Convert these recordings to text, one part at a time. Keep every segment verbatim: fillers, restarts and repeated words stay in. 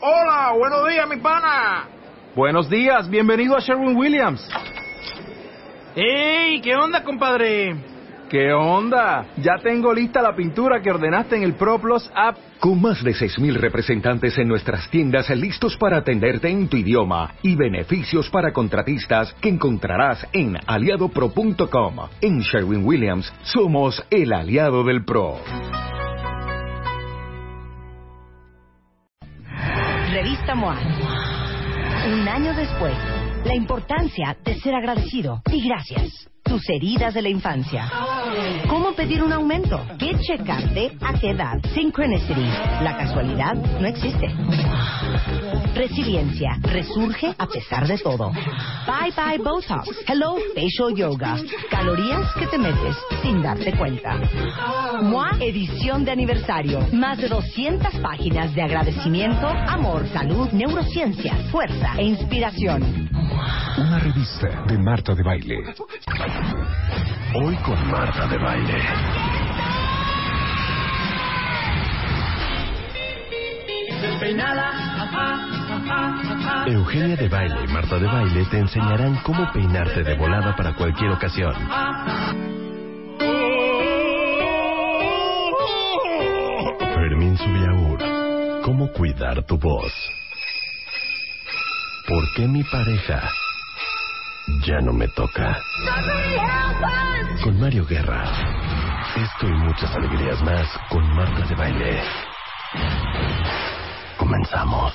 Hola, buenos días, mi pana. Buenos días, bienvenido a Sherwin-Williams. ¡Ey! ¿Qué onda, compadre? ¿Qué onda? Ya tengo lista la pintura que ordenaste en el ProPlus app. Con más de seis mil representantes en nuestras tiendas listos para atenderte en tu idioma y beneficios para contratistas que encontrarás en aliado pro punto com. En Sherwin-Williams somos el aliado del pro. Revista M O A. Un año después, la importancia de ser agradecido y gracias. Tus heridas de la infancia. ¿Cómo pedir un aumento? ¿Qué checarte? ¿A qué edad? Synchronicity. La casualidad no existe. Resiliencia. Resurge a pesar de todo. Bye bye Botox. Hello Facial Yoga. Calorías que te metes sin darte cuenta. M O A edición de aniversario. Más de doscientas páginas de agradecimiento, amor, salud, neurociencia, fuerza e inspiración. Una revista de Marta de Baile. Hoy con Marta de Baile. Eugenia de Baile y Marta de Baile te enseñarán cómo peinarte de volada para cualquier ocasión. Fermín Subiaur, cómo cuidar tu voz. ¿Por qué mi pareja ya no me toca? Con Mario Guerra. Esto y muchas alegrías más con Marta de Baile. Comenzamos.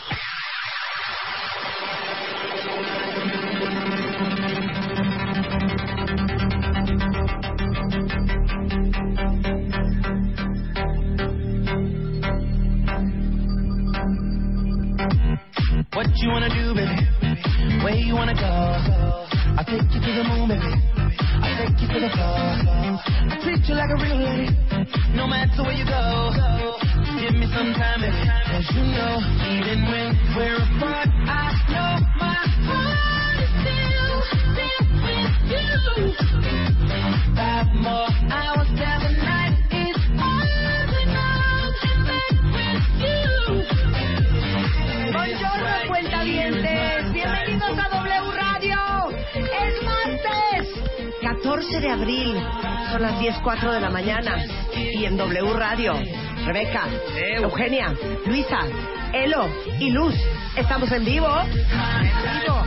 What you wanna do, baby? Where you wanna go? I'll take you to the moon, baby. I'll take you to the floor. I treat you like a real lady, no matter where you go. Give me some time, baby, 'cause you know, even when we're apart, I know my heart is still, still with you. Five more hours down the night is all we know, and back with you. Buongiorno, cuentavientes. Bienvenidos a W Radio. Es martes, catorce de abril. Son las diez cuatro de la mañana. Y en W Radio, Rebeca, Eugenia, Luisa, Elo y Luz. Estamos en vivo. En vivo.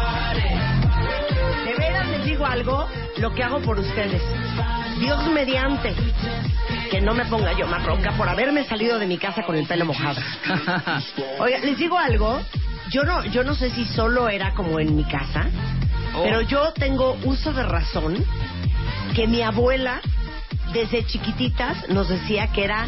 De veras les digo algo, lo que hago por ustedes. Dios mediante. Que no me ponga yo más ronca por haberme salido de mi casa con el pelo mojado. Oiga, les digo algo. Yo no, yo no sé si solo era como en mi casa, oh. pero yo tengo uso de razón que mi abuela desde chiquititas nos decía que era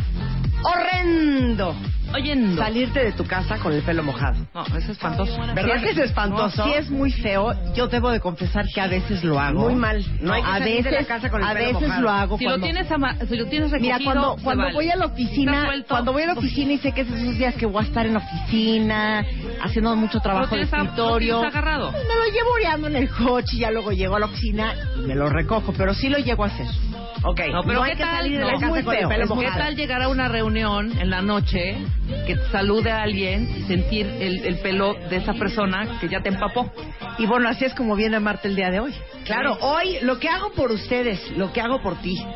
horrendo Oyendo. salirte de tu casa con el pelo mojado. No, es espantoso. ¿Verdad que es espantoso? Sí, es muy feo. Yo debo de confesar que a veces lo hago. Muy mal. No hay que a salir veces, de la casa con el a pelo veces mojado. lo hago Si cuando... lo tienes ama- si lo tienes recogido, Mira, cuando, se cuando vale. voy a la Está oficina, suelto. cuando voy a la oficina y sé que es esos días que voy a estar en la oficina, haciendo mucho trabajo de ¿Lo tienes a- escritorio, lo tienes agarrado? pues me lo llevo oreando en el coche y ya luego llego a la oficina y me lo recojo, pero sí lo llego a hacer. Ok, No, pero no ¿qué hay que tal? salir de No, la es casa muy con el feo, pelo es muy ¿Qué mojado. tal llegar a una reunión en la noche, que te salude a alguien y sentir el, el pelo de esa persona que ya te empapó? Y bueno, así es como viene Marta el día de hoy. Claro, hoy lo que hago por ustedes, lo que hago por ti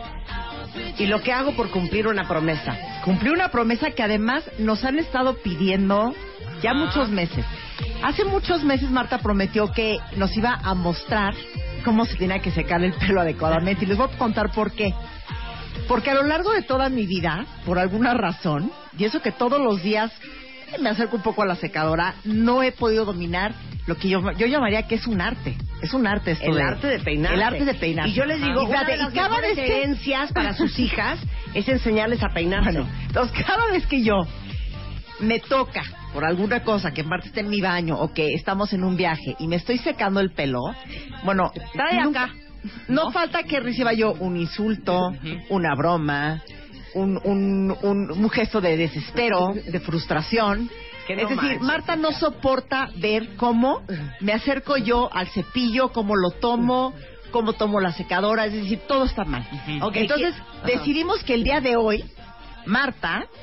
y lo que hago por cumplir una promesa. Cumplí una promesa que además nos han estado pidiendo ya muchos meses. Hace muchos meses Marta prometió que nos iba a mostrar cómo se tenía que secar el pelo adecuadamente. Y les voy a contar por qué. Porque a lo largo de toda mi vida, por alguna razón, y eso que todos los días me acerco un poco a la secadora, no he podido dominar lo que yo, yo llamaría que es un arte. Es un arte esto El de- arte de peinar. El arte de peinar. Y yo les digo, Y una fíjate, de las y cada mejores vez que- herencias para sus hijas es enseñarles a peinarse. Bueno, entonces cada vez que yo me toca por alguna cosa que Marta esté en mi baño o que estamos en un viaje y me estoy secando el pelo, bueno, Trae nunca- acá. no, falta que reciba yo un insulto, una broma, un, un, un, un gesto de desespero, de frustración. Que no es decir, manches. Marta no soporta ver cómo me acerco yo al cepillo, cómo lo tomo, cómo tomo la secadora, es decir, todo está mal. Ok, Entonces, ¿qué? decidimos que el día de hoy, Marta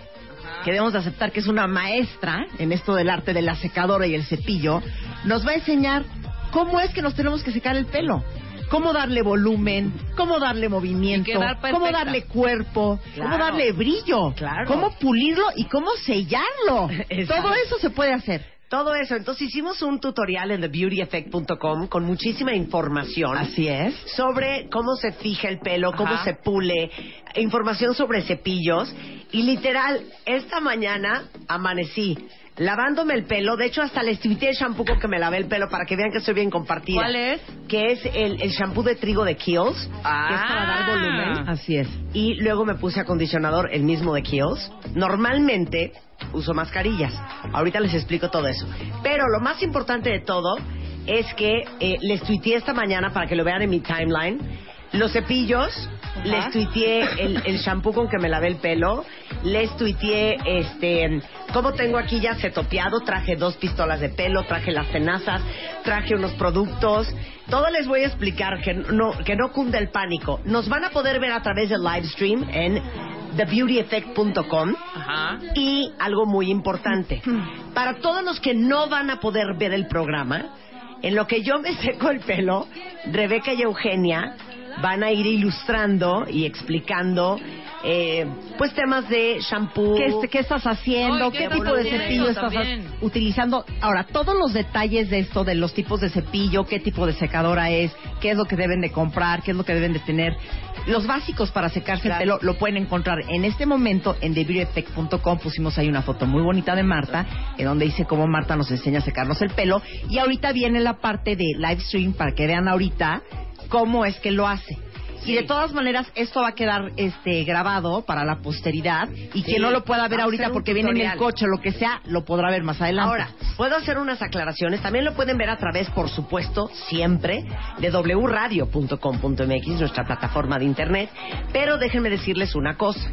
que debemos de aceptar que es una maestra en esto del arte de la secadora y el cepillo, nos va a enseñar cómo es que nos tenemos que secar el pelo. Cómo darle volumen, cómo darle movimiento, cómo darle cuerpo, Claro. cómo darle brillo, Claro. cómo pulirlo y cómo sellarlo. Exacto. Todo eso se puede hacer. Todo eso. Entonces hicimos un tutorial en the beauty effect punto com con muchísima información. Así es. Sobre cómo se fija el pelo, cómo Ajá. se pule, información sobre cepillos. Y literal, esta mañana amanecí lavándome el pelo. De hecho, hasta les tuiteé el shampoo con que me lavé el pelo para que vean que estoy bien compartida. ¿Cuál es? Que es el, el shampoo de trigo de Kiehl's, que es para dar Ah. volumen. Así es. Y luego me puse acondicionador, el mismo de Kiehl's. Normalmente uso mascarillas. Ahorita les explico todo eso. Pero lo más importante de todo es que eh, les tuiteé esta mañana para que lo vean en mi timeline. Los cepillos, Ajá. les tuiteé el, el shampoo con que me lavé el pelo, les tuiteé este, cómo tengo aquí ya setopeado, traje dos pistolas de pelo, traje las tenazas, traje unos productos. Todo les voy a explicar, que no, que no cunde el pánico. Nos van a poder ver a través del live stream en the beauty effect punto com. Ajá. Y algo muy importante, para todos los que no van a poder ver el programa, en lo que yo me seco el pelo, Rebeca y Eugenia van a ir ilustrando y explicando eh, pues temas de shampoo. ¿Qué, est- qué estás haciendo? Ay, ¿qué ¿Qué, estás tipo de haciendo cepillo estás también? a- utilizando? Ahora, todos los detalles de esto, de los tipos de cepillo, qué tipo de secadora es, qué es lo que deben de comprar, qué es lo que deben de tener, los básicos para secarse Claro. el pelo, lo pueden encontrar en este momento en the beauty effect punto com. Pusimos ahí una foto muy bonita de Marta, en donde dice cómo Marta nos enseña a secarnos el pelo. Y ahorita viene la parte de live stream para que vean ahorita cómo es que lo hace. Y de todas maneras, esto va a quedar este grabado para la posteridad. Y Sí, quien no lo pueda ver vamos a ahorita hacer un porque viene en el tutorial. coche o lo que sea, lo podrá ver más adelante. Ahora, puedo hacer unas aclaraciones. También lo pueden ver a través, por supuesto, siempre, de w radio punto com punto m x, nuestra plataforma de internet. Pero déjenme decirles una cosa.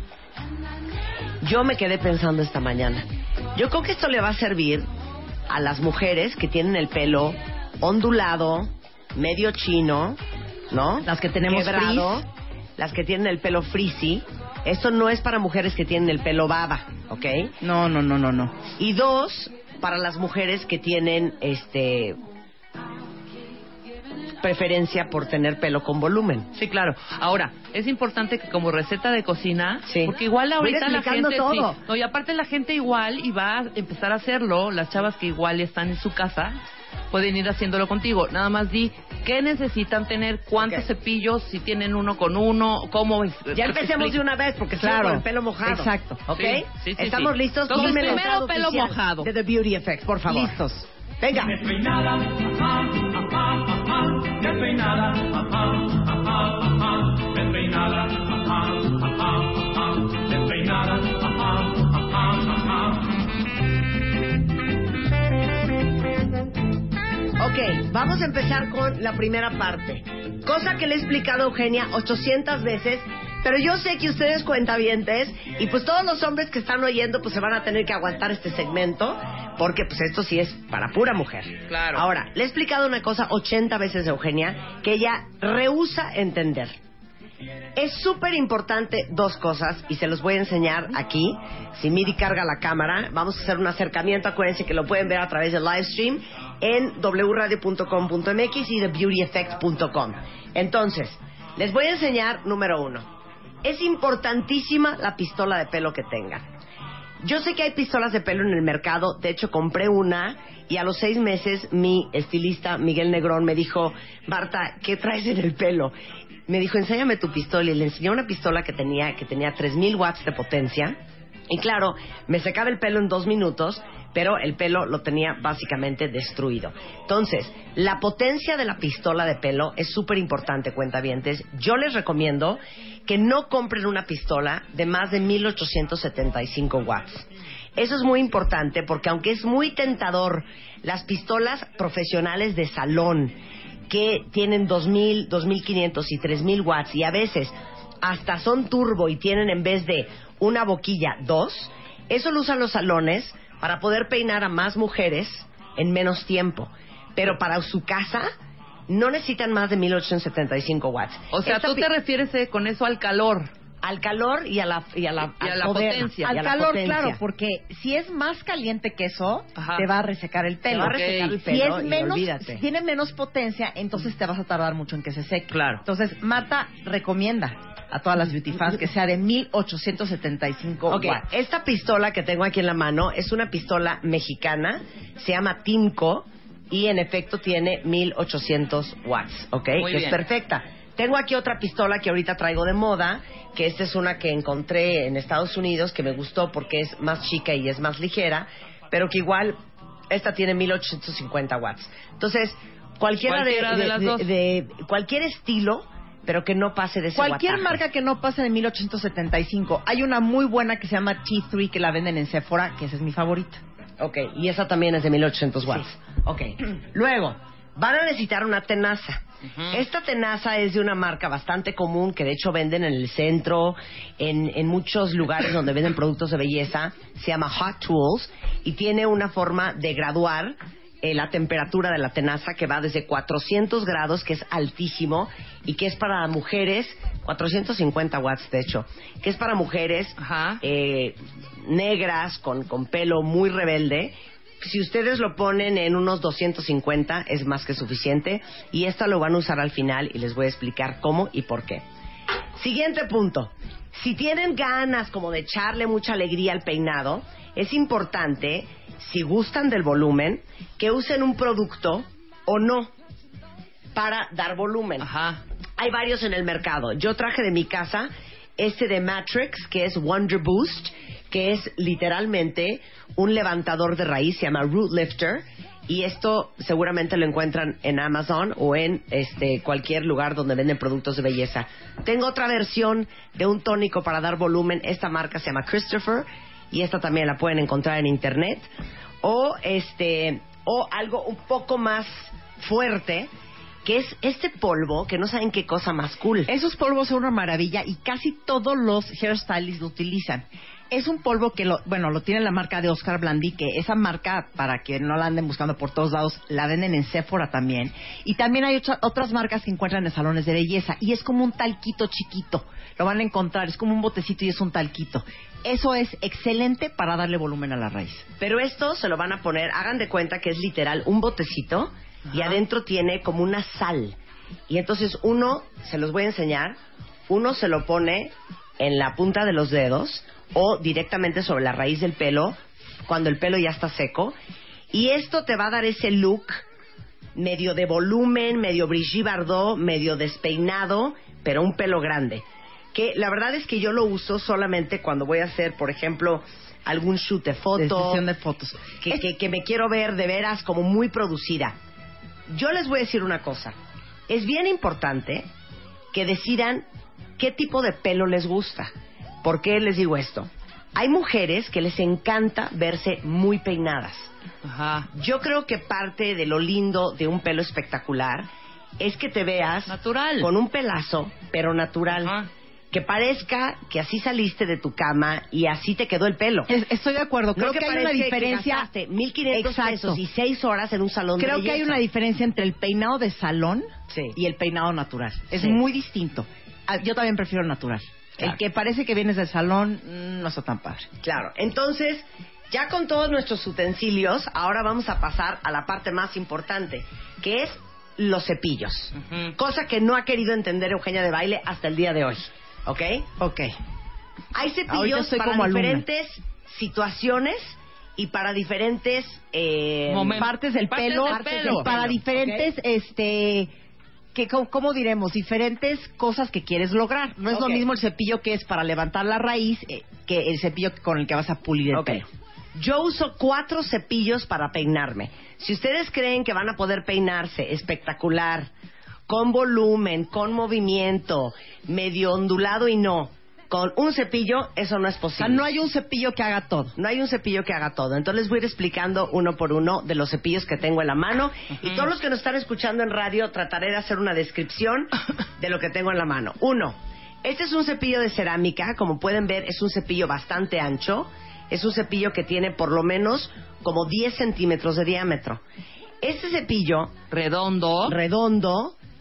Yo me quedé pensando esta mañana. Yo creo que esto le va a servir a las mujeres que tienen el pelo ondulado, medio chino, ¿no? Las que tenemos Quebrado, frizz. las que tienen el pelo frizzy. Esto no es para mujeres que tienen el pelo baba, ¿ok? No, no, no, no, no. Y dos, para las mujeres que tienen este preferencia por tener pelo con volumen. Sí, claro. Ahora, es importante que como receta de cocina, Sí. porque igual Voy ahorita la explicando gente... todo. sí. No, y aparte la gente igual, y va a empezar a hacerlo, las chavas que igual están en su casa, pueden ir haciéndolo contigo. Nada más di qué necesitan tener, cuántos Ok. cepillos, si tienen uno con uno, cómo... es- Ya empecemos de una vez porque Claro. claro, con el pelo mojado. Exacto. ¿Ok? Sí, sí, sí, ¿Estamos sí. listos? Entonces, Ponme la primero entrada pelo oficial mojado. de The Beauty Effect, por favor. Listos. Venga. Despeinada, ajá, ajá, ajá, despeinada, ajá, ajá, ajá, despeinada, ajá, ajá, ajá, despeinada, ajá, ajá, ajá. Ok, vamos a empezar con la primera parte. Cosa que le he explicado a Eugenia ochocientas veces, pero yo sé que ustedes cuentavientes y pues todos los hombres que están oyendo pues se van a tener que aguantar este segmento porque pues esto sí es para pura mujer. Claro. Ahora, le he explicado una cosa ochenta veces a Eugenia que ella rehúsa entender. Es súper importante dos cosas y se los voy a enseñar aquí. Si Miri carga la cámara, vamos a hacer un acercamiento. Acuérdense que lo pueden ver a través del live stream en w radio punto com punto m x y de beauty effect punto com. Entonces, les voy a enseñar número uno. Es importantísima la pistola de pelo que tengan. Yo sé que hay pistolas de pelo en el mercado. De hecho, compré una y a los seis meses mi estilista Miguel Negrón me dijo: Marta, ¿qué traes en el pelo? Me dijo, enséñame tu pistola. Y le enseñé una pistola que tenía que tenía tres mil watts de potencia. Y claro, me secaba el pelo en dos minutos, pero el pelo lo tenía básicamente destruido. Entonces, la potencia de la pistola de pelo es súper importante, cuentavientes. Yo les recomiendo que no compren una pistola de más de mil ochocientos setenta y cinco watts. Eso es muy importante porque aunque es muy tentador, las pistolas profesionales de salón que tienen dos mil, dos mil quinientos y tres mil watts y a veces hasta son turbo y tienen en vez de una boquilla dos, eso lo usan los salones para poder peinar a más mujeres en menos tiempo. Pero para su casa no necesitan más de mil ochocientos setenta y cinco watts. O sea, Esta tú pi- te refieres eh, con eso al calor. Al calor y a la, y a la, Y a al la poder, potencia. y a Al la calor, potencia. claro, porque si es más caliente que eso, Ajá. te va a resecar el pelo. Te va a resecar el Si pelo es y menos, olvídate. si tiene menos potencia, entonces te vas a tardar mucho en que se seque. Claro. Entonces, Marta recomienda a todas las beauty fans que sea de mil ochocientos setenta y cinco Ok, watts. esta pistola que tengo aquí en la mano es una pistola mexicana, se llama Timco y en efecto tiene mil ochocientos watts, ¿ok? Muy que bien. es perfecta. Tengo aquí otra pistola que ahorita traigo de moda, que esta es una que encontré en Estados Unidos, que me gustó porque es más chica y es más ligera, pero que igual esta tiene mil ochocientos cincuenta watts. Entonces, cualquiera, Cualquiera de, de de- las de- dos. de cualquier estilo, pero que no pase de ese Cualquier wattaje. marca que no pase de mil ochocientos setenta y cinco. Hay una muy buena que se llama T tres que la venden en Sephora, que esa es mi favorita. Ok, y esa también es de mil ochocientos watts. Ok, luego, van a necesitar una tenaza. Esta tenaza es de una marca bastante común que de hecho venden en el centro, en, en muchos lugares donde venden productos de belleza. Se llama Hot Tools y tiene una forma de graduar eh, la temperatura de la tenaza que va desde cuatrocientos grados, que es altísimo, y que es para mujeres, cuatrocientos cincuenta watts de hecho, que es para mujeres Ajá. eh, negras, con, con pelo muy rebelde. Si ustedes lo ponen en unos doscientos cincuenta es más que suficiente, y esta lo van a usar al final y les voy a explicar cómo y por qué. Siguiente punto. Si tienen ganas como de echarle mucha alegría al peinado, es importante, si gustan del volumen, que usen un producto o no para dar volumen. Ajá. Hay varios en el mercado. Yo traje de mi casa este de Matrix, que es Wonder Boost, que es literalmente un levantador de raíz, se llama Root Lifter, y esto seguramente lo encuentran en Amazon o en este cualquier lugar donde venden productos de belleza. Tengo otra versión de un tónico para dar volumen. Esta marca se llama Christopher y esta también la pueden encontrar en internet. O este o algo un poco más fuerte, que es este polvo, que no saben qué cosa más cool. Esos polvos son una maravilla y casi todos los hairstylists lo utilizan. Es un polvo que, lo, bueno, lo tiene la marca de Oscar Blandi, que esa marca, para que no la anden buscando por todos lados, la venden en Sephora también. Y también hay otra, otras marcas que encuentran en salones de belleza. Y es como un talquito chiquito. Lo van a encontrar, es como un botecito y es un talquito. Eso es excelente para darle volumen a la raíz. Pero esto se lo van a poner, hagan de cuenta que es literal un botecito y adentro tiene como una sal. Y entonces uno, se los voy a enseñar, uno se lo pone en la punta de los dedos o directamente sobre la raíz del pelo cuando el pelo ya está seco, y esto te va a dar ese look medio de volumen, medio Brigitte Bardot, medio despeinado, pero un pelo grande, que la verdad es que yo lo uso solamente cuando voy a hacer, por ejemplo, algún shoot de De foto, sesión de fotos. que, que, que me quiero ver de veras como muy producida. Yo les voy a decir una cosa, es bien importante que decidan qué tipo de pelo les gusta. ¿Por qué les digo esto? Hay mujeres que les encanta verse muy peinadas. Ajá. Yo creo que parte de lo lindo de un pelo espectacular es que te veas Natural. con un pelazo, pero natural. Ajá. Que parezca que así saliste de tu cama y así te quedó el pelo. Es- estoy de acuerdo. Creo No que, hay una parezca diferencia. que gastaste mil quinientos Exacto. pesos y seis horas en un salón de Creo que hay belleza. una diferencia entre el peinado de salón Sí. y el peinado natural. Es Sí. muy distinto. Ah, Yo también prefiero el natural. Claro. El que parece que vienes del salón mm, no está tan padre. Claro, entonces, ya con todos nuestros utensilios, ahora vamos a pasar a la parte más importante, que es los cepillos. Ujú. Cosa que no ha querido entender Eugenia de Baile hasta el día de hoy. ¿Ok? Ok. Hay Ahorita cepillos estoy para como alumna. diferentes situaciones y para diferentes eh, Momen- Partes del Partes pelo, del partes pelo. del- para ¿ok? diferentes, este, que, ¿cómo, cómo diremos? Diferentes cosas que quieres lograr. No es Ok. lo mismo el cepillo que es para levantar la raíz eh, que el cepillo con el que vas a pulir el Ok. pelo. Yo uso cuatro cepillos para peinarme. Si ustedes creen que van a poder peinarse espectacular, con volumen, con movimiento, medio ondulado y no, con un cepillo, eso no es O sea, posible. no hay un cepillo que haga todo. No hay un cepillo que haga todo. Entonces les voy a ir explicando uno por uno de los cepillos que tengo en la mano. Y todos los que nos están escuchando en radio, trataré de hacer una descripción de lo que tengo en la mano. Uno, este es un cepillo de cerámica. Como pueden ver, es un cepillo bastante ancho. Es un cepillo que tiene por lo menos como diez centímetros de diámetro. Este cepillo Redondo. redondo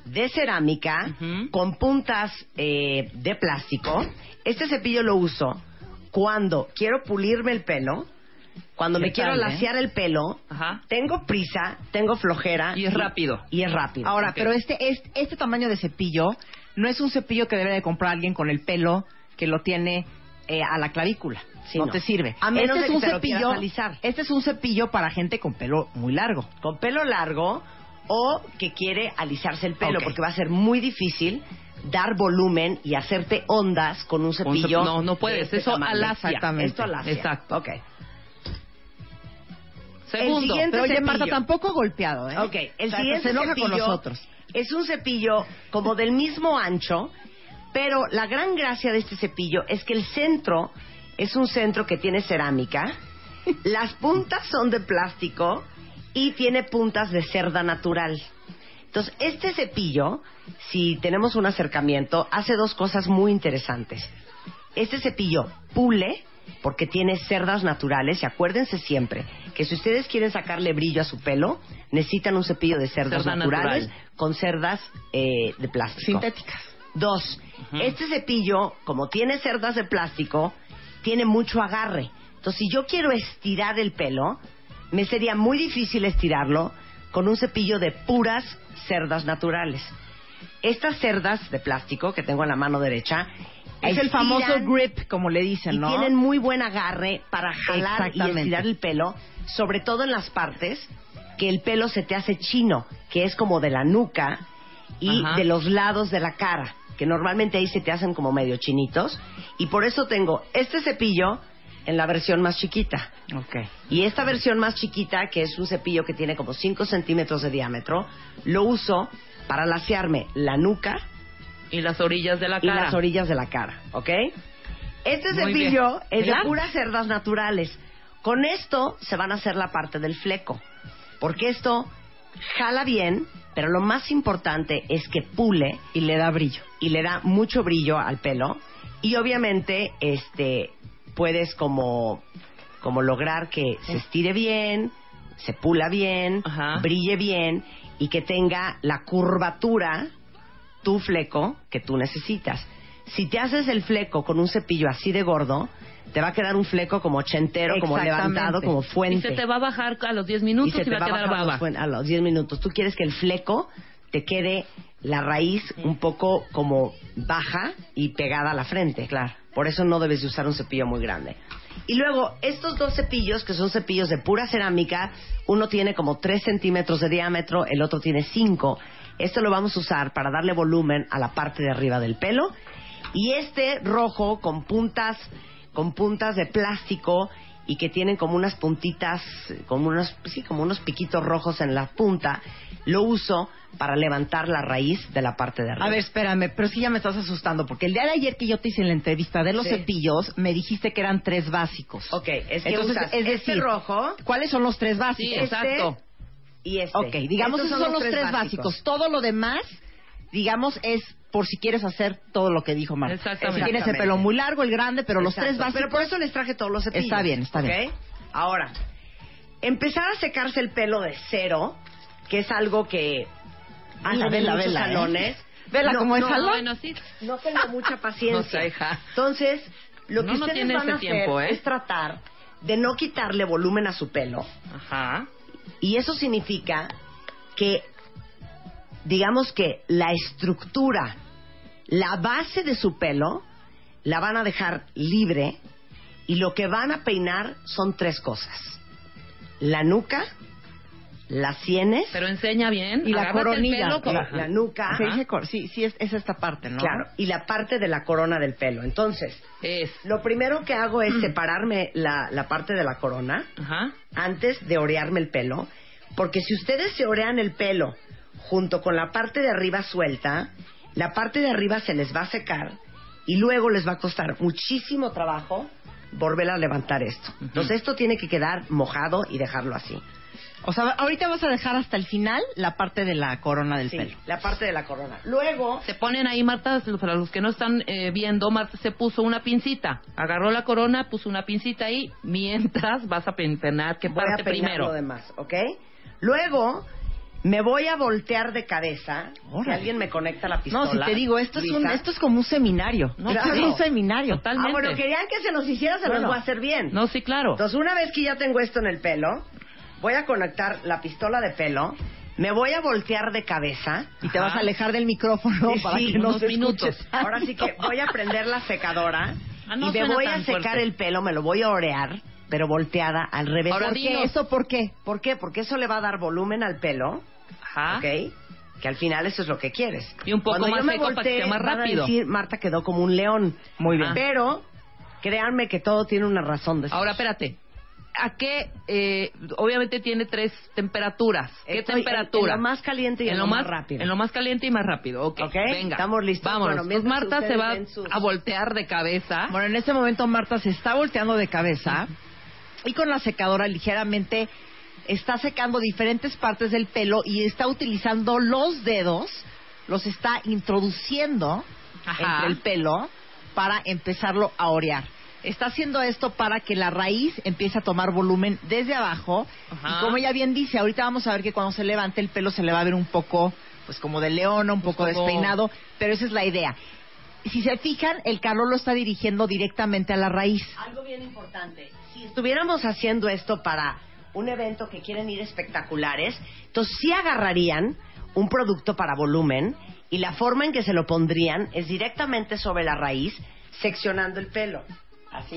de cerámica Ujú. con puntas eh, de plástico. Este cepillo lo uso cuando quiero pulirme el pelo, cuando ¿Qué me quiero tal, eh? lasear el pelo, Ajá. tengo prisa, tengo flojera. Y es rápido. Y es rápido. Ahora, Ok. pero este, este este tamaño de cepillo no es un cepillo que debe de comprar alguien con el pelo que lo tiene eh, a la clavícula. Sí, no, no. te sirve. A menos este de es que un te lo cepillo. quieras alisar. Este es un cepillo para gente con pelo muy largo. Con pelo largo o que quiere alisarse el pelo, Ok. porque va a ser muy difícil dar volumen y hacerte ondas con un Un cep- cepillo. no, no de puedes, este eso tamaño. alacia. Exactamente. Esto alacia. Exacto. Ok. Segundo. El siguiente Pero oye, cepillo. Marta, tampoco golpeado, ¿eh? Ok, el O sea, siguiente se enoja cepillo con nosotros. es un cepillo como del mismo ancho, pero la gran gracia de este cepillo es que el centro es un centro que tiene cerámica, las puntas son de plástico y tiene puntas de cerda natural. Entonces, este cepillo, si tenemos un acercamiento, hace dos cosas muy interesantes. Este cepillo pule porque tiene cerdas naturales, y acuérdense siempre que si ustedes quieren sacarle brillo a su pelo, necesitan un cepillo de cerdas Cerda naturales natural. con cerdas eh, de plástico. Sintéticas. Dos, Ujú. este cepillo, como tiene cerdas de plástico, tiene mucho agarre. Entonces, si yo quiero estirar el pelo, me sería muy difícil estirarlo con un cepillo de puras cerdas naturales. Estas cerdas de plástico que tengo en la mano derecha Es el estiran famoso grip, como le dicen, y ¿no? tienen muy buen agarre para jalar y Exactamente. estirar el pelo, sobre todo en las partes que el pelo se te hace chino, que es como de la nuca y Ajá. de los lados de la cara, que normalmente ahí se te hacen como medio chinitos, y por eso tengo este cepillo en la versión más chiquita. Ok. Y esta versión más chiquita, que es un cepillo que tiene como cinco centímetros de diámetro, lo uso para lasearme la nuca Y las orillas de la y cara. las orillas de la cara, ¿ok? Este Muy cepillo bien. es de Claro. puras cerdas naturales. Con esto se van a hacer la parte del fleco, porque esto jala bien, pero lo más importante es que pule Y le da brillo. y le da mucho brillo al pelo, y obviamente este puedes como como lograr que se estire bien, se pula bien, Ajá. brille bien y que tenga la curvatura tu fleco que tú necesitas. Si te haces el fleco con un cepillo así de gordo, te va a quedar un fleco como ochentero, como Exactamente. levantado, como Y fuente. se te va a bajar a los diez Y minutos se y, te va a quedar bajar baba. los fuen- a los diez minutos. Tú quieres que el fleco te quede la raíz un poco como baja y pegada a la frente. Claro. Por eso no debes de usar un cepillo muy grande. Y luego, estos dos cepillos, que son cepillos de pura cerámica, uno tiene como tres centímetros de diámetro, el otro tiene cinco. Esto lo vamos a usar para darle volumen a la parte de arriba del pelo. Y este rojo con puntas, con puntas de plástico y que tienen como unas puntitas, como unos, sí, como unos piquitos rojos en la punta, lo uso para levantar la raíz de la parte de arriba. A ver, espérame, pero sí ya me estás asustando, porque el día de ayer que yo te hice la entrevista de los Sí. cepillos, me dijiste que eran tres básicos. Ok, es que Entonces, usas es este decir, rojo ¿cuáles son los tres Sí, básicos? exacto. y este. Ok, digamos Estos esos son los tres básicos. Todo lo demás, digamos, es por si quieres hacer todo lo que dijo Marta. Exactamente. Si tienes el pelo muy largo, el grande, pero los Exacto, tres básicos... Pero por eso les traje todos los cepillos. Está bien, está ¿ok? bien. Ahora, empezar a secarse el pelo de cero, que es algo que Vela, hacen en vela, muchos vela, ¿eh? salones. Vela No, como es no, jalón. Bueno, sí. No tengo mucha paciencia. No sé, hija. Entonces, lo que No, no ustedes tiene van a ese hacer tiempo, ¿eh? es tratar de no quitarle volumen a su pelo. Ajá. Y eso significa que, digamos que la estructura, la base de su pelo, la van a dejar libre y lo que van a peinar son tres cosas. La nuca, las sienes, Pero enseña bien. Y la agárrate el coronilla, pelo como- la, la nuca, Se dice cor- sí, sí, es, es esta parte, ¿no? claro, y la parte de la corona del pelo. Entonces, Es. lo primero que hago es separarme la, la parte de la corona Ajá. antes de orearme el pelo, porque si ustedes se orean el pelo junto con la parte de arriba suelta, la parte de arriba se les va a secar y luego les va a costar muchísimo trabajo volver a levantar esto. Entonces esto tiene que quedar mojado y dejarlo así. O sea, ahorita vas a dejar hasta el final la parte de la corona del Sí, pelo. la parte de la corona. Luego, Se ponen ahí, Marta, para los que no están eh, viendo, Marta se puso una pincita. Agarró la corona, puso una pincita ahí, mientras vas a peinar qué voy parte a peinar primero. lo demás, ¿ok? Luego, me voy a voltear de cabeza. Si alguien me conecta la pistola. No, si te digo, esto es un, Luisa. esto es como un seminario. No, Esto es claro. un seminario. Totalmente. Ah, bueno, querían que se los hiciera, se Bueno. los voy a hacer bien. No, sí, claro. Entonces, una vez que ya tengo esto en el pelo, voy a conectar la pistola de pelo, me voy a voltear de cabeza. Y te Ajá. vas a alejar del micrófono Sí, para sí, que no unos se minutos. escuche. Ahora sí que voy a prender la secadora Ah, no y me suena voy a tan secar fuerte. el pelo, me lo voy a orear, pero volteada al revés. Ahora ¿Por dinos. qué? ¿Eso por qué? ¿Por qué? Porque eso le va a dar volumen al pelo, Ajá. ¿ok? Que al final eso es lo que quieres. Y un poco Cuando más yo me seco para que voltee, sea más van a rápido. decir, Marta quedó como un león. Muy bien. Pero, créanme que todo tiene una razón de ser. Ahora, espérate. ¿A qué? Eh, obviamente tiene tres temperaturas. ¿Qué Estoy en- temperatura? En lo más caliente y en, lo más rápido. En lo más caliente y más rápido. Ok, Ok, venga. estamos listos. Vámonos. Bueno, Entonces mientras Marta se ustedes va ven sus- a voltear de cabeza. Bueno, en este momento Marta se está volteando de cabeza y con la secadora ligeramente está secando diferentes partes del pelo y está utilizando los dedos, los está introduciendo Ajá. entre el pelo para empezarlo a orear. Está haciendo esto para que la raíz empiece a tomar volumen desde abajo. Ajá. Y como ella bien dice, ahorita vamos a ver que cuando se levante el pelo se le va a ver un poco, pues como de leona, un Pues poco como- despeinado, pero esa es la idea. Si se fijan, el calor lo está dirigiendo directamente a la raíz. Algo bien importante. Si estuviéramos haciendo esto para un evento que quieren ir espectaculares, entonces sí agarrarían un producto para volumen y la forma en que se lo pondrían es directamente sobre la raíz, seccionando el pelo. Así.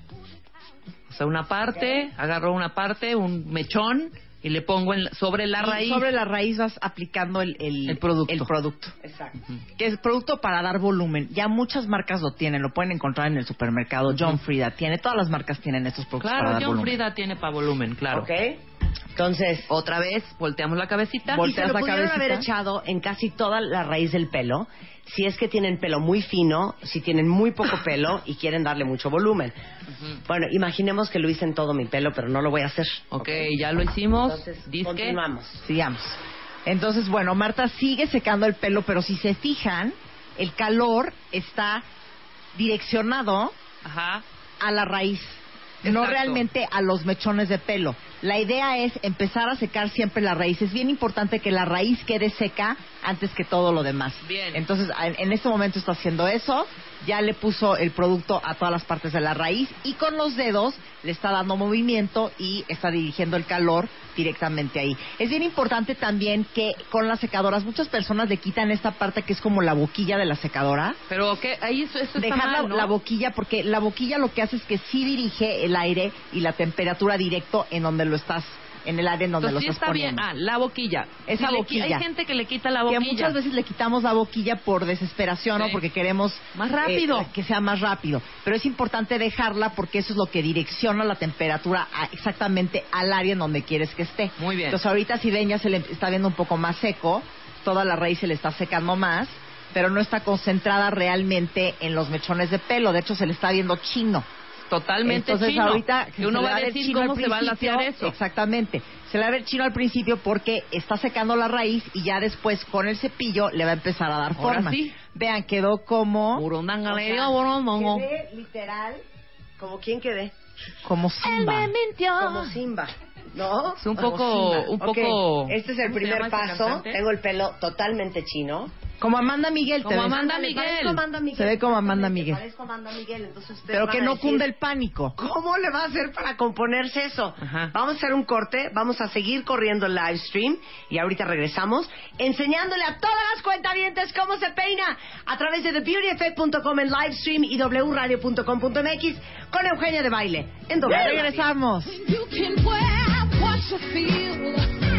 O sea, una parte, agarro una parte, un mechón, y le pongo en la- sobre la Y raíz. sobre la raíz vas aplicando el, el, El producto. el producto. Exacto. Que es producto para dar volumen. Ya muchas marcas lo tienen, lo pueden encontrar en el supermercado. John Frieda tiene, todas las marcas tienen estos productos para Claro, dar John volumen. Frida tiene para volumen, claro. ¿Ok? Entonces, Otra vez, volteamos la cabecita. Vol- y se volteas lo la pudieron cabecita. haber echado en casi toda la raíz del pelo, si es que tienen pelo muy fino, si tienen muy poco pelo y quieren darle mucho volumen. Bueno, imaginemos que lo hice en todo mi pelo, pero no lo voy a hacer. Ok, ya lo hicimos. Entonces, Disque. continuamos. Sigamos. Entonces, bueno, Marta sigue secando el pelo, pero si se fijan, el calor está direccionado Ajá. a la raíz, no Exacto. realmente a los mechones de pelo. La idea es empezar a secar siempre la raíz. Es bien importante que la raíz quede seca antes que todo lo demás. Bien. Entonces, en en este momento está haciendo eso. Ya le puso el producto a todas las partes de la raíz y con los dedos le está dando movimiento y está dirigiendo el calor directamente ahí. Es bien importante también que con las secadoras muchas personas le quitan esta parte que es como la boquilla de la secadora. Pero que ahí eso, eso está Dejar la, mal, ¿no? la boquilla, porque la boquilla lo que hace es que sí dirige el aire y la temperatura directo en donde lo estás, en el área en donde Entonces, sí lo estás está bien. poniendo. Ah, la boquilla. Esa Si le qui- boquilla. Hay gente que le quita la Que boquilla. muchas veces le quitamos la boquilla por desesperación, ¿no? Sí. Porque queremos Más rápido. eh, que sea más rápido. Pero es importante dejarla porque eso es lo que direcciona la temperatura a- exactamente al área en donde quieres que esté. Muy bien. Entonces ahorita si ven ya se le está viendo un poco más seco, toda la raíz se le está secando más, pero no está concentrada realmente en los mechones de pelo. De hecho se le está viendo chino. Totalmente Entonces chino. ahorita que uno se le va a ver decir chino cómo al se va a principio. lasear eso. Exactamente. Se le va a ver chino al principio porque está secando la raíz y ya después con el cepillo le va a empezar a dar Ahora forma. sí. Vean, quedó como Burundanga O le sea, dio, burundongo. quedé literal, como quien quedé, como Simba. como Simba, ¿no? Es un Como poco- Simba. un Ok, poco- Este es el ¿cómo se primer llama ese paso. cantante? Tengo el pelo totalmente chino. Como Amanda Miguel. Como te ves. Amanda Ándale, Miguel. parezco Amanda Miguel. Se ve como Amanda Exactamente, Miguel. Parezco Amanda Miguel, entonces ustedes Pero van que a no decir, cunde el pánico. ¿cómo le va a hacer para componerse eso? Ajá. Vamos a hacer un corte, vamos a seguir corriendo el live stream y ahorita regresamos enseñándole a todas las cuentavientes cómo se peina a través de the beauty effect punto com en live stream y w radio punto com punto m x con Eugenia de Baile en W Radio. Regresamos. You can wear what you feel.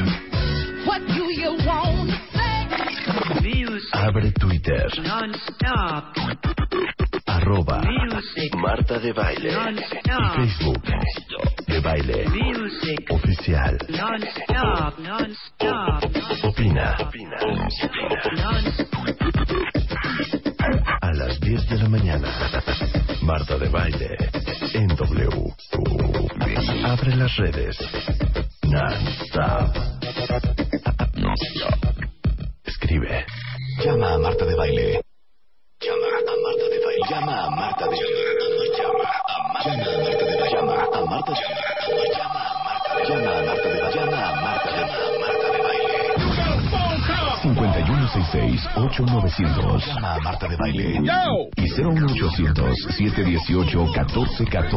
What do you want to say? Abre Twitter. Non-stop. Arroba Music. Marta de Baile. Non-stop. Facebook. De Baile. Music. Oficial. Non-stop. Non-stop. Opina. Non-stop. A las diez de la mañana. Marta de Baile. En W. Abre las redes. Non-stop. Non-stop. Escribe. Llama a Marta de Baile. Llama a Marta de Baile. Llama a Marta de Baile. Llama a Marta de Baile. Llama a Marta de Baile. Llama a Marta de Baile. Llama a Marta de Baile. Llama a Marta de Baile. cinco uno seis seis, ocho nueve cero cero. Llama a Marta de Baile. ¡Yo! Y cero uno ochocientos, siete uno ocho, uno cuatro uno cuatro.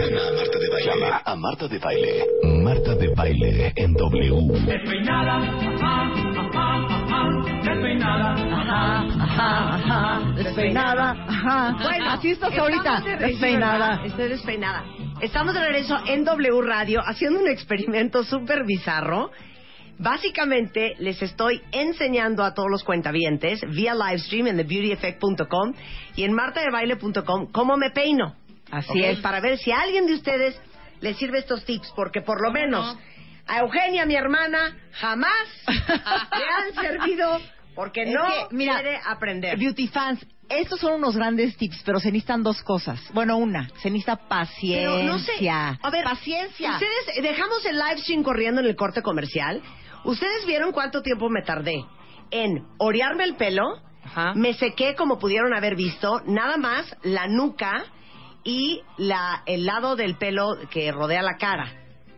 Llama a Marta de Baile. Marta de Baile en W. Despeinada, ajá, ajá, ajá, despeinada, ajá, ajá, ajá, Despeinada, ajá. Bueno, así estás estamos ahorita. de regreso, Despeinada. ¿verdad? Estoy despeinada. Estamos de regreso en W Radio haciendo un experimento súper bizarro. Básicamente les estoy enseñando a todos los cuentavientes vía livestream en the beauty effect punto com y en marta de baile punto com cómo me peino. Así ¿Ok? es. Para ver si a alguien de ustedes les sirve estos tips, porque por lo menos a Eugenia, mi hermana, jamás le han servido porque Es no que, mira, quiere aprender. Beauty fans, estos son unos grandes tips, pero se necesitan dos cosas. Bueno, una, se necesita paciencia. Pero no sé, a ver, paciencia. Ustedes, dejamos el live stream corriendo en el corte comercial. ¿Ustedes vieron cuánto tiempo me tardé en orearme el pelo? Ajá. Me sequé, como pudieron haber visto, nada más la nuca y la, el lado del pelo que rodea la cara.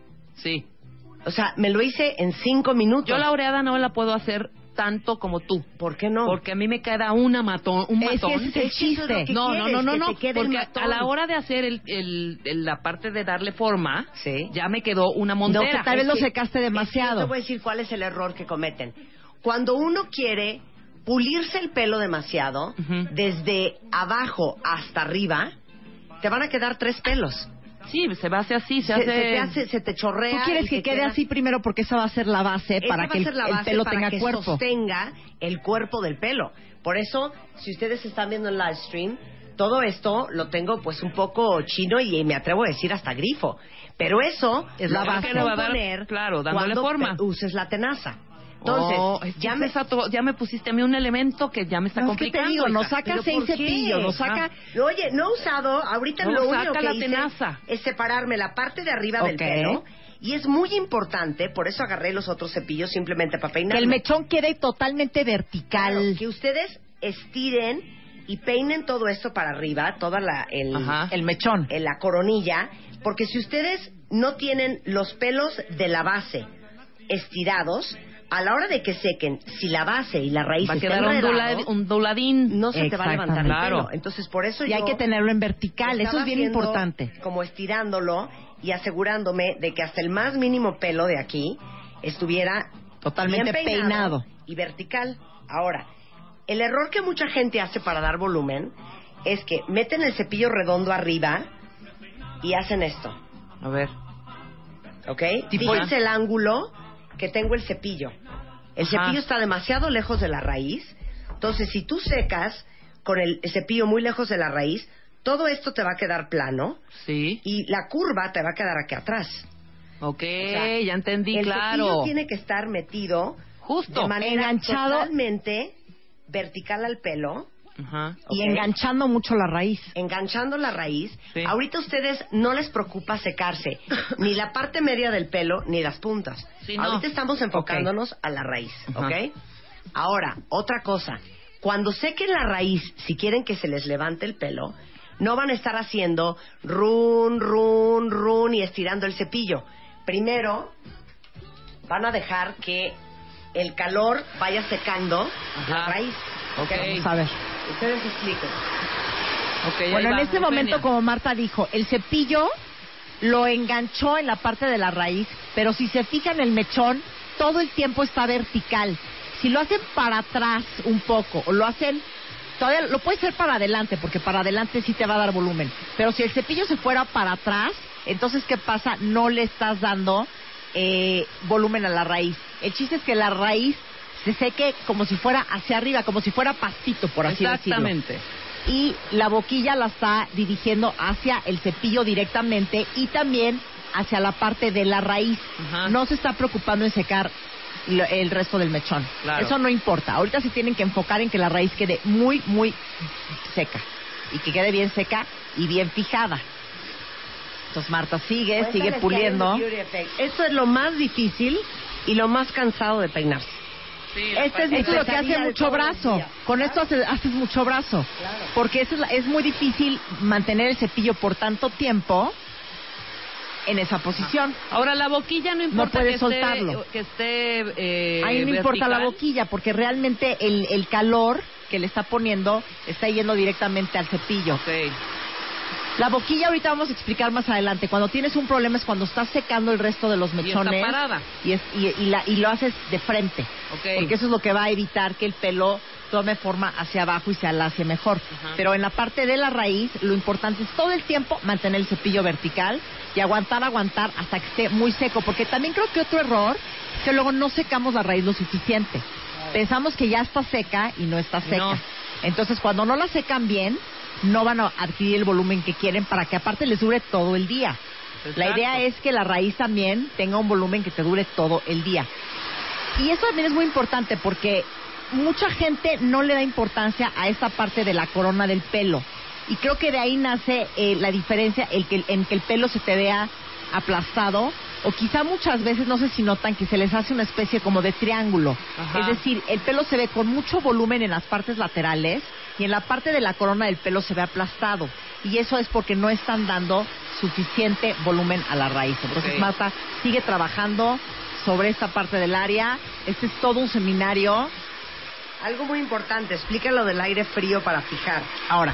Sí. O sea, me lo hice en cinco minutos. Yo la oreada no la puedo hacer tanto como tú. ¿Por qué no? Porque a mí me queda una matón, un Es que matón. ese es el chiste. ¿Qué No, no, quieres? no, no, Que no, te quede el porque matón. a la hora de hacer el, el, el- la parte de darle forma, Sí. ya me quedó una No, montera. que tal vez Es lo que- secaste es que yo demasiado. te voy a decir cuál es el error que cometen. Cuando uno quiere pulirse el pelo demasiado, Ujú. desde abajo hasta arriba, te van a quedar tres pelos. Sí, se va a hacer así, se, Se, hace... se te hace, se te chorrea. Tú quieres y que te quede queda- así primero porque esa va a ser la base Esa para va que a el, ser la el base pelo para tenga que cuerpo. sostenga el cuerpo del pelo. Por eso, si ustedes están viendo el live stream, todo esto lo tengo pues un poco chino y me atrevo a decir hasta grifo. Pero eso Es lo la vas base. a Que le va a dar, poner claro, dándole cuando forma. pe- uses la tenaza. Entonces, Oh, es que ya me esa to- ya me pusiste a mí un elemento que ya me está No, es que te complicando. digo, nos hija. saca ¿Pero seis por qué? cepillos, nos saca... Ah, Oye, no he usado, ahorita No, lo saca único que la hice tenaza. es separarme la parte de arriba del Ok. pelo. Y es muy importante, por eso agarré los otros cepillos simplemente para peinarme. Que el mechón quede totalmente vertical. Claro, que ustedes estiren y peinen todo esto para arriba, toda la el, Ajá. El mechón. en la coronilla, porque si ustedes no tienen los pelos de la base estirados, a la hora de que sequen, si la base y la raíz Va a está quedar enredado, ondula- onduladín. no se te va a levantar el Exactamente. pelo. Entonces, por eso Y yo hay que tenerlo en vertical, eso estaba es bien haciendo importante. como estirándolo y asegurándome de que hasta el más mínimo pelo de aquí estuviera Totalmente bien peinado. y vertical. Ahora, el error que mucha gente hace para dar volumen es que meten el cepillo redondo arriba y hacen esto, A ver. ¿ok? Tipo- Fíjense el ángulo que tengo el cepillo. El Ajá. cepillo está demasiado lejos de la raíz. Entonces, si tú secas con el cepillo muy lejos de la raíz, todo esto te va a quedar plano Sí. y la curva te va a quedar aquí atrás. Ok, O sea, ya entendí, el claro. cepillo tiene que estar metido Justo. de manera enganchado. totalmente vertical al pelo, Ajá. Y ok, enganchando mucho la raíz. enganchando la raíz. Sí. Ahorita a ustedes no les preocupa secarse ni la parte media del pelo ni las puntas. Sí, no. Ahorita estamos enfocándonos a la raíz, Ajá. ¿ok? Ahora, otra cosa. Cuando sequen la raíz, si quieren que se les levante el pelo, no van a estar haciendo run, run, run y estirando el cepillo. Primero, van a dejar que el calor vaya secando Ajá. la raíz. Ok. Vamos a ver. Ustedes expliquen. Ok, ahí Bueno, en va, este Eugenia. momento, como Marta dijo, el cepillo lo enganchó en la parte de la raíz, pero si se fijan el mechón, todo el tiempo está vertical. Si lo hacen para atrás un poco, o lo hacen, todavía lo puedes hacer para adelante, porque para adelante sí te va a dar volumen. Pero si el cepillo se fuera para atrás, entonces, ¿qué pasa? No le estás dando eh, volumen a la raíz. El chiste es que la raíz se seque como si fuera hacia arriba, como si fuera pastito, por así decirlo. Exactamente. Y la boquilla la está dirigiendo hacia el cepillo directamente y también hacia la parte de la raíz. Ajá. No se está preocupando en secar lo- el resto del mechón. Claro. Eso no importa. Ahorita se tienen que enfocar en que la raíz quede muy, muy seca. Y que quede bien seca y bien fijada. Entonces Marta sigue, Cuéntales sigue qué hay puliendo. en The Beauty Effect. Esto es lo más difícil y lo más cansado de peinarse. Sí, Este es Esto lo que es hace día de mucho todos los brazo. días. Con esto haces, haces mucho brazo. Porque eso es, la- es muy difícil mantener el cepillo por tanto tiempo en esa posición. Ahora, la boquilla no importa No puedes que, soltarlo. esté, que esté eh, Ahí no vertical. importa la boquilla, porque realmente el, el calor que le está poniendo está yendo directamente al cepillo. Ok. La boquilla ahorita vamos a explicar más adelante. Cuando tienes un problema es cuando estás secando el resto de los Y mechones. está parada. Y, es- y- y la- y lo haces de frente. Ok. Porque eso es lo que va a evitar que el pelo tome forma hacia abajo y se alacie mejor. Ajá. Pero en la parte de la raíz, lo importante es todo el tiempo mantener el cepillo vertical y aguantar, aguantar hasta que esté muy seco. Porque también creo que otro error es que luego no secamos la raíz lo suficiente. Pensamos que ya está seca y no está seca. No. Entonces, cuando no la secan bien, no van a adquirir el volumen que quieren para que aparte les dure todo el día. La Exacto. idea es que la raíz también tenga un volumen que te dure todo el día. Y eso también es muy importante porque mucha gente no le da importancia a esta parte de la corona del pelo. Y creo que de ahí nace eh, la diferencia el que, en que el pelo se te vea aplastado o quizá muchas veces, no sé si notan, que se les hace una especie como de triángulo. Ajá. Es decir, el pelo se ve con mucho volumen en las partes laterales y en la parte de la corona del pelo se ve aplastado. Y eso es porque no están dando suficiente volumen a la raíz. Entonces, Ok. Marta, sigue trabajando sobre esta parte del área. Este es todo un seminario. Algo muy importante, explica lo del aire frío para fijar. Ahora,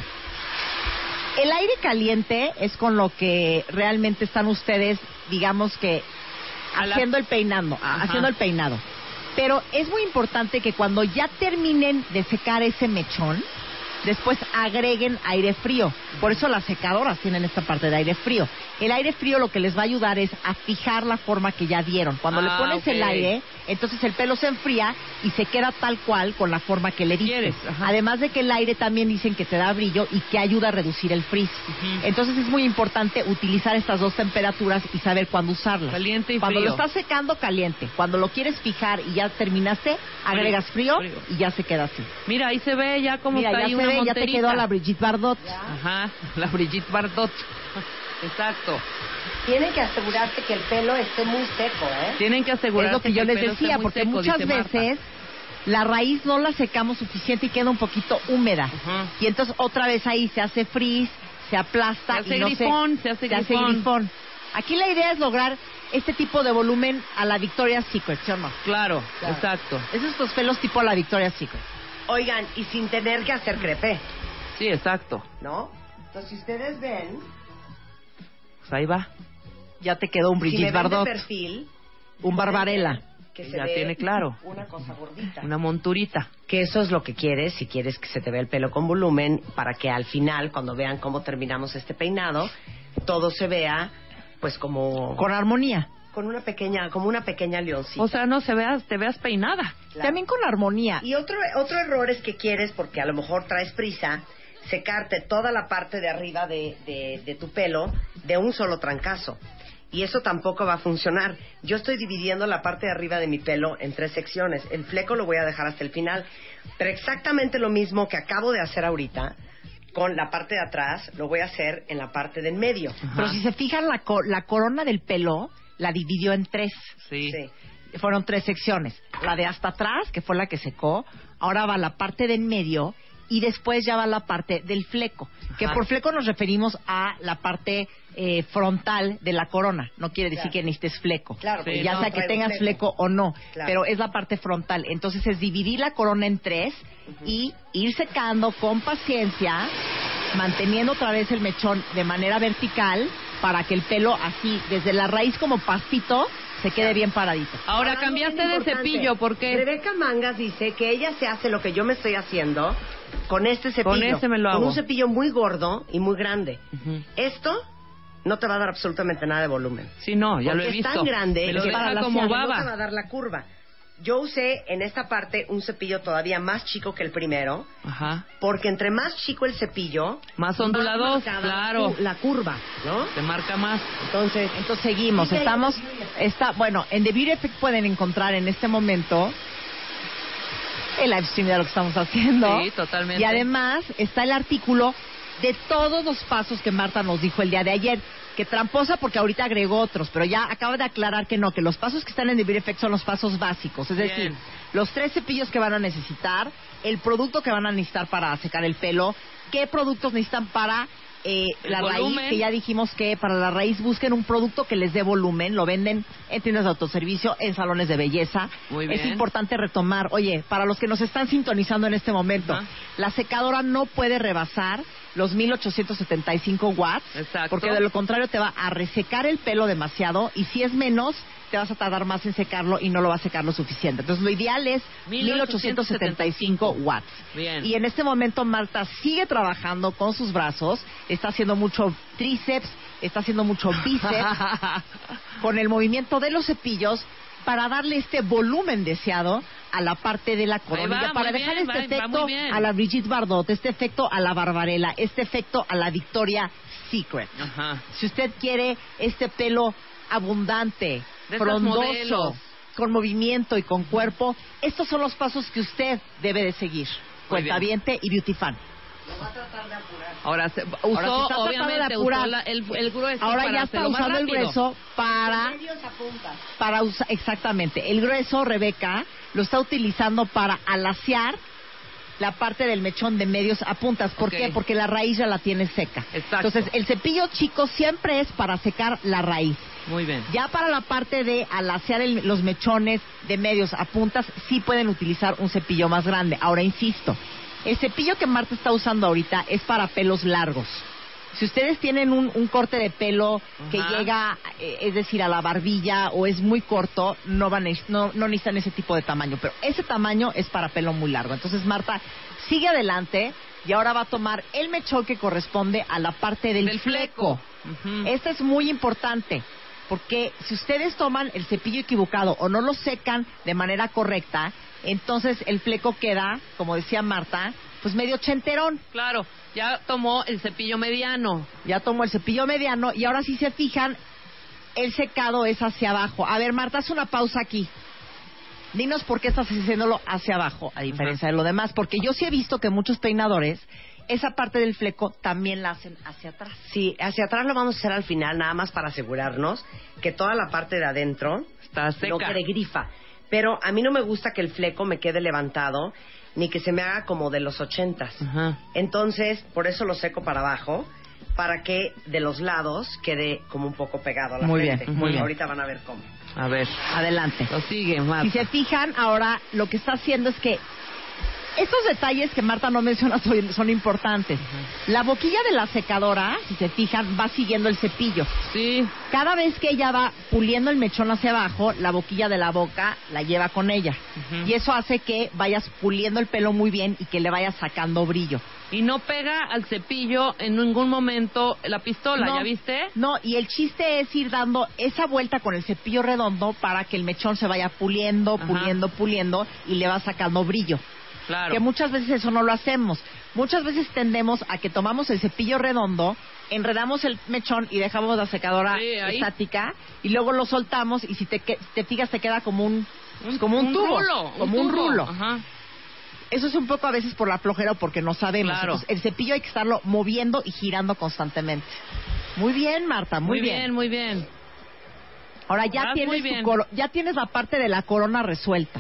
el aire caliente es con lo que realmente están ustedes, digamos que, A la- haciendo el peinado, Ajá. haciendo el peinado. Pero es muy importante que cuando ya terminen de secar ese mechón, después agreguen aire frío. Por eso las secadoras tienen esta parte de aire frío. El aire frío lo que les va a ayudar es a fijar la forma que ya dieron. Cuando le Ah, pones ok. el aire, entonces el pelo se enfría y se queda tal cual con la forma que le diste. ¿Quieres? Ajá. Además de que el aire también dicen que te da brillo y que ayuda a reducir el frizz. Ujú. Entonces es muy importante utilizar estas dos temperaturas y saber cuándo usarlas. Caliente y Cuando frío. lo estás secando, caliente. Cuando lo quieres fijar y ya terminaste, agregas frío, Frío. y ya se queda así. Mira, ahí se ve ya como Mira, está ya ahí se una ve, ya te monterita. quedó a la Brigitte Bardot. Ajá, la Brigitte Bardot. Exacto. Tienen que asegurarse que el pelo esté muy seco, ¿eh? Tienen que Es asegurarse lo que yo el les pelo esté decía, muy porque seco, muchas dice Marta. veces la raíz no la secamos suficiente y queda un poquito húmeda. Ajá. Y entonces otra vez ahí se hace frizz, se aplasta Se hace y no grifón, se, se hace hace grifón. grifón. Aquí la idea es lograr este tipo de volumen a la Victoria's Secret, ¿sí o no? Claro, Claro. exacto. Esos estos pelos tipo a la Victoria's Secret. Oigan, y sin tener que hacer crepé, Sí, exacto. ¿no? Entonces, si ustedes ven, Pues ahí va. Ya te quedó un si me Brigitte ven de Bardot, un un Barbarella. que se Ya ve tiene claro. una cosa gordita. Una monturita. Que eso es lo que quieres, si quieres que se te vea el pelo con volumen, para que al final, cuando vean cómo terminamos este peinado, todo se vea, pues como Con armonía. con una pequeña, como una pequeña leoncita. O sea, no se veas, te veas peinada. Claro. También con armonía. Y otro otro error es que quieres, porque a lo mejor traes prisa, secarte toda la parte de arriba de, de, de tu pelo de un solo trancazo. Y eso tampoco va a funcionar. Yo estoy dividiendo la parte de arriba de mi pelo en tres secciones. El fleco lo voy a dejar hasta el final. Pero exactamente lo mismo que acabo de hacer ahorita, con la parte de atrás, lo voy a hacer en la parte del medio. Pero si se fijan, la, co- la corona del pelo la dividió en tres. Sí. Sí. Fueron tres secciones. La de hasta atrás, que fue la que secó, ahora va la parte de en medio y después ya va la parte del fleco. Que Ajá. por fleco nos referimos a la parte eh, frontal de la corona. No quiere decir Claro. que necesites fleco. Claro, Sí, ya no sea que traigo tengas fleco. o no, Claro. pero es la parte frontal. Entonces es dividir la corona en tres y ir secando con paciencia, manteniendo otra vez el mechón de manera vertical para que el pelo así, desde la raíz como pastito, se quede bien paradito. Ahora, algo cambiaste bien de importante. cepillo, ¿por qué? Rebeca Mangas dice que ella se hace lo que yo me estoy haciendo con este cepillo. Con ese me lo Con hago. un cepillo muy gordo y muy grande. Ujú. Esto no te va a dar absolutamente nada de volumen. Sí, no, ya lo he Porque visto. es tan grande Me lo que deja para la como no te va a baba. dar la curva. Yo usé en esta parte un cepillo todavía más chico que el primero, Ajá. porque entre más chico el cepillo, Más ondulados, marcada claro. la curva, ¿no? Te marca más. Entonces, Entonces seguimos, Dice ahí estamos, The Beauty Effect. está, bueno, en The Beauty Effect pueden encontrar en este momento el live stream de lo que estamos haciendo. Sí, totalmente. Y además está el artículo de todos los pasos que Marta nos dijo el día de ayer. Que tramposa porque ahorita agregó otros, pero ya acaba de aclarar que no, que los pasos que están en The Beauty Effect son los pasos básicos. Es decir, Bien. los tres cepillos que van a necesitar, el producto que van a necesitar para secar el pelo, qué productos necesitan para eh, la volumen. raíz, que ya dijimos que para la raíz busquen un producto que les dé volumen, lo venden en tiendas de autoservicio, en salones de belleza. Muy bien. Es importante retomar, oye, para los que nos están sintonizando en este momento, Ajá. la secadora no puede rebasar los mil ochocientos setenta y cinco watts, Exacto. porque de lo contrario te va a resecar el pelo demasiado, y si es menos, te vas a tardar más en secarlo y no lo va a secar lo suficiente. Entonces lo ideal es mil ochocientos setenta y cinco watts. Bien. Y en este momento Marta sigue trabajando con sus brazos, está haciendo mucho tríceps, está haciendo mucho bíceps, con el movimiento de los cepillos para darle este volumen deseado a la parte de la coronilla, va, para muy dejar bien, este va- va efecto muy bien. a la Brigitte Bardot, este efecto a la Barbarella, este efecto a la Victoria Secret. Ajá. Si usted quiere este pelo abundante, De estos frondoso, modelos. con movimiento y con cuerpo, estos son los pasos que usted debe de seguir. Muy bien. Cuentaviente y beauty fan. Ahora, se, usó, Ahora, si está tratando de obviamente, apurar, usó la- el, el grueso Ahora para ya hacerlo está más usando el rápido. grueso para para usar exactamente el grueso. Rebeca lo está utilizando para alaciar la parte del mechón de medios a puntas. ¿Por Ok. qué? Porque la raíz ya la tiene seca. Exacto. Entonces el cepillo chico siempre es para secar la raíz. Muy bien. Ya para la parte de alaciar el- los mechones de medios a puntas, sí pueden utilizar un cepillo más grande. Ahora, insisto, el cepillo que Marta está usando ahorita es para pelos largos. Si ustedes tienen un, un corte de pelo que Ajá. llega, eh, es decir, a la barbilla o es muy corto, no, van a, no, no necesitan ese tipo de tamaño. Pero ese tamaño es para pelo muy largo. Entonces, Marta, sigue adelante y ahora va a tomar el mechón que corresponde a la parte del, Del fleco. Ujú. Este es muy importante, porque si ustedes toman el cepillo equivocado o no lo secan de manera correcta, entonces el fleco queda, como decía Marta, pues medio chenterón. Claro, ya tomó el cepillo mediano. Ya tomó el cepillo mediano y ahora si se fijan, el secado es hacia abajo. A ver, Marta, haz una pausa aquí. Dinos por qué estás haciéndolo hacia abajo, a diferencia de lo demás, porque yo sí he visto que muchos peinadores esa parte del fleco también la hacen hacia atrás. Sí, hacia atrás lo vamos a hacer al final, nada más para asegurarnos que toda la parte de adentro Está seca. no quede grifa. Pero a mí no me gusta que el fleco me quede levantado, ni que se me haga como de los ochentas. Ajá. Entonces, por eso lo seco para abajo, para que de los lados quede como un poco pegado a la Muy frente. bien, muy bien. Ahorita van a ver cómo. A ver, Adelante. lo sigue, Marta. Si se fijan, ahora lo que está haciendo es que estos detalles que Marta no menciona son, son importantes. La boquilla de la secadora, si se fijan, va siguiendo el cepillo. Sí, Cada vez que ella va puliendo el mechón hacia abajo, la boquilla de la boca la lleva con ella. Ujú. Y eso hace que vayas puliendo el pelo muy bien y que le vayas sacando brillo. y no pega al cepillo en ningún momento la pistola, No, ¿ya viste? No, y el chiste es ir dando esa vuelta con el cepillo redondo para que el mechón se vaya puliendo, Ajá. puliendo, puliendo y le va sacando brillo. Claro. Que muchas veces eso no lo hacemos. Muchas veces tendemos a que tomamos el cepillo redondo, enredamos el mechón y dejamos la secadora Sí, ahí. estática y luego lo soltamos y si te, que- te fijas te queda como un, Un- como un, un tubo, rulo, un como un tubo. rulo. Ajá. Eso es un poco a veces por la flojera o porque no sabemos. Claro. Entonces, el cepillo hay que estarlo moviendo y girando constantemente. Muy bien, Marta, muy, Muy bien, muy bien. Ahora ya Vas tienes muy tu bien. coro- ya tienes la parte de la corona resuelta.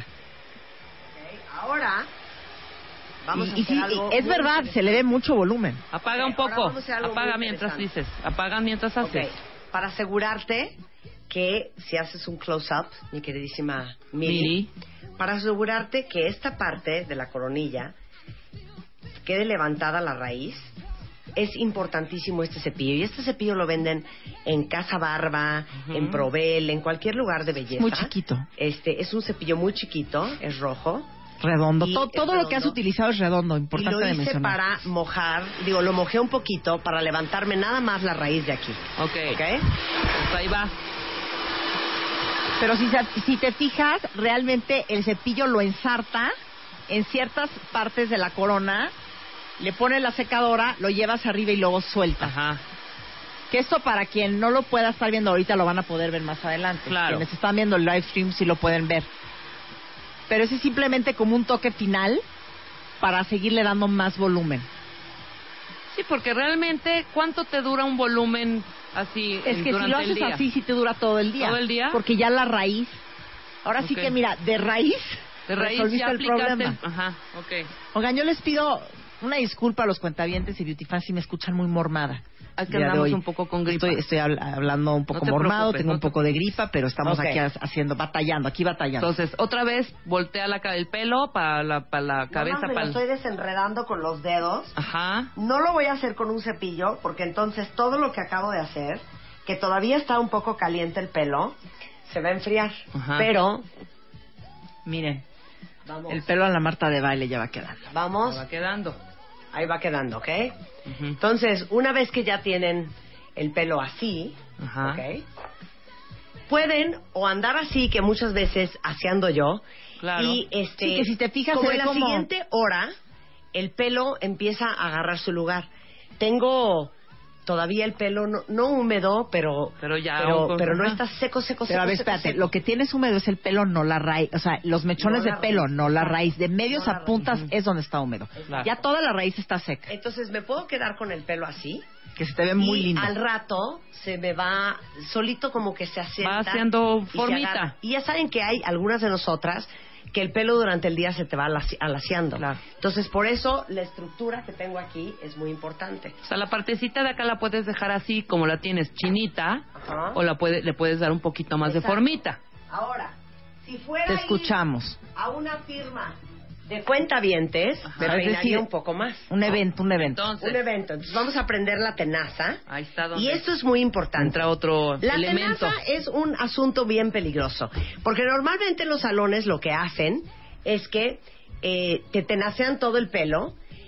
Ahora, vamos y, a y hacer sí, algo y es muy verdad, interesante. se le ve mucho volumen. Apaga Ok, un poco. ahora vamos a hacer algo Apaga muy mientras interesante. dices. Apaga mientras haces. Ok, para asegurarte que si haces un close-up, mi queridísima Miri, Miri. para asegurarte que esta parte de la coronilla quede levantada la raíz, es importantísimo este cepillo. Y este cepillo lo venden en Casa Barba, Ujú. en Provel, en cualquier lugar de belleza. Muy chiquito. Este es un cepillo muy chiquito, es rojo. Redondo. Y To- es todo lo que has redondo. utilizado es redondo, Y importante lo de hice mencionar. para mojar, digo, lo mojé un poquito para levantarme nada más la raíz de aquí. Ok. ¿Ok? Pues ahí va. Pero si, se- si te fijas, realmente el cepillo lo ensarta en ciertas partes de la corona, le pones la secadora, lo llevas arriba y luego suelta. Ajá. Que esto para quien no lo pueda estar viendo ahorita lo van a poder ver más adelante. Claro. Quienes están viendo el live stream sí lo pueden ver. Pero ese es simplemente como un toque final para seguirle dando más volumen. Sí, porque realmente, ¿cuánto te dura un volumen así Es que si durante lo el haces día? así, sí te dura todo el día. ¿Todo el día? Porque ya la raíz... Ahora sí Ok. que mira, de raíz, De raíz resolviste ya el aplicaste. problema. Ajá, ok. Oigan, yo les pido una disculpa a los cuentavientes y beauty fans si me escuchan muy mormada. Aquí día de andamos hoy. un poco con gripa. Estoy, estoy habl- hablando un poco No te mormado, preocupes, tengo no un te poco de gripa, pero estamos Ok. aquí ha- haciendo, batallando, aquí batallando. Entonces, otra vez, voltea la, ca- el pelo para la, para la cabeza. Nada más me para lo estoy desenredando con los dedos. Ajá. No lo voy a hacer con un cepillo, porque entonces todo lo que acabo de hacer, que todavía está un poco caliente el pelo, se va a enfriar. Ajá. Pero, Miren, vamos, el pelo a la Marta de baile ya va quedando. vamos, Se va quedando. ahí va quedando, ¿ok? Ujú. Entonces, una vez que ya tienen el pelo así, Ajá. ¿ok? Pueden o andar así, que muchas veces así ando yo, Claro. y este, Sí, que si te fijas, como se en ve la como- siguiente hora, el pelo empieza a agarrar su lugar. Tengo todavía el pelo no, no húmedo, pero Pero ya, pero, un- pero no ajá. está seco, seco, seco. Pero a ver, seco, espérate, seco. lo que tienes húmedo es el pelo, no la raíz. O sea, los mechones No la de pelo, raíz. no la raíz. De medios No la a puntas raíz. es donde está húmedo. Claro. Ya toda la raíz está seca, Entonces me puedo quedar con el pelo así, que se te ve muy y lindo. al rato se me va solito, como que se asienta. Va haciendo y se formita. agarra. Y ya saben que hay algunas de nosotras que el pelo durante el día se te va alaci- alaciando. Claro. Entonces, por eso la estructura que tengo aquí es muy importante. O sea, la partecita de acá la puedes dejar así, como la tienes, chinita, Ajá. o la puede, le puedes dar un poquito más Exacto. de formita. Ahora, si fuera Te a ir escuchamos. a una firma de cuentavientes, me Ajá, es peinaría decir, un poco más. Un evento, un evento. Entonces, Un evento. Entonces vamos a prender la tenaza. ahí está donde Y esto es muy importante. entra otro La elemento. tenaza es un asunto bien peligroso, porque normalmente en los salones lo que hacen es que eh, te tenacean todo el pelo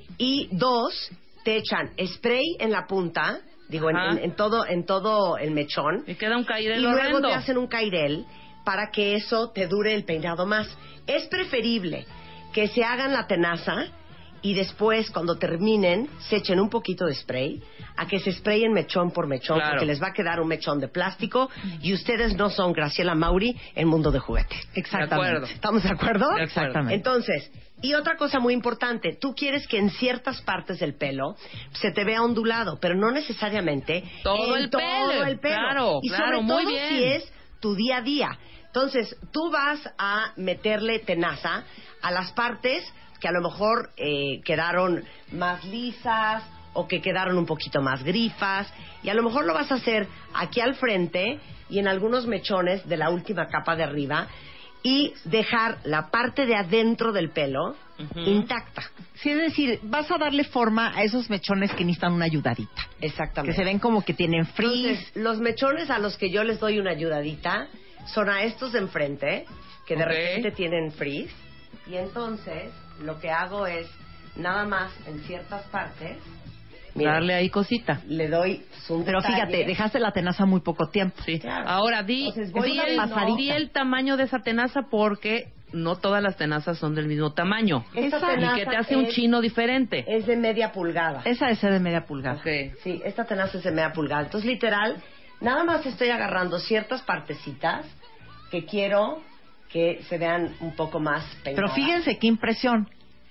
y dos, te echan spray en la punta, digo, en, Ajá. en- en todo en todo el mechón, Y queda un cairel y luego horrendo. te hacen un cairel para que eso te dure el peinado más. Es preferible que se hagan la tenaza y después, cuando terminen, se echen un poquito de spray, a que se sprayen mechón por mechón, Claro. porque les va a quedar un mechón de plástico y ustedes no son Graciela Mauri en Mundo de Juguete. Exactamente. De acuerdo. ¿Estamos de acuerdo? De acuerdo. Exactamente. Entonces, y otra cosa muy importante, tú quieres que en ciertas partes del pelo se te vea ondulado, pero no necesariamente Todo en el todo pelo. el pelo. Claro, y claro, sobre muy todo bien. si es tu día a día. Entonces, tú vas a meterle tenaza a las partes que a lo mejor eh, quedaron más lisas o que quedaron un poquito más grifas, y a lo mejor lo vas a hacer aquí al frente y en algunos mechones de la última capa de arriba, y dejar la parte de adentro del pelo Ujú. intacta. Sí, es decir, vas a darle forma a esos mechones que necesitan una ayudadita. Que Exactamente. se ven como que tienen frizz. Entonces, los mechones a los que yo les doy una ayudadita son a estos de enfrente, que de Ok. repente tienen frizz, y entonces lo que hago es nada más en ciertas partes, miren, Darle ahí cosita. le doy un Pero detalle. fíjate, dejaste la tenaza muy poco tiempo. Sí. Claro. Ahora di, Entonces, voy di, una el, pasadita. di el tamaño de esa tenaza porque no todas las tenazas son del mismo tamaño. Esta Esa- Y tenaza que te hace un es- chino diferente. es de media pulgada. Esa es de media pulgada. Ok. Sí, esta tenaza es de media pulgada. Entonces, literal, nada más estoy agarrando ciertas partecitas que quiero que se vean un poco más peinadas. Pero fíjense qué impresión.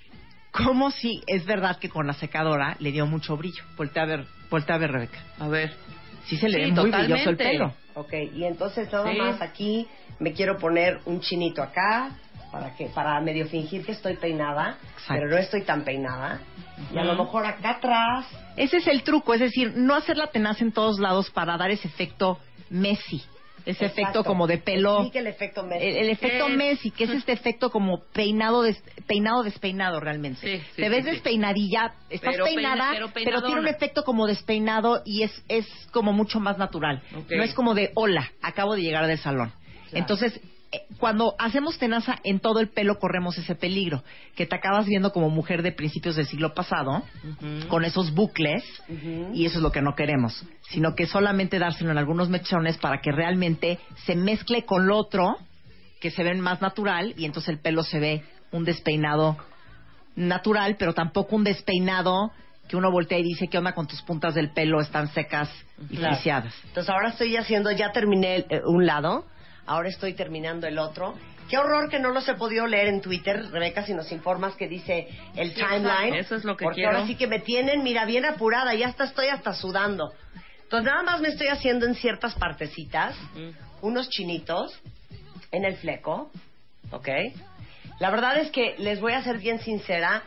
Como si es verdad que con la secadora le dio mucho brillo. Voltea a ver, voltea a ver, Rebeca. A ver. Sí se le Sí, ve muy brilloso el totalmente. pelo. Ok, y entonces nada Sí. más aquí me quiero poner un chinito acá para que para medio fingir que estoy peinada, Exacto. pero no estoy tan peinada. Y a Ujú. lo mejor acá atrás, Ese es el truco, es decir, no hacer la tenaza en todos lados para dar ese efecto Messi. Ese exacto, efecto como de pelo. explique el efecto Messi. El, el efecto ¿Qué es? Messi, que es este efecto como peinado des- peinado despeinado realmente. Sí, sí, Te ves sí, sí. despeinadilla, estás Pero peina- peinada, pero pero, tiene un peinadona. efecto como despeinado y es es como mucho más natural. Ok. No es como de hola, acabo de llegar del salón. Claro. Entonces, eh, cuando hacemos tenaza en todo el pelo corremos ese peligro, que te acabas viendo como mujer de principios del siglo pasado, Ujú. con esos bucles, Ujú. y eso es lo que no queremos, sino que solamente dárselo en algunos mechones para que realmente se mezcle con lo otro, que se ven más natural, y entonces el pelo se ve un despeinado natural, pero tampoco un despeinado que uno voltea y dice, ¿qué onda con tus puntas del pelo? Están secas y Claro. friseadas. Entonces ahora estoy haciendo, ya terminé el- eh, un lado, ahora estoy terminando el otro. Qué horror que no los he podido leer en Twitter, Rebeca, si nos informas que dice el Sí, timeline. exacto. Eso es lo que porque quiero. ahora sí que me tienen, mira, bien apurada, ya hasta estoy hasta sudando. Entonces nada más me estoy haciendo en ciertas partecitas Ujú. unos chinitos en el fleco, ¿ok? La verdad es que les voy a ser bien sincera,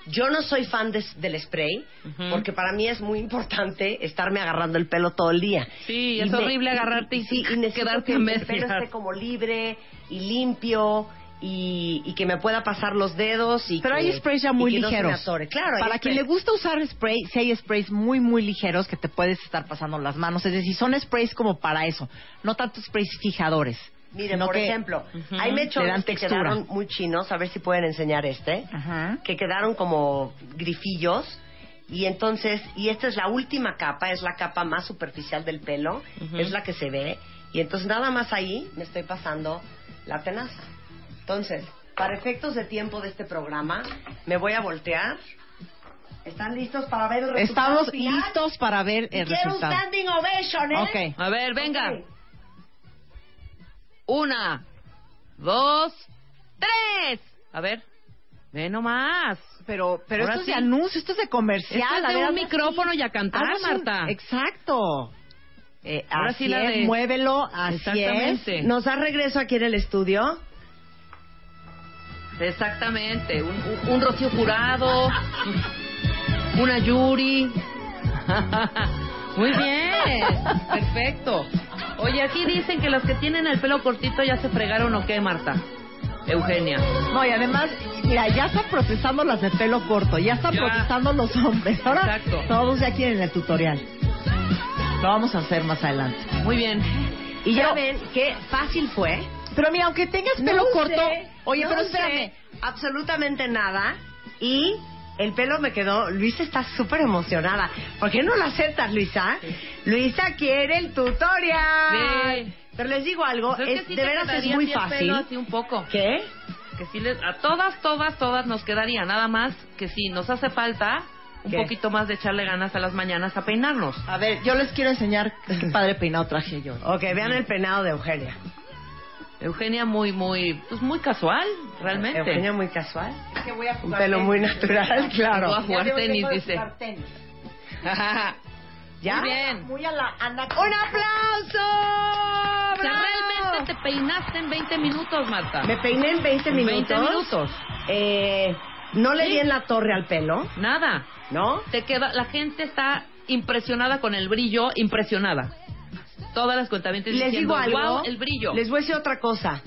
Yo no soy fan de- del spray, Ujú. porque para mí es muy importante estarme agarrando el pelo todo el día. Sí, Y es me- horrible agarrarte y sí, y necesito quedarte que a el medias. pelo esté como libre y limpio y, y que me pueda pasar los dedos y Pero que, hay sprays ya muy y que no se me ligeros. atore. Claro, hay Para quien sprays. le gusta usar spray, si hay sprays muy, muy ligeros que te puedes estar pasando las manos. Es decir, son sprays como para eso. No tanto sprays fijadores. Miren, sino por que- ejemplo, Ujú. hay Le mechones dan que textura. quedaron muy chinos, a ver si pueden enseñar este, Ajá. que quedaron como grifillos. Y entonces, y esta es la última capa, es la capa más superficial del pelo, Ujú. es la que se ve. Y entonces nada más ahí me estoy pasando la tenaza. Entonces, para efectos de tiempo de este programa, me voy a voltear. ¿Están listos para ver el resultado Estamos final? listos para ver el Quiero un resultado. standing ovation, ¿eh? Ok. A ver, venga. Ok. Una, dos, tres. A ver, ve nomás. Pero, pero Ahora esto sí. es de anuncio, esto es de comercial. Esto es a de ver, un hazle micrófono así. y a cantar, Hazle un- Marta. Exacto. Eh, Ahora así sí la es, de- muévelo, así Exactamente. es. ¿Nos da regreso aquí en el estudio? Exactamente. Un, un, un Rocío Jurado. Una Yuri. Muy bien. Perfecto. Oye, aquí dicen que los que tienen el pelo cortito ya se fregaron o qué, Marta. Eugenia. No, y además, mira, ya están protestando las de pelo corto, ya están Ya. protestando los hombres. Ahora Exacto. todos ya quieren el tutorial. Lo vamos a hacer más adelante. Muy bien. Y ya Pero- ven qué fácil fue. Pero mira, aunque tengas pelo No corto, usé- oye, no pero usé espérame. absolutamente nada. Y el pelo me quedó... Luisa está súper emocionada. ¿Por qué no lo aceptas, Luisa? Luisa quiere el tutorial. Sí. Pero les digo algo, Pues es, que sí de te veras es quedaría muy así el fácil. pelo así un poco. ¿Qué? Que sí les, a todas, todas, todas nos quedaría. Nada más que sí, nos hace falta un ¿Qué? poquito más de echarle ganas a las mañanas a peinarnos. A ver, yo les quiero enseñar qué padre peinado traje yo. Ok, vean el peinado de Eugenia. Eugenia muy, muy, pues muy casual, realmente. Eugenia muy casual. Que voy a Un pelo muy natural, claro. Voy a jugar tenis, dice. ¿Ya? Muy bien. Muy a la Ana. ¡Un aplauso! O sea, ¡Bravo! realmente te peinaste en veinte minutos, Marta. Me peiné en veinte minutos. veinte minutos. Eh, no le Sí. di en la torre al pelo, Nada. ¿no? Te queda, la gente está impresionada con el brillo, impresionada. Todas las cuentavientes Y les diciendo, digo algo. wow, el brillo. Les voy a decir otra cosa.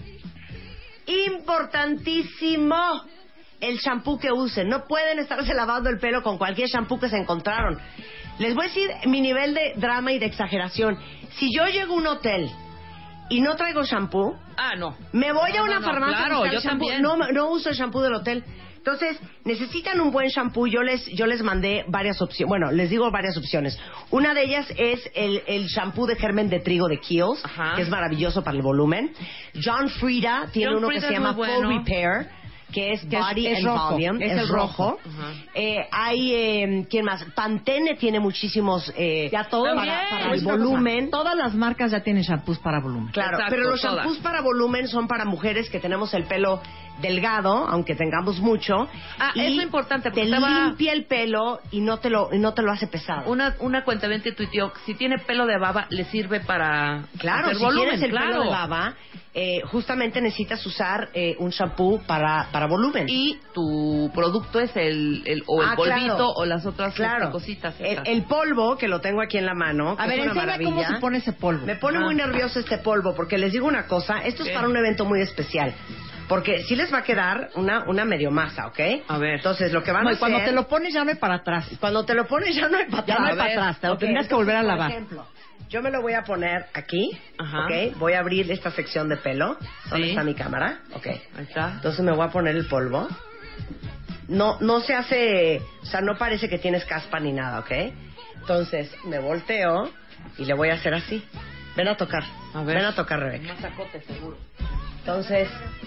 Importantísimo el shampoo que usen. No pueden estarse lavando el pelo con cualquier shampoo que se encontraron. Les voy a decir mi nivel de drama y de exageración. Si yo llego a un hotel y no traigo shampoo, Ah, no. me voy No, a una no, no, farmacia claro, a buscar yo shampoo. también. No, no uso el shampoo del hotel. Entonces, necesitan un buen shampoo. Yo les, yo les mandé varias opciones. Bueno, les digo varias opciones. Una de ellas es el, el shampoo de germen de trigo de Kiehl's, Ajá. que es maravilloso para el volumen. John Frieda tiene John uno Frieda que se es llama muy Full bueno. Repair, que es Que es- Body es and rojo. Volume. Es Es, el rojo. rojo. Ajá. Eh, hay, eh, ¿quién más? Pantene tiene muchísimos eh, Ya todo También. para, para el es una volumen. cosa, Todas las marcas ya tienen shampoos para volumen. Claro, Exacto, pero los todas. shampoos para volumen son para mujeres que tenemos el pelo delgado, aunque tengamos mucho. Ah, y eso es importante, porque te estaba- limpia el pelo y no te lo y no te lo hace pesado. Una, una cuentaviente tuiteó, si tiene pelo de baba, le sirve para Claro, hacer si volumen, tienes el claro. pelo de baba, eh, justamente necesitas usar eh, un shampoo para, para volumen. Y tu producto es el, el o el Ah, polvito claro. o las otras Claro. este, cositas. El, estas. el polvo, que lo tengo aquí en la mano, que A ver, es una enseña maravilla. cómo se pone ese polvo. Me pone Ajá. muy nervioso este polvo, porque les digo una cosa, esto es ¿Qué? para un evento muy especial. Porque sí les va a quedar una, una medio masa, ¿ok? A ver. Entonces, lo que van No, a y cuando hacer... te lo pones ya no hay para atrás. Cuando te lo pones ya no hay para Ya atrás. no hay A para ver, atrás, te lo Ok, tendrías que entonces, volver a por lavar. ejemplo, yo me lo voy a poner aquí, Ajá. ¿ok? Voy a abrir esta sección de pelo. ¿Dónde Sí. está mi cámara? Ok. Ahí está. Entonces me voy a poner el polvo. No, no se hace, o sea, no parece que tienes caspa ni nada, ¿ok? Entonces me volteo y le voy a hacer así. Ven a tocar. A ver. Ven a tocar, Rebeca. Un masacote, seguro. Entonces,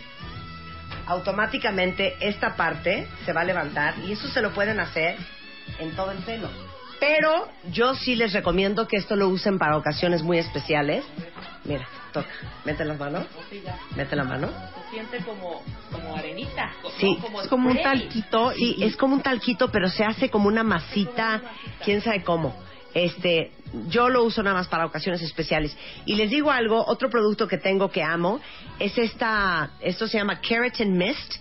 automáticamente esta parte se va a levantar y eso se lo pueden hacer en todo el pelo. Pero yo sí les recomiendo que esto lo usen para ocasiones muy especiales. Mira, toca. Mete las manos. Mete la mano. Se siente como, como arenita. co- Sí, ¿no? como Es como un spray. talquito. Sí, y, es como un talquito, pero se hace como una masita, quién sabe cómo. Este, yo lo uso nada más para ocasiones especiales. Y les digo algo, otro producto que tengo que amo es esta, esto se llama Keratin Mist,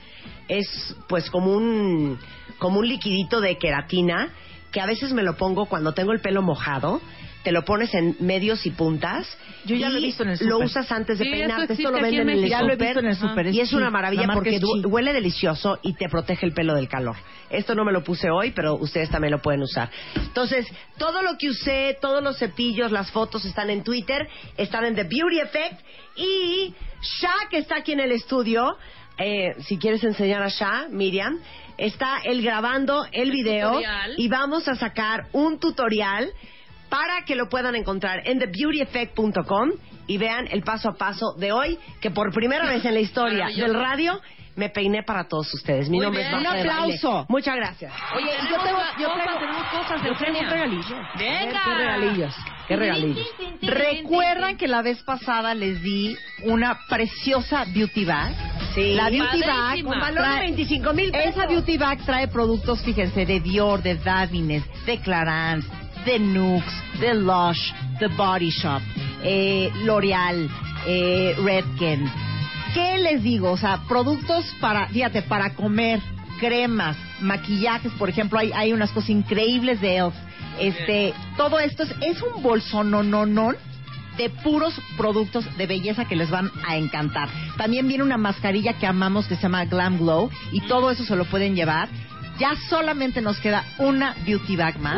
es pues como un como un liquidito de queratina que a veces me lo pongo cuando tengo el pelo mojado. Te lo pones en medios y puntas. Yo ya y lo he visto en el lo súper. usas antes de Sí, peinarte. eso Esto lo existe aquí venden en en el Ya lo he súper. visto en el súper. Y es una maravilla porque du- du huele delicioso y te protege el pelo del calor. Esto no me lo puse hoy, pero ustedes también lo pueden usar. Entonces, todo lo que usé, todos los cepillos, las fotos están en Twitter, están en The Beauty Effect. Y Shah, que está aquí en el estudio, eh, si quieres enseñar a Shah, Miriam, está él grabando el video Tutorial. y vamos a sacar un tutorial para que lo puedan encontrar en the beauty effect punto com y vean el paso a paso de hoy, que por primera vez en la historia Maravilloso. del radio me peiné para todos ustedes. Mi Muy nombre bien. es Marta Un de Baile. aplauso. Muchas gracias. Oye, yo tenemos tengo- cosas, yo traigo- tenemos cosas de yo traigo un Eugenia. regalillo. Venga. ¿Qué regalillos? ¿Qué regalillos? ¿Recuerdan que la vez pasada les di una preciosa beauty bag? Sí. La beauty bag Padrísima. Con valor de veinticinco mil pesos. Esa beauty bag trae productos, fíjense, de Dior, de Davines, de Clarins, de Nuxe, de Lush, de Body Shop, eh, L'Oreal, eh, Redken. ¿Qué les digo? O sea, productos para, fíjate, para comer, cremas, maquillajes, por ejemplo, hay, hay unas cosas increíbles de Elf. Este, todo esto es, es un bolso no, no, no de puros productos de belleza que les van a encantar. También viene una mascarilla que amamos que se llama Glam Glow y todo eso se lo pueden llevar. Ya solamente nos queda una beauty bag más.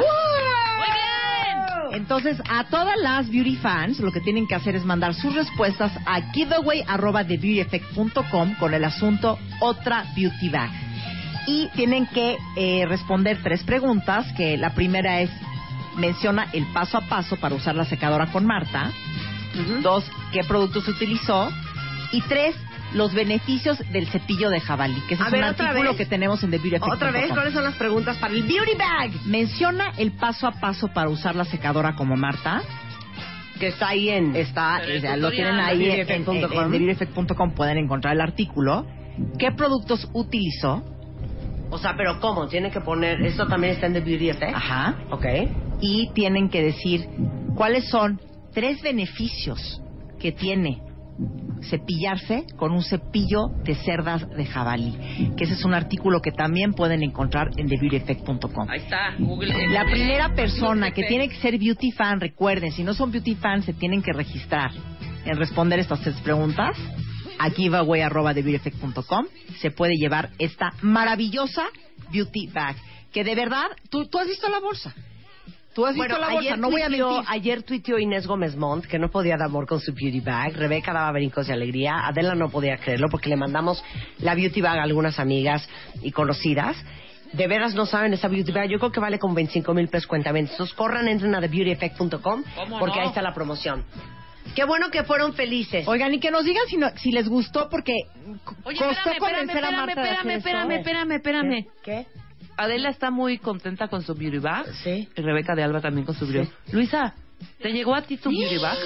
Entonces, a todas las beauty fans, lo que tienen que hacer es mandar sus respuestas a giveaway arroba the beauty effect punto com con el asunto otra beauty bag. Y tienen que eh, responder tres preguntas, que la primera es, menciona el paso a paso para usar la secadora con Marta. Ujú. Dos, qué productos utilizó. Y tres, los beneficios del cepillo de jabalí, que ese A es ver, un otra artículo vez. que tenemos en the beauty effect punto com. Otra vez, ¿cuáles son las preguntas para el beauty bag? Menciona el paso a paso para usar la secadora como Marta. Que está ahí en... Está, Pero el o sea, lo tutorial. tienen ahí en, beauty effect en, punto com. en the beauty effect punto com, pueden encontrar el artículo. ¿Qué productos utilizó? O sea, pero ¿cómo? Tiene que poner... ¿Esto también está en The Beauty Effect? Ajá. Ok. Y tienen que decir cuáles son tres beneficios que tiene cepillarse con un cepillo de cerdas de jabalí, que ese es un artículo que también pueden encontrar en the beauty effect punto com. Ahí está, Google. La primera persona que tiene que ser beauty fan, recuerden, si no son beauty fans, se tienen que registrar en responder estas tres preguntas a giveaway arroba the beauty effect punto com. Se puede llevar esta maravillosa beauty bag, que de verdad, ¿tú, tú has visto la bolsa? Tú has visto Bueno, la bolsa, ayer no voy a tuiteó- mentir. Ayer tuiteó Inés Gómez Montt que no podía dar amor con su beauty bag. Rebeca daba brincos de alegría. Adela no podía creerlo porque le mandamos la beauty bag a algunas amigas y conocidas. De veras no saben esa beauty bag. Yo creo que vale como veinticinco mil pesos cuentamente. Entonces corran, entren a the beauty effect punto com ¿Cómo porque no? ahí está la promoción. Qué bueno que fueron felices. Oigan, y que nos digan si, no- si les gustó, porque Oye, costó espérame, convencer espérame, a Marta de espérame, hacer espérame, esto. espérame, espérame. ¿Qué? Adela está muy contenta con su beauty bag. Sí. Y Rebeca de Alba también con su beauty Sí. bag. Luisa, ¿te llegó a ti tu beauty bag?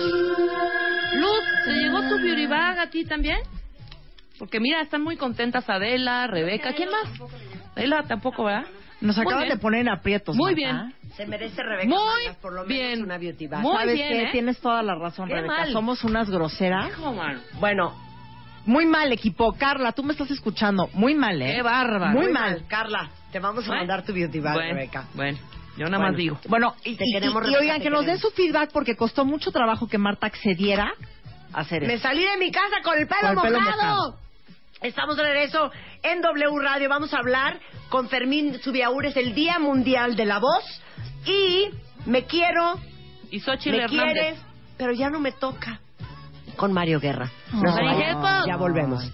Luz, ¿te llegó tu beauty bag a ti también? Porque mira, están muy contentas Adela, Rebeca. ¿Quién más? Adela tampoco, ¿verdad? Nos Muy acaban bien. de poner en aprietos. Muy Marta. bien. Se merece Rebeca Muy Vargas, por lo menos bien. una beauty bag. Muy ¿Sabes bien, qué? ¿eh? Tienes toda la razón, Qué Rebeca. mal. Somos unas groseras. Hijo, mano. Bueno, Muy mal, equipo. Carla, tú me estás escuchando. Muy mal, ¿eh? Qué bárbaro. Muy mal. Carla, te vamos a Bueno. mandar tu beauty bag, Bueno, Rebeca. bueno, yo nada Bueno. más digo. Bueno, y, Te y- queremos, y- y Rebeca, oigan, te que nos den queremos. su feedback porque costó mucho trabajo que Marta accediera a hacer Me esto. salí de mi casa con el pelo, Con el pelo mojado. mojado. Estamos de regreso en W Radio. Vamos a hablar con Fermín Subiaúres, el Día Mundial de la Voz. Y me quiero, Y Xochitl me Hernández. quieres, pero ya no me toca. Con Mario Guerra. No se Ay, vayan. Jesús. Ya volvemos.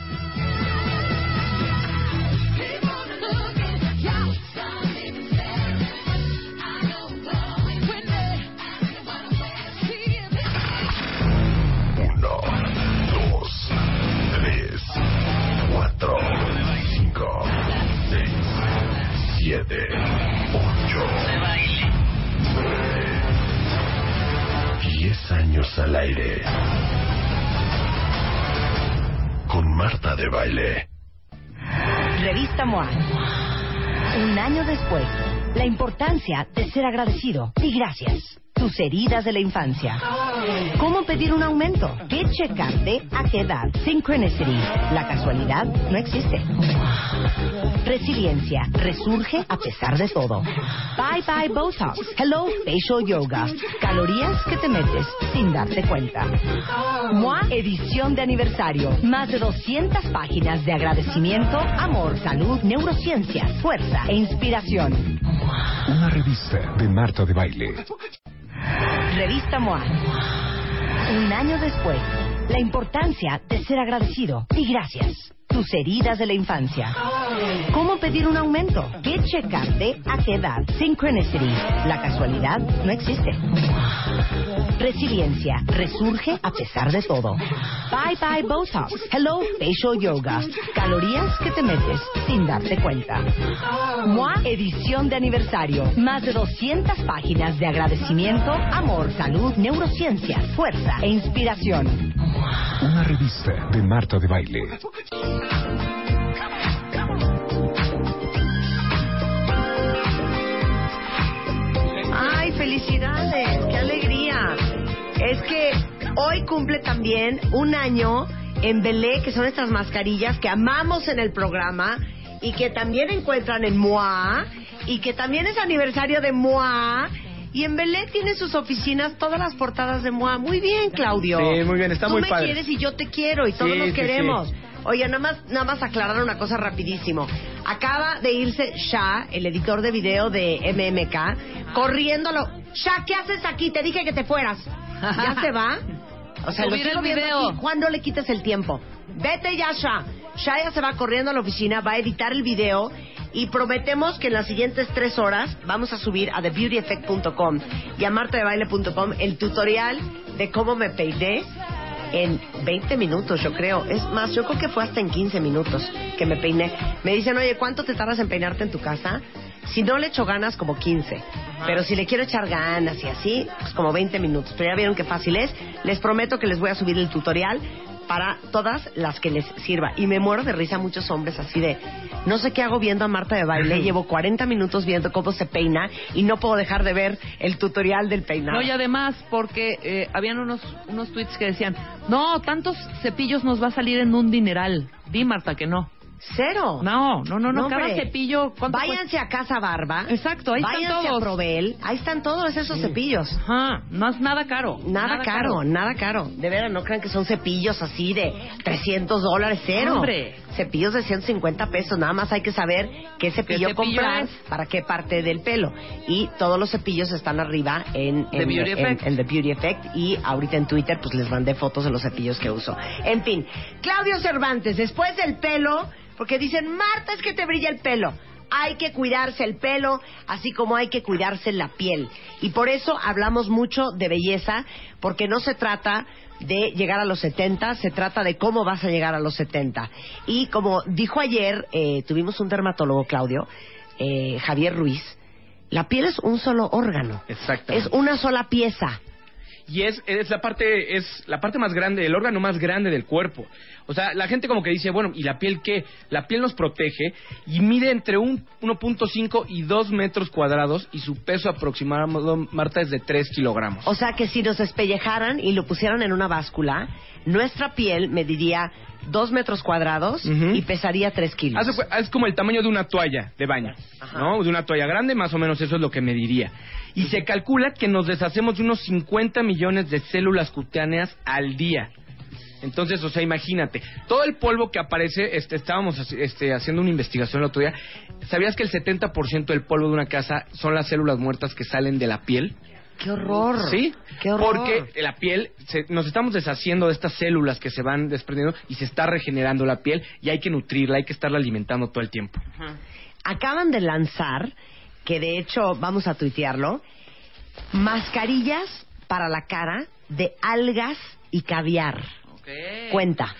Uno, dos, tres, cuatro, cinco, seis, siete, ocho, nueve, diez años al aire. Con Marta de Baile. Revista MOA. Un año después, la importancia de ser agradecido y gracias. tus heridas de la infancia. ¿Cómo pedir un aumento? ¿Qué checarte? ¿A qué edad? Synchronicity. La casualidad no existe. Resiliencia. Resurge a pesar de todo. Bye bye Botox. Hello Facial Yoga. Calorías que te metes sin darte cuenta. Mua edición de aniversario. Más de doscientas páginas de agradecimiento, amor, salud, neurociencia, fuerza e inspiración. Una revista de Marta de Baile. Revista Mua. Un año después, la importancia de ser agradecido y gracias. Tus heridas de la infancia. ¿Cómo pedir un aumento? ¿Qué checarte? ¿A qué edad? Synchronicity. La casualidad no existe. Resiliencia. Resurge a pesar de todo. Bye bye Botox. Hello Facial Yoga. Calorías que te metes sin darte cuenta. Mua edición de aniversario. Más de doscientas páginas de agradecimiento, amor, salud, neurociencia, fuerza e inspiración. Una revista de Marta de Baile. ¡Ay, felicidades! ¡Qué alegría! Es que hoy cumple también un año en Belé, que son estas mascarillas que amamos en el programa y que también encuentran en Mua y que también es aniversario de Mua. Y en Belé tiene sus oficinas todas las portadas de Mua. Muy bien, Claudio. Sí, muy bien, está Tú muy me padre. quieres y yo te quiero y todos Sí, nos sí, queremos. sí. Oye, nada más, nada más aclarar una cosa rapidísimo. Acaba de irse Shah, el editor de video de M M K, corriéndolo. Shah, ¿qué haces aquí? Te dije que te fueras. ¿Ya se va? O sea, Subir lo sigo el viendo video. aquí. Juan, no le quites el tiempo. Vete ya, Shah. Shah ya se va corriendo a la oficina, va a editar el video y prometemos que en las siguientes tres horas vamos a subir a the beauty effect punto com y a marta de baile punto com el tutorial de cómo me peiné en veinte minutos, yo creo. Es más, yo creo que fue hasta en quince minutos que me peiné. Me dicen, oye, ¿cuánto te tardas en peinarte en tu casa? Si no le echo ganas, como quince. Pero si le quiero echar ganas y así, pues como veinte minutos. Pero ya vieron qué fácil es. Les prometo que les voy a subir el tutorial para todas las que les sirva. Y me muero de risa muchos hombres así de, no sé qué hago viendo a Marta de Baile, llevo cuarenta minutos viendo cómo se peina y no puedo dejar de ver el tutorial del peinado. No, y además, porque eh, habían unos, unos tweets que decían, no, tantos cepillos nos va a salir en un dineral. Di, Marta, que no. Cero. No, no, no, no, cada hombre. cepillo... ¿cuánto Váyanse a Casa Barba. Exacto, ahí váyanse están todos. a Probel. Ahí están todos esos cepillos. Ajá, no es nada caro. Nada, caro, nada caro. De veras, no crean que son cepillos así de trescientos dólares, cero. Hombre. Cepillos de ciento cincuenta pesos. Nada más hay que saber qué cepillo, cepillo comprar es? para qué parte del pelo. Y todos los cepillos están arriba en, The en, Beauty en- Effect. en The Beauty Effect. Y ahorita en Twitter pues les mandé fotos de los cepillos que uso. En fin, Claudio Cervantes, después del pelo, porque dicen, Marta, es que te brilla el pelo. Hay que cuidarse el pelo, así como hay que cuidarse la piel. Y por eso hablamos mucho de belleza, porque no se trata de llegar a los setenta, se trata de cómo vas a llegar a los setenta. Y como dijo ayer, eh, tuvimos un dermatólogo, Claudio, eh, Javier Ruiz, la piel es un solo órgano. Exactamente. Es una sola pieza. Y es, es la parte es la parte más grande, el órgano más grande del cuerpo. O sea, la gente como que dice, bueno, ¿y la piel qué? La piel nos protege y mide entre un uno punto cinco y dos metros cuadrados y su peso aproximado, Marta, es de tres kilogramos. O sea que si nos despellejaran y lo pusieran en una báscula, nuestra piel mediría dos metros cuadrados Ujú. y pesaría tres kilos. Hace cu- Es como el tamaño de una toalla de baño, Ajá. ¿no? De una toalla grande, más o menos eso es lo que mediría. Y se calcula que nos deshacemos de unos cincuenta millones de células cutáneas al día. Entonces, o sea, imagínate, todo el polvo que aparece, este, estábamos haci- este, haciendo una investigación el otro día, ¿sabías que el setenta por ciento del polvo de una casa son las células muertas que salen de la piel? ¡Qué horror! Sí, ¡Qué horror! porque la piel, se- nos estamos deshaciendo de estas células que se van desprendiendo y se está regenerando la piel y hay que nutrirla, hay que estarla alimentando todo el tiempo. Acaban de lanzar, que de hecho vamos a tuitearlo, mascarillas para la cara de algas y caviar. Ok. Cuenta.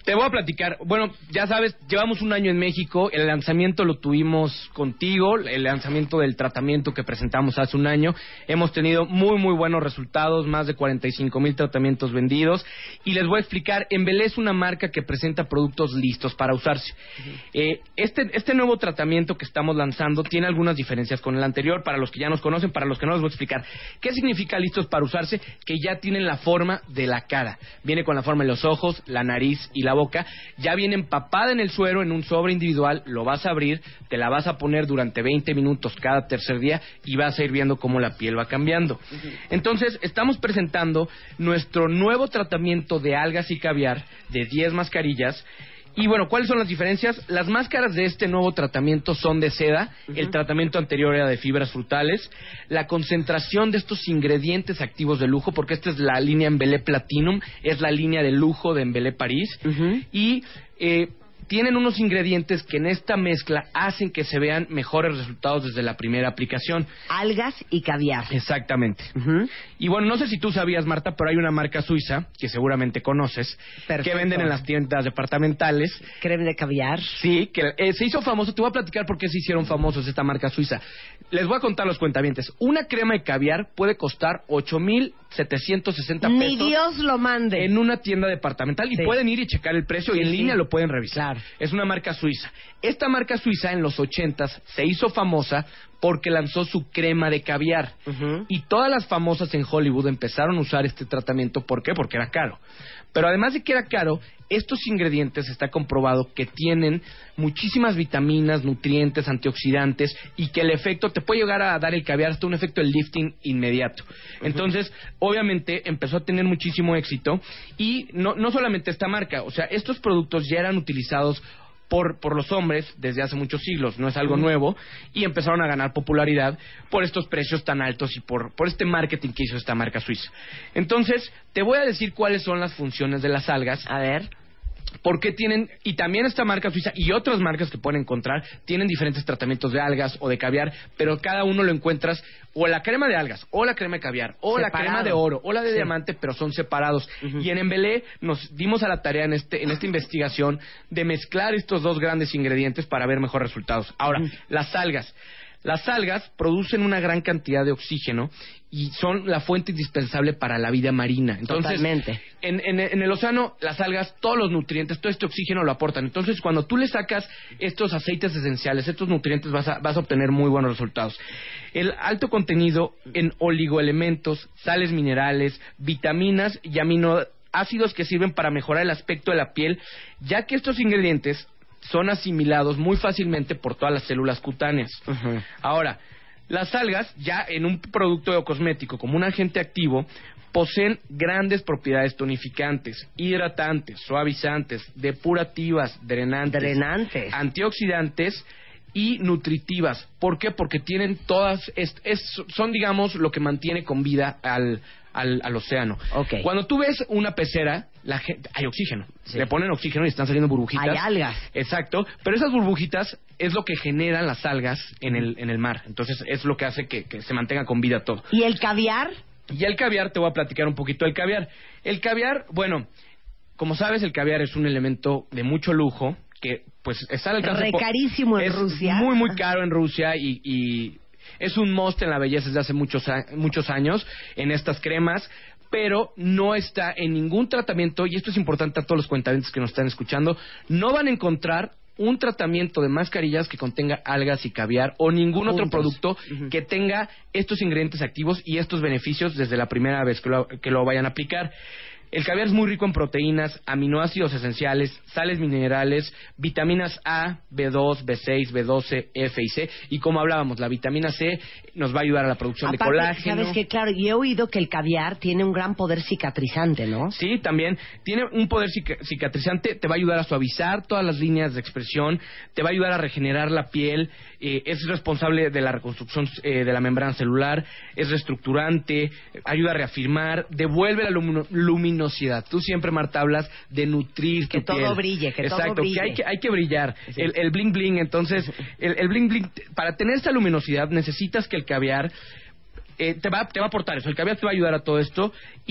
Te voy a platicar. Bueno, ya sabes, llevamos un año en México. El lanzamiento lo tuvimos contigo. El lanzamiento del tratamiento que presentamos hace un año. Hemos tenido muy, muy buenos resultados. Más de cuarenta y cinco mil tratamientos vendidos. Y les voy a explicar. Embelé es una marca que presenta productos listos para usarse. Uh-huh. Eh, este, este nuevo tratamiento que estamos lanzando tiene algunas diferencias con el anterior. Para los que ya nos conocen, para los que no, les voy a explicar. ¿Qué significa listos para usarse? Que ya tienen la forma de la cara. Viene con la forma de los ojos, la nariz y la boca, ya viene empapada en el suero en un sobre individual, lo vas a abrir, te la vas a poner durante veinte minutos cada tercer día y vas a ir viendo cómo la piel va cambiando. Uh-huh. Entonces, estamos presentando nuestro nuevo tratamiento de algas y caviar de diez mascarillas. Y bueno, ¿cuáles son las diferencias? Las máscaras de este nuevo tratamiento son de seda, uh-huh. El tratamiento anterior era de fibras frutales. La concentración de estos ingredientes activos de lujo, porque esta es la línea Embelé Platinum, es la línea de lujo de Embelé París, uh-huh. y eh, tienen unos ingredientes que en esta mezcla hacen que se vean mejores resultados desde la primera aplicación. Algas y caviar. Exactamente. Uh-huh. Y bueno, no sé si tú sabías, Marta, pero hay una marca suiza, que seguramente conoces, Perfecto. que venden en las tiendas departamentales. ¿Creme de caviar? Sí, que eh, se hizo famoso. Te voy a platicar por qué se hicieron famosos esta marca suiza. Les voy a contar los cuentavientes. Una crema de caviar puede costar ocho mil setecientos sesenta pesos. Ni Dios lo mande. En una tienda departamental. Y sí. pueden ir y checar el precio sí, y en sí. línea lo pueden revisar. Claro. Es una marca suiza. Esta marca suiza en los ochentas se hizo famosa porque lanzó su crema de caviar. Uh-huh. Y todas las famosas en Hollywood empezaron a usar este tratamiento. ¿Por qué? Porque era caro. Pero además de que era caro, estos ingredientes está comprobado que tienen muchísimas vitaminas, nutrientes, antioxidantes, y que el efecto te puede llegar a dar el caviar hasta un efecto de lifting inmediato. Uh-huh. Entonces, obviamente, empezó a tener muchísimo éxito. Y no, no solamente esta marca, o sea, estos productos ya eran utilizados Por, por los hombres desde hace muchos siglos, no es algo nuevo, y empezaron a ganar popularidad por estos precios tan altos y por, por este marketing que hizo esta marca suiza. Entonces, te voy a decir cuáles son las funciones de las algas. A ver. Porque tienen, y también esta marca suiza y otras marcas que pueden encontrar, tienen diferentes tratamientos de algas o de caviar, pero cada uno lo encuentras, o la crema de algas, o la crema de caviar, o Separado. la crema de oro, o la de sí. diamante, pero son separados. Uh-huh. Y en Embelé nos dimos a la tarea en este en esta investigación de mezclar estos dos grandes ingredientes para ver mejores resultados. Ahora, uh-huh. las algas. Las algas producen una gran cantidad de oxígeno y son la fuente indispensable para la vida marina. Entonces, Totalmente. En, en, en el océano, las algas, todos los nutrientes, todo este oxígeno lo aportan. Entonces, cuando tú le sacas estos aceites esenciales, estos nutrientes, vas a, vas a obtener muy buenos resultados. El alto contenido en oligoelementos, sales minerales, vitaminas y aminoácidos que sirven para mejorar el aspecto de la piel, ya que estos ingredientes son asimilados muy fácilmente por todas las células cutáneas. Uh-huh. Ahora, las algas, ya en un producto cosmético como un agente activo, poseen grandes propiedades tonificantes, hidratantes, suavizantes, depurativas, drenantes, drenantes. antioxidantes y nutritivas. ¿Por qué? Porque tienen todas, es, es, son digamos lo que mantiene con vida al, al, al océano. Okay. Cuando tú ves una pecera, la gente, hay oxígeno, sí. le ponen oxígeno y están saliendo burbujitas. Hay algas. Exacto, pero esas burbujitas es lo que generan las algas en el, en el mar. Entonces es lo que hace que, que se mantenga con vida todo. ¿Y el caviar? Y el caviar, te voy a platicar un poquito del caviar. El caviar, bueno, como sabes, el caviar es un elemento de mucho lujo que pues está al alcance. Re carísimo en es Rusia. Muy, muy caro en Rusia y, y es un must en la belleza desde hace muchos, muchos años en estas cremas, pero no está en ningún tratamiento, y esto es importante a todos los cuentavientes que nos están escuchando, no van a encontrar un tratamiento de mascarillas que contenga algas y caviar o ningún Juntos. otro producto uh-huh. que tenga estos ingredientes activos y estos beneficios desde la primera vez que lo, que lo vayan a aplicar. El caviar es muy rico en proteínas, aminoácidos esenciales, sales minerales, vitaminas A, B dos, B seis, B doce, F y C. Y como hablábamos, la vitamina C nos va a ayudar a la producción Aparte, de colágeno. Sabes que, claro, yo he oído que el caviar tiene un gran poder cicatrizante, ¿no? Sí, también. Tiene un poder cic- cicatrizante, te va a ayudar a suavizar todas las líneas de expresión, te va a ayudar a regenerar la piel, eh, es responsable de la reconstrucción eh, de la membrana celular, es reestructurante, ayuda a reafirmar, devuelve la lumin- luminosidad. Tú siempre, Marta, hablas de nutrir que tu todo piel. brille, que Exacto, todo brille. que hay que, hay que brillar. Sí. El, el bling bling, entonces, el, el bling bling, para tener esta luminosidad necesitas que el caviar eh, te va, te va a aportar eso. El caviar te va a ayudar a todo esto y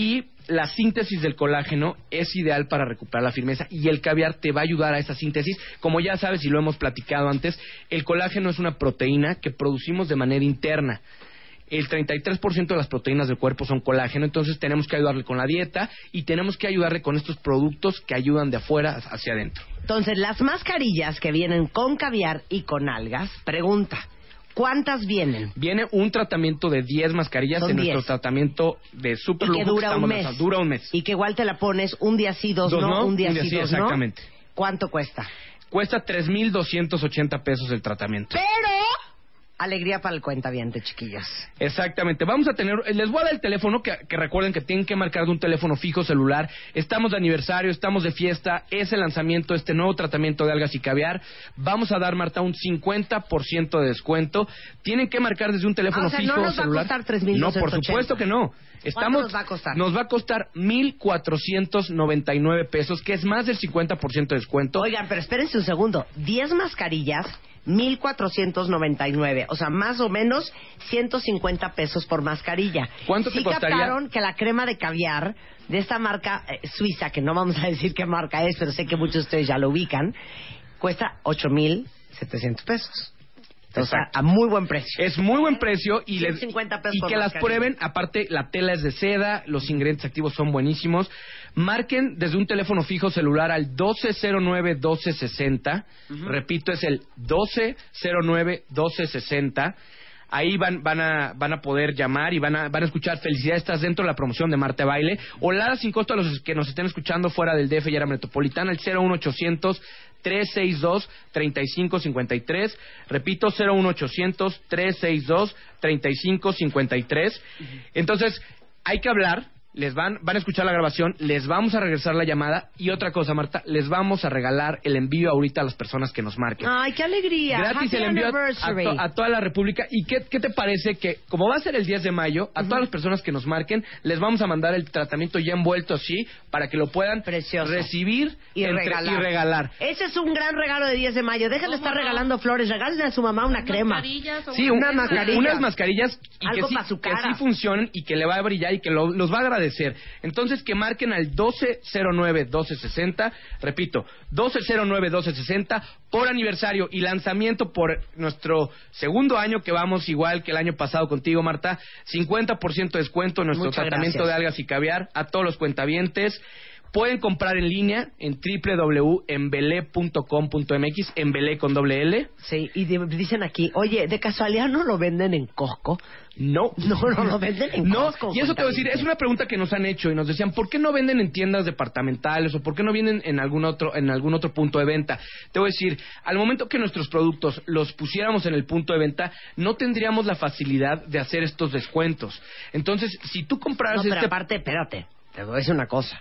la síntesis del colágeno es ideal para recuperar la firmeza y el caviar te va a ayudar a esa síntesis. Como ya sabes y lo hemos platicado antes, el colágeno es una proteína que producimos de manera interna. El treinta y tres por ciento de las proteínas del cuerpo son colágeno, entonces tenemos que ayudarle con la dieta y tenemos que ayudarle con estos productos que ayudan de afuera hacia adentro. Entonces, las mascarillas que vienen con caviar y con algas, pregunta, ¿cuántas vienen? Viene un tratamiento de diez mascarillas Son en diez. nuestro tratamiento de super Y que lujo dura un estamos mes. lanzando. Dura un mes. Y que igual te la pones un día sí, dos, Dos no, no, un día un día sí, sí, dos exactamente. no. ¿Cuánto cuesta? Cuesta tres mil doscientos ochenta pesos el tratamiento. Pero alegría para el cuentaviente, chiquillos. Exactamente. Vamos a tener... Les voy a dar el teléfono, que, que recuerden que tienen que marcar de un teléfono fijo celular. Estamos de aniversario, estamos de fiesta. Es el lanzamiento de este nuevo tratamiento de algas y caviar. Vamos a dar, Marta, un cincuenta por ciento de descuento. Tienen que marcar desde un teléfono Ah, o sea, fijo ¿no nos va a celular. costar tres mil No, por doscientos ochenta? supuesto que no. Estamos, nos va a costar? Nos va a costar mil cuatrocientos noventa y nueve pesos, que es más del cincuenta por ciento de descuento. Oigan, pero espérense un segundo. diez mascarillas, mil cuatrocientos noventa y nueve. O sea, más o menos ciento cincuenta pesos por mascarilla. ¿Cuánto te sí costaría? captaron que la crema de caviar de esta marca eh, suiza, que no vamos a decir qué marca es, pero sé que muchos de ustedes ya lo ubican, cuesta ocho mil setecientos pesos. O sea, a muy buen precio. Es muy buen precio y, les, ciento cincuenta pesos y por que las mascarilla. prueben. Aparte, la tela es de seda, los ingredientes activos son buenísimos. Marquen desde un teléfono fijo celular al doce cero nueve doce sesenta. Uh-huh. Repito, es el doce cero nueve doce sesenta. Ahí van, van, a, van a poder llamar y van a, van a escuchar Felicidades, estás dentro de la promoción de Marta de Baile. O Lada sin costo a los que nos estén escuchando fuera del D F y área metropolitana, el cero uno ochocientos tres seis dos tres cinco cinco tres. Repito, cero uno ochocientos tres seis dos tres cinco cinco tres. Entonces, hay que hablar. Les van, van a escuchar la grabación, les vamos a regresar la llamada y otra cosa, Marta, les vamos a regalar el envío ahorita a las personas que nos marquen. ¡Ay, qué alegría! Gratis Happy el envío a, a, anniversary. to, a toda la República. ¿Y qué, qué te parece que, como va a ser el diez de mayo, a uh-huh. todas las personas que nos marquen, les vamos a mandar el tratamiento ya envuelto así, para que lo puedan Precioso. recibir y, entre, regalar. y regalar? Ese es un gran regalo de diez de mayo. Dejen de estar no? regalando flores, regalen a su mamá una crema. Sí, unas un, mascarillas. unas mascarillas y Algo que, sí, para su que cara. sí funcionen y que le va a brillar y que lo, los va a agradecer. Entonces, que marquen al doce cero nueve doce sesenta, repito, doce cero nueve doce sesenta por aniversario y lanzamiento por nuestro segundo año, que vamos igual que el año pasado contigo, Marta, cincuenta por ciento de descuento en nuestro Muchas tratamiento gracias. de algas y caviar a todos los cuentavientes. Pueden comprar en línea en doble u doble u doble u punto embelé punto com punto m x, Embelé con doble L. Sí, y de- dicen aquí, oye, ¿de casualidad no lo venden en Costco? No. No, no lo venden en No, Costco. y eso te voy a decir, es una pregunta que nos han hecho y nos decían, ¿por qué no venden en tiendas departamentales o por qué no venden en algún otro en algún otro punto de venta? Te voy a decir, al momento que nuestros productos los pusiéramos en el punto de venta, no tendríamos la facilidad de hacer estos descuentos. Entonces, si tú compraras No, pero este... aparte, espérate, te voy a decir una cosa.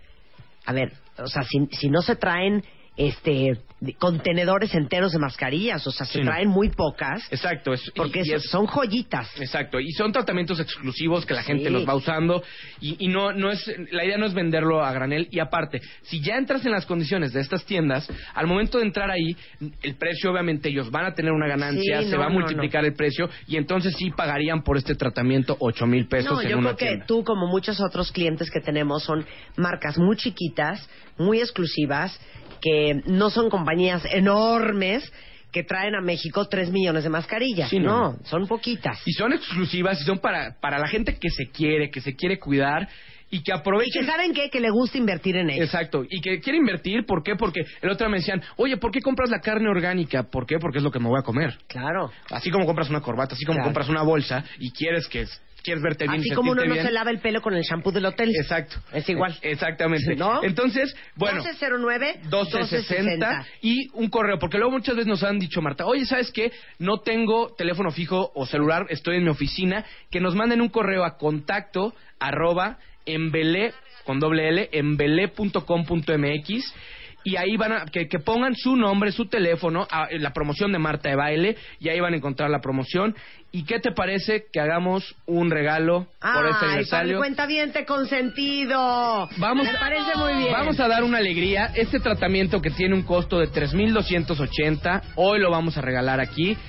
A ver, o sea, si, si no se traen este contenedores enteros de mascarillas, o sea, se Sí, no. traen muy pocas. Exacto, es, porque y- y eso- es- son joyitas. Exacto, y son tratamientos exclusivos que la Sí. gente los va usando y, y no no es la idea no es venderlo a granel. Y aparte, si ya entras en las condiciones de estas tiendas, al momento de entrar ahí, el precio obviamente ellos van a tener una ganancia, Sí, se no, va a no, multiplicar el precio y entonces sí pagarían por este tratamiento ocho mil pesos No, en yo una creo tienda. que tú, como muchos otros clientes que tenemos, son marcas muy chiquitas, muy exclusivas, que no son compañías enormes que traen a México tres millones de mascarillas. Sí, no. no, son poquitas. Y son exclusivas y son para para la gente que se quiere, que se quiere cuidar y que Y aprovechen. que saben qué, que le gusta invertir en ellos. Exacto, y que quiere invertir, ¿por qué? Porque el otro día me decían, oye, ¿por qué compras la carne orgánica? ¿Por qué? Porque es lo que me voy a comer. Claro. Así como compras una corbata, así como Claro. compras una bolsa y quieres que quieres verte bien Así y como uno sentirte no bien. se lava el pelo con el shampoo del hotel. Exacto. Es igual. Eh, Exactamente. ¿No? Entonces, bueno, doce cero nueve doce sesenta y un correo, porque luego muchas veces nos han dicho, Marta, oye, ¿sabes qué? No tengo teléfono fijo o celular, estoy en mi oficina, que nos manden un correo a contacto arroba embelé con doble L, embelé punto com punto m x y ahí van a, que, que pongan su nombre, su teléfono, a, la promoción de Marta de Baile, y ahí van a encontrar la promoción. ¿Y qué te parece que hagamos un regalo por este Ay, aniversario? para el cuentaviente consentido. Vamos, Me parece muy bien. Vamos a dar una alegría. Este tratamiento que tiene un costo de tres mil doscientos ochenta, hoy lo vamos a regalar aquí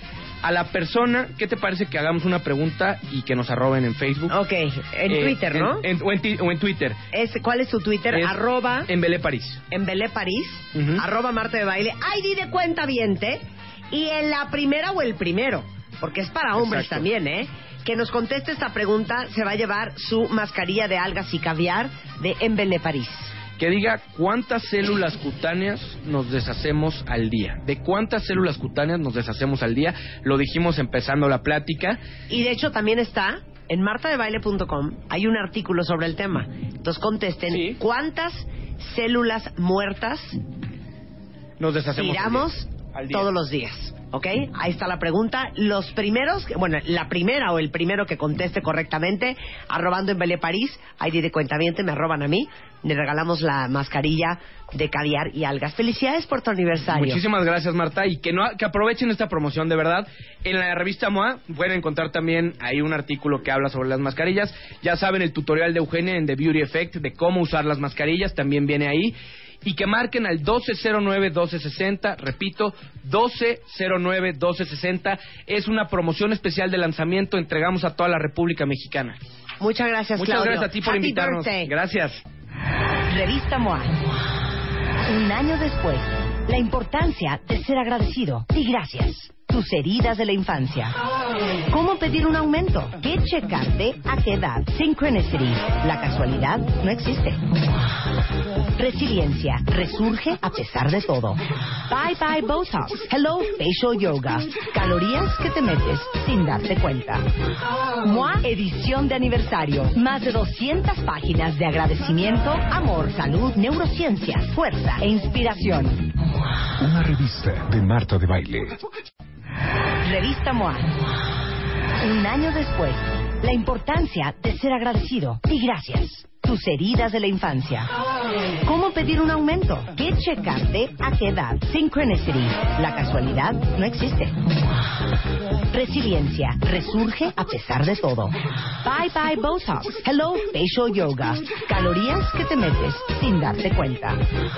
a la persona, ¿qué te parece que hagamos una pregunta y que nos arroben en Facebook? Ok, en Eh, Twitter, ¿no? en- en- o, en, ti- o en Twitter. Es, ¿Cuál es tu Twitter? Es arroba... En Belé París. En Belé París, Ujú. arroba Marta de Baile, I D de cuenta viente, y en la primera o el primero, porque es para hombres Exacto. también, ¿eh? Que nos conteste esta pregunta, se va a llevar su mascarilla de algas y caviar de En Belé París. Que diga cuántas células cutáneas nos deshacemos al día. ¿De cuántas células cutáneas nos deshacemos al día? Lo dijimos empezando la plática. Y de hecho también está en marta de baile punto com, hay un artículo sobre el tema. Entonces contesten, Sí. ¿cuántas células muertas Nos deshacemos tiramos al día. todos los días? ¿Ok? Ahí está la pregunta. Los primeros, bueno, la primera o el primero que conteste correctamente, arrobando en Belé París, I D de cuentaviente, me arroban a mí, le regalamos la mascarilla de caviar y algas. Felicidades por tu aniversario. Muchísimas gracias, Marta, y que no que aprovechen esta promoción, de verdad. En la revista M O A pueden encontrar también ahí un artículo que habla sobre las mascarillas. Ya saben, el tutorial de Eugenia en The Beauty Effect de cómo usar las mascarillas también viene ahí. Y que marquen al doce cero nueve doce sesenta, repito, doce cero nueve doce sesenta. Es una promoción especial de lanzamiento, entregamos a toda la República Mexicana. Muchas gracias, Muchas Claudio. gracias a ti por Happy invitarnos. birthday. Gracias. Revista M O A. Un año después, la importancia de ser agradecido y gracias. Tus heridas de la infancia. ¿Cómo pedir un aumento? ¿Qué checarte? ¿A qué edad? Synchronicity. La casualidad no existe. Resiliencia. Resurge a pesar de todo. Bye bye Botox. Hello Facial Yoga. Calorías que te metes sin darte cuenta. M O A edición de aniversario. Más de doscientas páginas de agradecimiento, amor, salud, neurociencia, fuerza e inspiración. Una revista de Marta de Baile. Revista M O A. Un año después, la importancia de ser agradecido y gracias. Tus heridas de la infancia. ¿Cómo pedir un aumento? ¿Qué checarte? ¿A qué edad? Synchronicity. La casualidad no existe. Resiliencia. Resurge a pesar de todo. Bye bye Botox. Hello Facial Yoga. Calorías que te metes sin darte cuenta.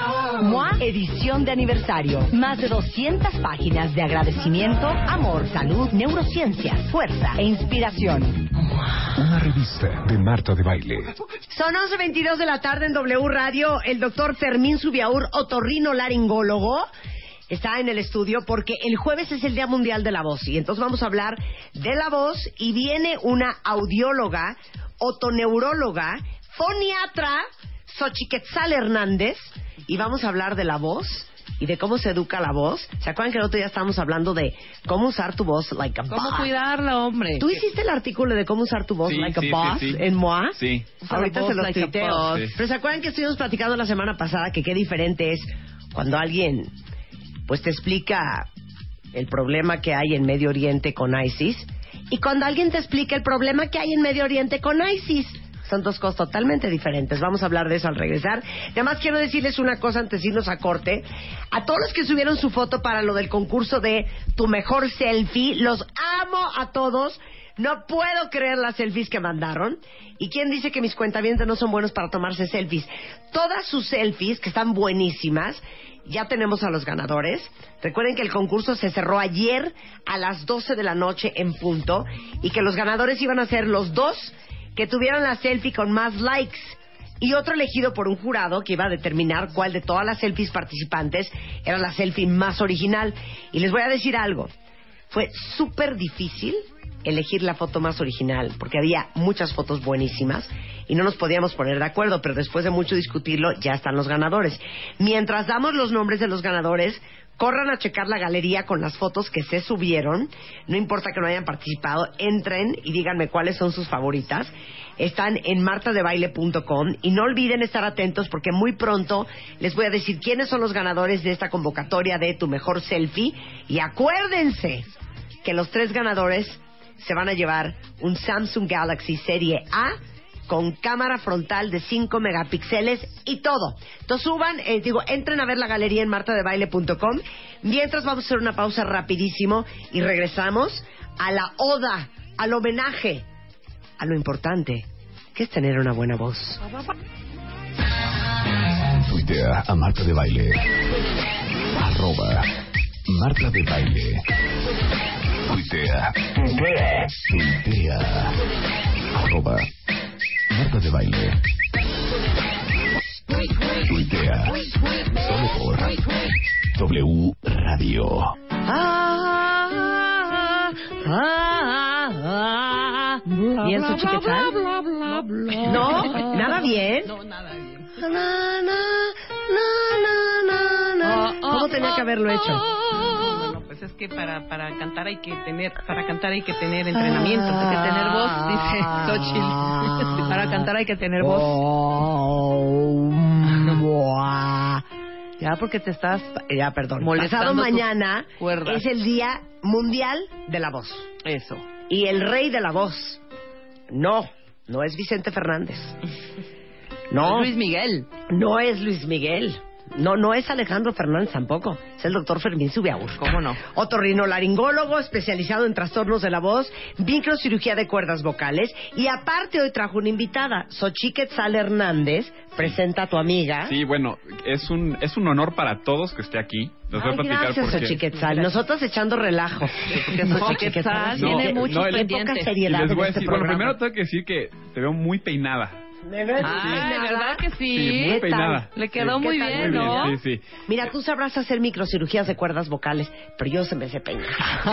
M O A edición de aniversario. Más de doscientas páginas de agradecimiento, amor, salud, neurociencia, fuerza e inspiración. Una revista de Marta de Baile. Son once veintidós de la tarde en W Radio. El doctor Fermín Subiaur, otorrinolaringólogo, está en el estudio porque el jueves es el Día Mundial de la Voz. Y entonces vamos a hablar de la voz y viene una audióloga, otoneuróloga, foniatra, Xochiquetzal Hernández. Y vamos a hablar de la voz y de cómo se educa la voz. ¿Se acuerdan que el otro día estábamos hablando de cómo usar tu voz like a boss? ¿Cómo cuidarla, hombre? ¿Tú hiciste el artículo de cómo usar tu voz Sí, like sí, a boss sí, sí. en M O A? Sí. Ahorita Usa la se los voz like a tuiteo. boss. Sí. Pero ¿se acuerdan que estuvimos platicando la semana pasada que qué diferente es cuando alguien pues te explica el problema que hay en Medio Oriente con ISIS y cuando alguien te explica el problema que hay en Medio Oriente con ISIS? Son dos cosas totalmente diferentes. Vamos a hablar de eso al regresar. Además, quiero decirles una cosa antes de irnos a corte. A todos los que subieron su foto para lo del concurso de Tu Mejor Selfie, los amo a todos. No puedo creer las selfies que mandaron. ¿Y quién dice que mis cuentavientes no son buenos para tomarse selfies? Todas sus selfies, que están buenísimas, ya tenemos a los ganadores. Recuerden que el concurso se cerró ayer a las doce de la noche en punto y que los ganadores iban a ser los dos que tuvieron la selfie con más likes y otro elegido por un jurado que iba a determinar cuál de todas las selfies participantes era la selfie más original. Y les voy a decir algo, fue súper difícil elegir la foto más original porque había muchas fotos buenísimas y no nos podíamos poner de acuerdo, pero después de mucho discutirlo ya están los ganadores. Mientras damos los nombres de los ganadores, corran a checar la galería con las fotos que se subieron. No importa que no hayan participado, entren y díganme cuáles son sus favoritas. Están en marta de baile punto com y no olviden estar atentos porque muy pronto les voy a decir quiénes son los ganadores de esta convocatoria de Tu Mejor Selfie. Y acuérdense que los tres ganadores se van a llevar un Samsung Galaxy Serie A con cámara frontal de cinco megapíxeles y todo. Entonces suban, eh, digo, entren a ver la galería en marta de baile punto com. Mientras vamos a hacer una pausa rapidísimo y regresamos a la oda, al homenaje, a lo importante, que es tener una buena voz. Tuitea a Marta de Baile. Arroba Marta de Baile. Tuitea. Tuitea. Tuitea. Arroba Marta de Baile. Tuitea. Solo por W Radio. Ah, ah, ah, ¿Bien su chiquetal? No, nada bien. No, nada bien. Na, na, na, na, na. ¿Cómo tenía que haberlo hecho? No, no, pues es que para para cantar hay que tener para cantar hay que tener entrenamiento, hay que tener voz, dice Xochitl. Para cantar hay que tener voz. Ya porque te estás, ya perdón. Molestando Pasado mañana cuerdas. es el Día Mundial de la Voz. Eso. Y el rey de la voz, no, no es Vicente Fernández. No. Luis Miguel. No es Luis Miguel. No, no es Alejandro Fernández tampoco. Es el doctor Fermín Subiaur. ¿Cómo no? Otorrinolaringólogo especializado en trastornos de la voz, microcirugía de cuerdas vocales. Y aparte hoy trajo una invitada, Xochiquetzal Hernández. Presenta a tu amiga. Sí, bueno, es un es un honor para todos que esté aquí. Les voy a Ay, platicar gracias, por qué. Xochiquetzal. Nosotros echando relajo. Porque Xochiquetzal tiene No, muchos no, el- Qué poca pendientes. Y seriedad les en voy a este decir, bueno, programa. primero tengo que decir que te veo muy peinada. ¿Me ves? Ah, ¿verdad que sí? Sí, muy ¿Qué tal? peinada. Le quedó Sí. muy ¿Qué tal? bien, Muy ¿no? bien, sí, sí. Mira, tú sabrás hacer microcirugías de cuerdas vocales, pero yo se me sé peinar.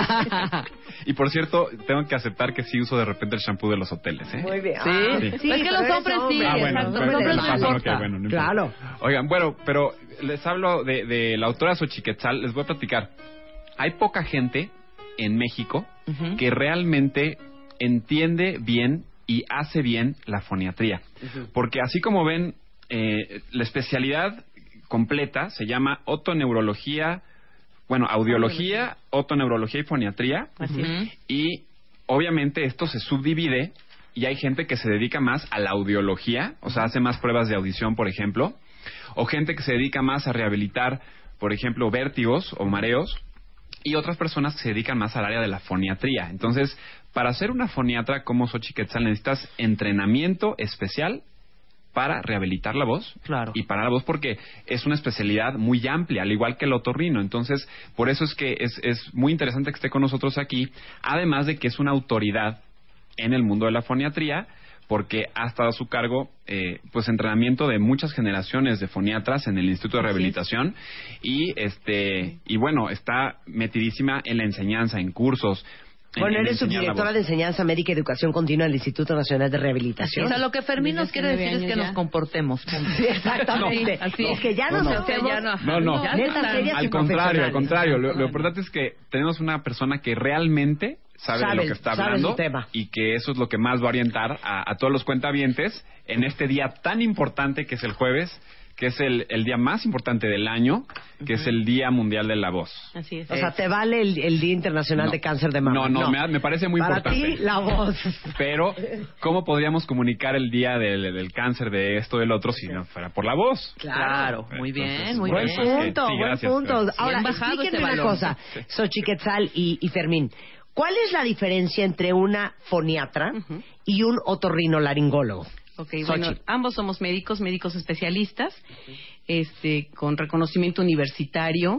Y por cierto, tengo que aceptar que sí uso de repente el shampoo de los hoteles, ¿eh? Muy bien. Sí. Ah, Es que pero los eres hombres sí, hombre. Ah, bueno, exacto. bueno, Los hombres no no pasa, importa. ok, bueno, no importa. Claro. Oigan, bueno, pero les hablo de, de la autora Xochiquetzal, les voy a platicar. Hay poca gente en México Ujú. que realmente entiende bien y hace bien la foniatría. Porque así como ven, eh, la especialidad completa se llama otoneurología, bueno, audiología, otoneurología y foniatría. Así es. Y obviamente esto se subdivide y hay gente que se dedica más a la audiología, o sea, hace más pruebas de audición, por ejemplo, o gente que se dedica más a rehabilitar, por ejemplo, vértigos o mareos, y otras personas que se dedican más al área de la foniatría. Entonces, para ser una foniatra como Xochiquetzal necesitas entrenamiento especial para rehabilitar la voz. Claro. Y para la voz porque es una especialidad muy amplia, al igual que el otorrino. Entonces, por eso es que es, es muy interesante que esté con nosotros aquí, además de que es una autoridad en el mundo de la foniatría, porque ha estado a su cargo eh, pues entrenamiento de muchas generaciones de foniatras en el Instituto de Rehabilitación y este y bueno, está metidísima en la enseñanza, en cursos. en- Bueno, en eres enseñar la subdirectora voz. de Enseñanza Médica y Educación Continua del Instituto Nacional de Rehabilitación. O sea, lo que Fermín nos quiere decir es que nos comportemos. Sí, exactamente. No, así es que ya No, nos no. hacemos... Ya no. No, no. Ya Neta, están- serias y Al contrario, al profesionales. contrario. Lo, lo importante es que tenemos una persona que realmente sabe, Sabe, de lo que está sabe hablando su tema. y que eso es lo que más va a orientar a, a todos los cuentavientes en este día tan importante que es el jueves, que es el, el día más importante del año, que es el Día Mundial de la Voz. Así es. O sea, ¿te vale el, el Día Internacional No. de Cáncer de Mama? No, no, me, me parece muy Para importante. ti, la voz. Pero, ¿cómo podríamos comunicar el día del, del cáncer, de esto, del otro, si no fuera por la voz? Claro, muy bien, Entonces, muy por Buen eso es que- punto, sí, buen gracias, punto. gracias. Ahora, Bien bajado explíquenme ese una balón. cosa, Xochiquetzal y, y Fermín. ¿Cuál es la diferencia entre una foniatra Ujú. y un otorrinolaringólogo? Ok, Xochitl. bueno, ambos somos médicos, médicos especialistas, este, con reconocimiento universitario,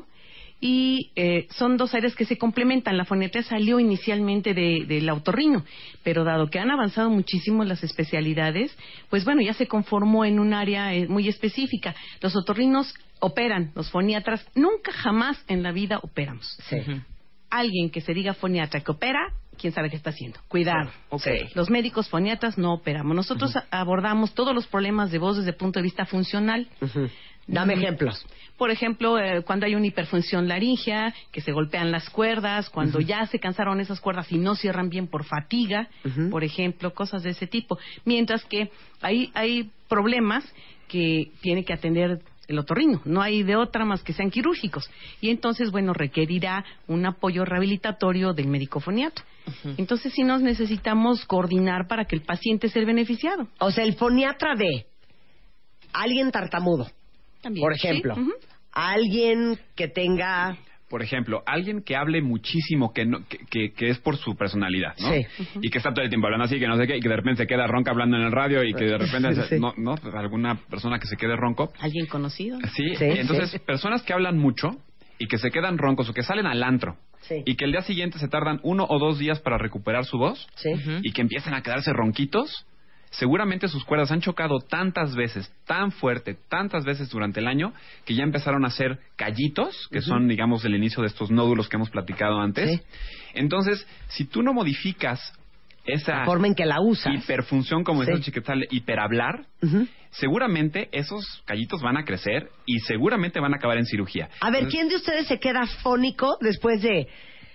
y eh, son dos áreas que se complementan. La foniatría salió inicialmente de, del otorrino, pero dado que han avanzado muchísimo las especialidades, pues bueno, ya se conformó en un área eh, muy específica. Los otorrinos operan, los foniatras nunca jamás en la vida operamos. Sí. Alguien que se diga foniatra que opera, quién sabe qué está haciendo. Cuidado. Sí. Los médicos foniatras no operamos. Nosotros a- abordamos todos los problemas de voz desde el punto de vista funcional. Ujú. Dame Mm. ejemplos. Por ejemplo, eh, cuando hay una hiperfunción laríngea, que se golpean las cuerdas, cuando ya se cansaron esas cuerdas y no cierran bien por fatiga, Ujú. por ejemplo, cosas de ese tipo. Mientras que hay, hay problemas que tiene que atender el otorrino, no hay de otra más que sean quirúrgicos. Y entonces, bueno, requerirá un apoyo rehabilitatorio del médico foniatra. Entonces, sí nos necesitamos coordinar para que el paciente sea el beneficiado. O sea, el foniatra de alguien tartamudo, También. por ejemplo. Sí, ujú. Alguien que tenga... Por ejemplo, alguien que hable muchísimo, que, no, que, que, que es por su personalidad, ¿no? Sí. Y que está todo el tiempo hablando así, que no sé qué, y que de repente se queda ronca hablando en el radio y que de repente, Sí. no, no, alguna persona que se quede ronco. ¿Alguien conocido? Sí, Sí, entonces, sí. personas que hablan mucho y que se quedan roncos o que salen al antro Sí. y que el día siguiente se tardan uno o dos días para recuperar su voz Sí. Ujú. y que empiecen a quedarse ronquitos, seguramente sus cuerdas han chocado tantas veces, tan fuerte, tantas veces durante el año, que ya empezaron a hacer callitos, que Ujú. son, digamos, el inicio de estos nódulos que hemos platicado antes. Sí. Entonces, si tú no modificas esa La forma en que la usas. hiperfunción, como Sí. dice Chiquetal, hiperhablar, Ujú. seguramente esos callitos van a crecer y seguramente van a acabar en cirugía. A ver, Entonces, ¿quién de ustedes se queda fónico después de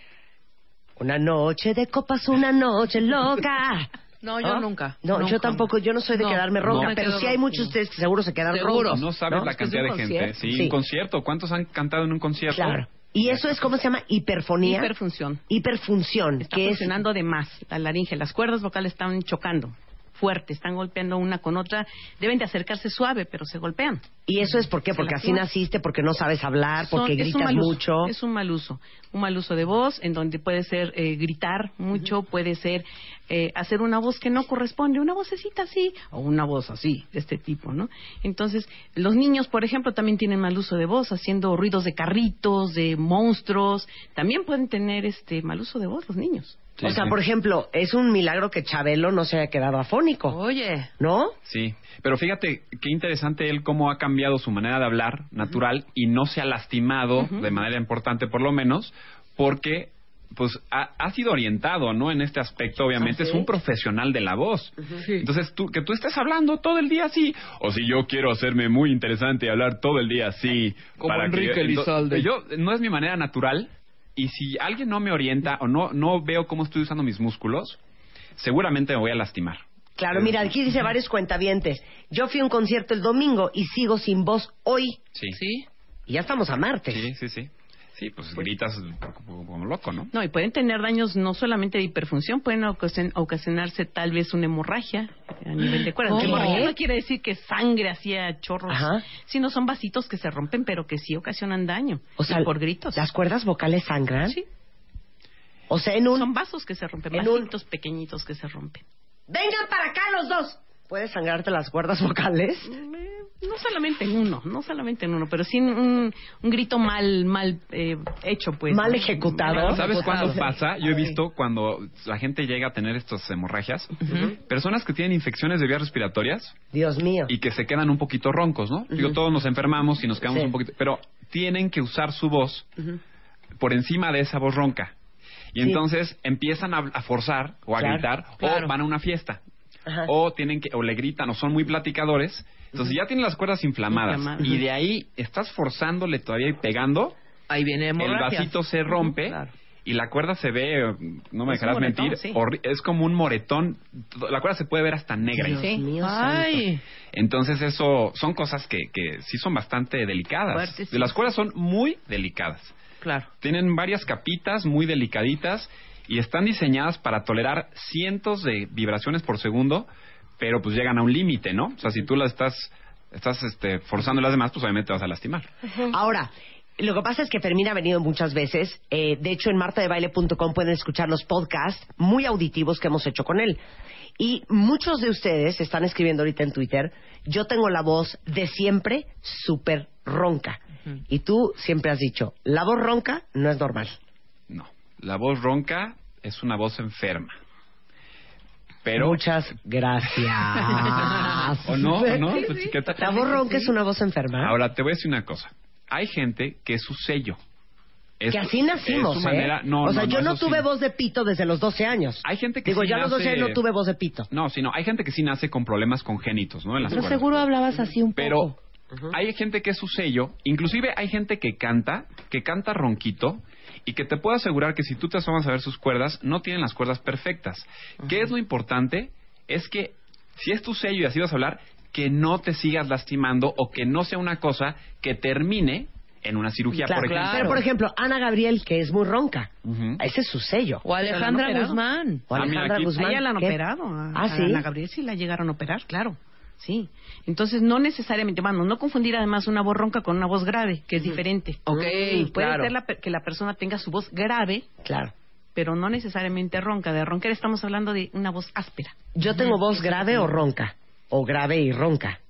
una noche de copas, una noche loca? No, yo ¿Ah? nunca. No, nunca. yo tampoco, yo no soy de No, quedarme no ronca, me pero quedo sí hay ronca. muchos de ustedes que seguro se quedan Seguro. roncos. No sabes ¿no? la Es que es cantidad un de gente. concierto. Sí, Sí. un concierto. ¿Cuántos han cantado en un concierto? Claro. Y eso es como se llama hiperfonía. Hiperfunción. Hiperfunción, Está que es funcionando de más la laringe. Las cuerdas vocales están chocando fuerte, están golpeando una con otra. Deben de acercarse suave, pero se golpean. y eso es por qué, Se porque así lastima. naciste, porque no sabes hablar, Son- porque es un gritas mal uso, mucho. Es un mal uso. Un mal uso de voz, en donde puede ser eh, gritar mucho, puede ser eh, hacer una voz que no corresponde, una vocecita así, o una voz así, de este tipo, ¿no? Entonces, los niños, por ejemplo, también tienen mal uso de voz, haciendo ruidos de carritos, de monstruos. También pueden tener este mal uso de voz los niños. Sí, o sea, sí. por ejemplo, es un milagro que Chabelo no se haya quedado afónico, Oye, ¿no? Sí, pero fíjate qué interesante él cómo ha cambiado su manera de hablar natural y no se ha lastimado Ujú. de manera importante por lo menos porque pues ha, ha sido orientado, ¿no? En este aspecto obviamente ¿Ah, sí? es un profesional de la voz. Sí. Entonces tú que tú estés hablando todo el día así o si yo quiero hacerme muy interesante y hablar todo el día así Como para Enrique que yo, Elizalde. entonces, yo no es mi manera natural y si alguien no me orienta o no no veo cómo estoy usando mis músculos, seguramente me voy a lastimar. Claro, mira, aquí dice varios cuentavientes. Yo fui a un concierto el domingo y sigo sin voz hoy. Sí. ¿sí? Y ya estamos a martes. Sí, sí, sí. Sí, pues gritas como, como loco, ¿no? No, y pueden tener daños no solamente de hiperfunción, pueden ocasion- ocasionarse tal vez una hemorragia a nivel de cuerdas. ¿Cómo? Hemorragia no quiere decir que sangre así a chorros, Ajá. sino son vasitos que se rompen, pero que sí ocasionan daño. O sea, y por gritos. ¿las cuerdas vocales sangran? Sí, O sea, en un... son vasos que se rompen, en un- vasitos pequeñitos que se rompen. ¡Vengan para acá los dos! ¿Puedes sangrarte las cuerdas vocales? Eh, No solamente en uno, no solamente en uno, pero sí un, un grito mal mal eh, hecho, pues. Mal ¿no? ejecutado. Mal ¿Sabes ejecutado. cuándo pasa? Yo he visto cuando la gente llega a tener estas hemorragias, personas que tienen infecciones de vías respiratorias Dios mío. y que se quedan un poquito roncos, ¿no? Digo, todos nos enfermamos y nos quedamos Sí. un poquito, pero tienen que usar su voz por encima de esa voz ronca. Y Sí. entonces empiezan a, a forzar o a Claro, gritar claro. o van a una fiesta. Ajá. O tienen que o le gritan o son muy platicadores. Entonces ya tienen las cuerdas inflamadas Inflamadas. y de ahí estás forzándole todavía y pegando, Ahí viene el hemorragia. vasito se rompe claro. y la cuerda se ve, eh, no me Es dejarás un moretón, mentir, sí. horri- es como un moretón. La cuerda se puede ver hasta negra. Dios Sí. mío Ay, Entonces eso son cosas que, que sí son bastante delicadas. Fuertes, sí. Las cuerdas son muy delicadas. claro. Tienen varias capitas muy delicaditas y están diseñadas para tolerar cientos de vibraciones por segundo, pero pues llegan a un límite, ¿no? O sea, si tú las estás estás este, forzando las demás, pues obviamente te vas a lastimar. Ahora, lo que pasa es que Fermín ha venido muchas veces. Eh, de hecho, en marta de baile punto com pueden escuchar los podcasts muy auditivos que hemos hecho con él. Y muchos de ustedes están escribiendo ahorita en Twitter, yo tengo la voz de siempre súper ronca. Y tú siempre has dicho, la voz ronca no es normal. No, la voz ronca es una voz enferma. Pero Muchas gracias. ¿O no? ¿O no? Tu chiqueta. La voz ronca es una voz enferma. Ahora te voy a decir una cosa. Hay gente que es su sello. Es- que así nacimos, es su ¿eh? manera- no, o sea, no, yo no eso tuve sí. voz de pito desde los doce años. Hay gente que Digo, sí yo a los doce nace- años no tuve voz de pito. No, sino hay gente que sí nace con problemas congénitos, ¿no? En las Pero cuerdas. seguro hablabas así un Pero poco. hay gente que es su sello, inclusive hay gente que canta, que canta ronquito y que te puedo asegurar que si tú te asomas a ver sus cuerdas, no tienen las cuerdas perfectas. ¿Qué es lo importante? Es que si es tu sello y así vas a hablar, que no te sigas lastimando o que no sea una cosa que termine en una cirugía, Claro, por ejemplo. Pero, por ejemplo, Ana Gabriel, que es muy ronca. Ujú. Ese es su sello. O Alejandra Pero la han Guzmán. O Ah, mira, Alejandra aquí- Guzmán. A ella la han ¿qué? operado. A, Ah, a ¿sí? Ana Gabriel sí la llegaron a operar, claro. Sí. Entonces, no necesariamente, vamos, no confundir además una voz ronca con una voz grave, que es diferente. Ok, Puede claro. ser la per- que la persona tenga su voz grave, Claro. pero no necesariamente ronca. De ronquera estamos hablando de una voz áspera. Yo tengo voz grave o ronca. O grave y ronca.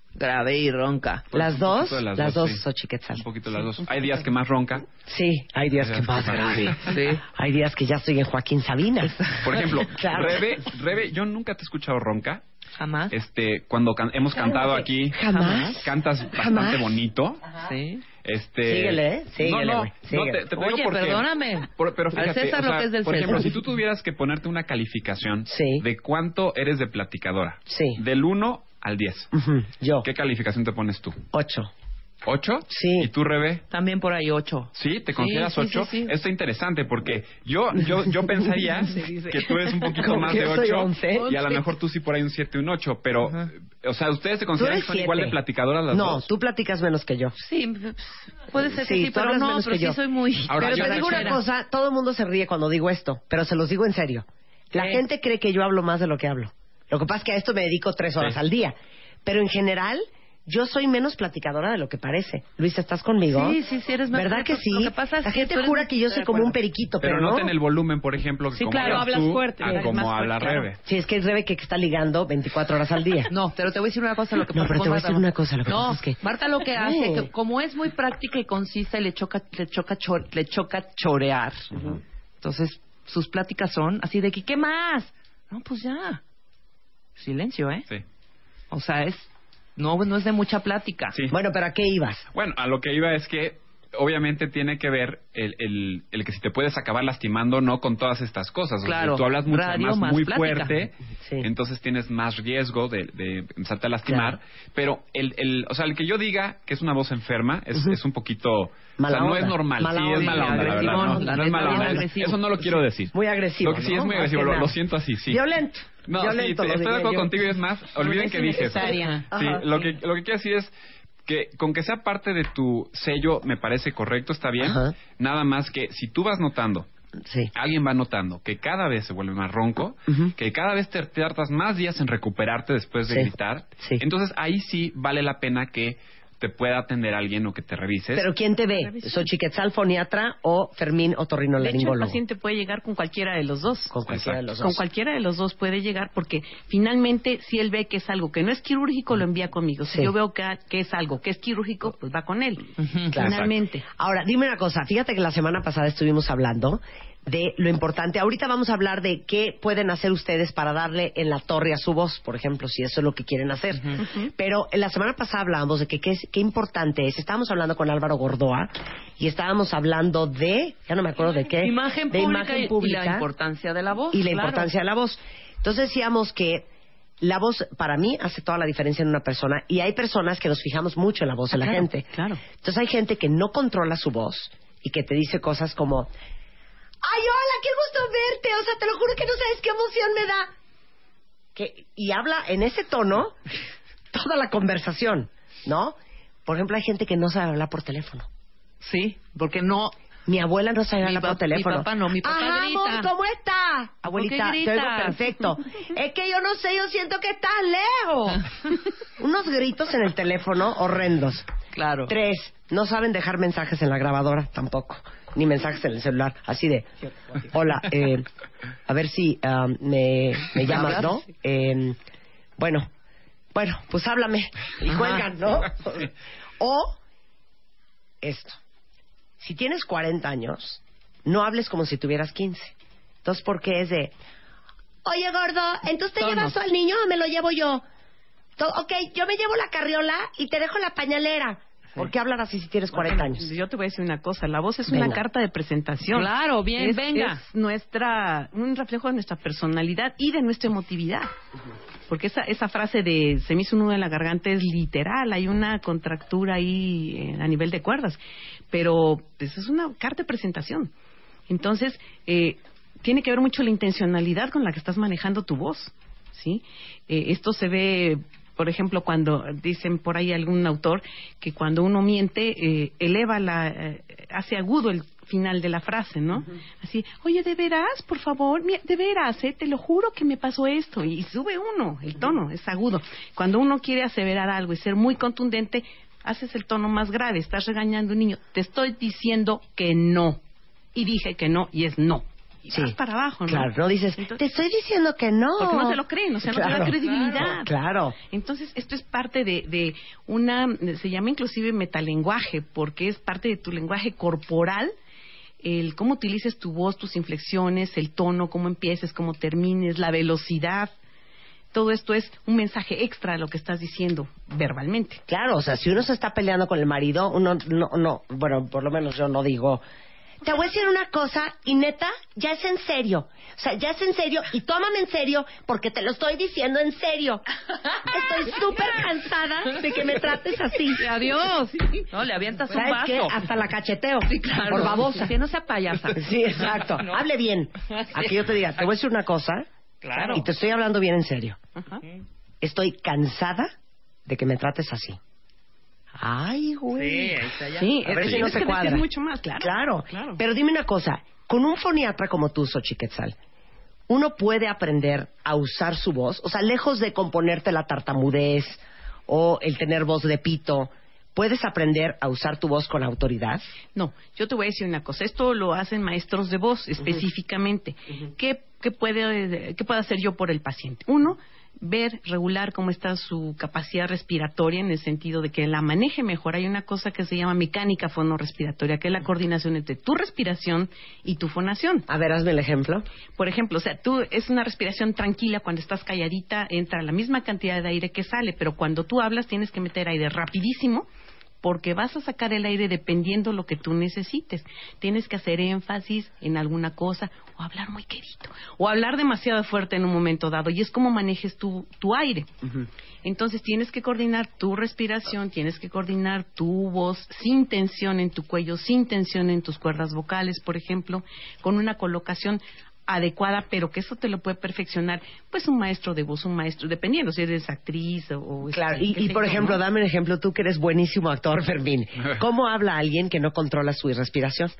Grave y ronca. Pues las un dos, poquito de las, las dos, dos, sí. Xochiquetzal. Un poquito de las dos. Hay días que más ronca. Sí, hay días que más grave. Sí. Hay días que ya estoy en Joaquín Sabina. Por ejemplo, Claro. Rebe, Rebe, yo nunca te he escuchado ronca. Jamás. Este, cuando can- hemos Claro cantado que- aquí, jamás. cantas bastante Jamás. bonito. Sí. Este, Síguele, ¿eh? Síguele, no, no, güey, no, síguele. te, te digo Oye, porque- perdóname. por- pero Al fíjate, César o lo sea, que es del por ejemplo, César. si tú tuvieras que ponerte una calificación Sí. de cuánto eres de platicadora, Sí. del uno al diez, Ujú, Yo, ¿qué calificación te pones tú? ocho. ¿ocho? Sí. ¿Y tú, Rebe? También por ahí ocho. ¿Sí? ¿Te Sí, consideras sí, ocho? sí, sí. Esto es interesante porque yo yo yo pensaría Sí, dice. que tú eres un poquito Como más que de yo soy ocho once. y a lo mejor tú sí por ahí un siete, un ocho, pero, o sea, ¿ustedes se Tú consideran eres que son siete. igual de platicadoras las No, dos? tú platicas menos que yo. Sí, puede ser que Sí, sí, tú pero hablas no, menos pero que sí yo. soy muy... Ahora, Pero yo te digo una borrachera. cosa, todo el mundo se ríe cuando digo esto, pero se los digo en serio. La ¿Qué? gente cree que yo hablo más de lo que hablo. Lo que pasa es que a esto me dedico tres horas Sí. al día. Pero en general, yo soy menos platicadora de lo que parece. Luisa, ¿estás conmigo? Sí, sí, sí, eres más- ¿Verdad que sí? Lo que pasa es La que gente tú eres jura muy- que yo soy de como un acuerdo. periquito, Pero pero, noten el volumen, por ejemplo, Sí, como claro, hablas hablas tú fuerte, a eres como más habla fuerte, claro. Rebe. Sí, es que es Rebe que está ligando veinticuatro horas al día. No, pero te voy a decir una cosa. Lo que No, pasa pero con te voy a Marta, decir una cosa, lo que no, pasa es que- Marta lo que hace, Sí. que como es muy práctica y concisa y le choca, le choca, cho- le choca chorear. Entonces, sus pláticas son así de que, ¿qué más? No, pues ya. Silencio, ¿eh? Sí. O sea, es... No, no es de mucha plática. Sí. Bueno, pero ¿a qué ibas? Bueno, a lo que iba es que obviamente tiene que ver el, el, el que si te puedes acabar lastimando o no con todas estas cosas. O sea, Claro, tú hablas mucho radio más, más muy plática. fuerte, Sí. entonces tienes más riesgo de, de empezarte a lastimar. Claro. Pero el, el, o sea, el que yo diga que es una voz enferma es, Ujú. es un poquito... Mala o sea, no onda. es normal. Mala sí, es onda. mala onda, la verdad. Agresivón, No, la no es neta, mala bien onda. agresivo. Eso no lo quiero decir. Muy agresivo, Lo que sí ¿no? es muy Más agresivo, que lo, nada. lo siento así, sí. Violento. No, Violento, sí, lo te- estoy de diría acuerdo yo. contigo y es más, olviden es que dije eso. innecesaria. Sí, Ajá. lo que, lo que quiero decir es que con que sea parte de tu sello me parece correcto, está bien. Ajá. Nada más que si tú vas notando, Sí. alguien va notando que cada vez se vuelve más ronco, Ujú. que cada vez te tardas más días en recuperarte después de Sí. gritar, Sí. entonces ahí sí vale la pena que te pueda atender alguien o que te revises. ¿Pero quién te ve? ¿Xochiquetzal foniatra o Fermín De hecho, el otorrinolaringólogo? paciente puede llegar con cualquiera de los dos. Con cualquiera de los dos. Con cualquiera de los dos puede llegar porque finalmente si él ve que es algo que no es quirúrgico lo envía conmigo. Si Sí. yo veo que, que es algo que es quirúrgico, pues va con él. Claro. Finalmente. Ahora, dime una cosa. Fíjate que la semana pasada estuvimos hablando de lo importante. Ahorita vamos a hablar de qué pueden hacer ustedes para darle en la torre a su voz, por ejemplo, si eso es lo que quieren hacer. Pero en la semana pasada hablábamos de que qué, es, qué importante es. Estábamos hablando con Álvaro Gordoa y estábamos hablando de, ya no me acuerdo de qué, Imagen de pública, imagen y- pública y la importancia de la voz. y la claro. importancia de la voz. Entonces decíamos que la voz, para mí, hace toda la diferencia en una persona y hay personas que nos fijamos mucho en la voz Ah, de la claro, gente. claro. Entonces hay gente que no controla su voz y que te dice cosas como, ¡ay, hola, qué gusto verte! O sea, te lo juro que no sabes qué emoción me da. Que, y habla en ese tono toda la conversación, ¿no? Por ejemplo, hay gente que no sabe hablar por teléfono. Sí, porque no... Mi abuela no sabe Mi hablar por pap- teléfono. mi papá no, mi papá Ajá, grita. amor, ¿cómo estás? Abuelita, qué te oigo gritas? perfecto. Es que yo no sé, yo siento que estás lejos. Unos gritos en el teléfono horrendos. Claro. Tres, no saben dejar mensajes en la grabadora tampoco, ni mensajes en el celular, así de, hola, eh, a ver si ah, me, me llamas, ¿no? Eh, bueno, bueno, pues háblame y Ajá. cuelgan, ¿no? O esto, si tienes cuarenta años, no hables como si tuvieras quince. Entonces, ¿por qué es de, oye, gordo, entonces te Tonos. llevas tú al niño o me lo llevo yo? To- Ok, yo me llevo la carriola y te dejo la pañalera. ¿Por qué hablar así si tienes cuarenta años? Yo te voy a decir una cosa, la voz es Venga. una carta de presentación. Claro, bien, Es- venga. Es nuestra, un reflejo de nuestra personalidad y de nuestra emotividad. Porque esa, esa frase de se me hizo un nudo en la garganta es literal, hay una contractura ahí eh, a nivel de cuerdas. Pero pues, es una carta de presentación. Entonces, eh, tiene que ver mucho la intencionalidad con la que estás manejando tu voz, ¿sí? Eh, esto se ve, por ejemplo, cuando dicen por ahí algún autor que cuando uno miente, eh, eleva la, eh, hace agudo el final de la frase, ¿no? Uh-huh. Así, oye, ¿de veras? Por favor, mira, de veras, ¿eh? Te lo juro que me pasó esto. Y sube uno, el tono, es agudo. Cuando uno quiere aseverar algo y ser muy contundente, haces el tono más grave, estás regañando a un niño. Te estoy diciendo que no. Y dije que no, y es no. y Sí. vas para abajo, ¿no? Claro, no dices, Entonces, te estoy diciendo que no. porque no se lo creen, o sea, no Claro, te da credibilidad. Claro. Entonces, esto es parte de, de una, se llama inclusive metalenguaje, porque es parte de tu lenguaje corporal, el cómo utilices tu voz, tus inflexiones, el tono, cómo empieces, cómo termines, la velocidad. Todo esto es un mensaje extra a lo que estás diciendo verbalmente. Claro, o sea, si uno se está peleando con el marido, uno no, no, bueno, por lo menos yo no digo, te voy a decir una cosa, y neta, ya es en serio. O sea, ya es en serio, y tómame en serio, porque te lo estoy diciendo en serio. Estoy súper cansada de que me trates así. Adiós. No, le avientas un ¿Sabes vaso. qué? Hasta la cacheteo. Sí, claro. Por babosa. Que no sea payasa. Sí, exacto. No. Hable bien. Aquí yo te diga, te voy a decir una cosa, Claro. y te estoy hablando bien en serio. Ajá. Estoy cansada de que me trates así. Ay, güey. Sí, ahí está ya. Sí, A ver es, si no es se que cuadra. es mucho más, claro. Claro. Claro. Pero dime una cosa, con un foniatra como tú, Xochiquetzal, ¿uno puede aprender a usar su voz? O sea, lejos de componerte la tartamudez o el tener voz de pito, ¿puedes aprender a usar tu voz con autoridad? No, yo te voy a decir una cosa. Esto lo hacen maestros de voz específicamente. ¿Qué, qué, puede, ¿Qué puedo hacer yo por el paciente? Uno, ver, regular cómo está su capacidad respiratoria en el sentido de que la maneje mejor. Hay una cosa que se llama mecánica fonorrespiratoria, que es la coordinación entre tu respiración y tu fonación. A ver, hazme el ejemplo. Por ejemplo, o sea, tú es una respiración tranquila, cuando estás calladita entra la misma cantidad de aire que sale, pero cuando tú hablas tienes que meter aire rapidísimo, porque vas a sacar el aire dependiendo lo que tú necesites. Tienes que hacer énfasis en alguna cosa, o hablar muy quedito, o hablar demasiado fuerte en un momento dado, y es como manejes tu, tu aire. Uh-huh. Entonces tienes que coordinar tu respiración, tienes que coordinar tu voz sin tensión en tu cuello, sin tensión en tus cuerdas vocales, por ejemplo, con una colocación adecuada, pero que eso te lo puede perfeccionar pues un maestro de voz, un maestro, dependiendo si eres actriz o... o claro, este, y, y por yo, ejemplo, ¿no? dame un ejemplo, tú que eres buenísimo actor, Fermín. ¿Cómo habla alguien que no controla su respiración?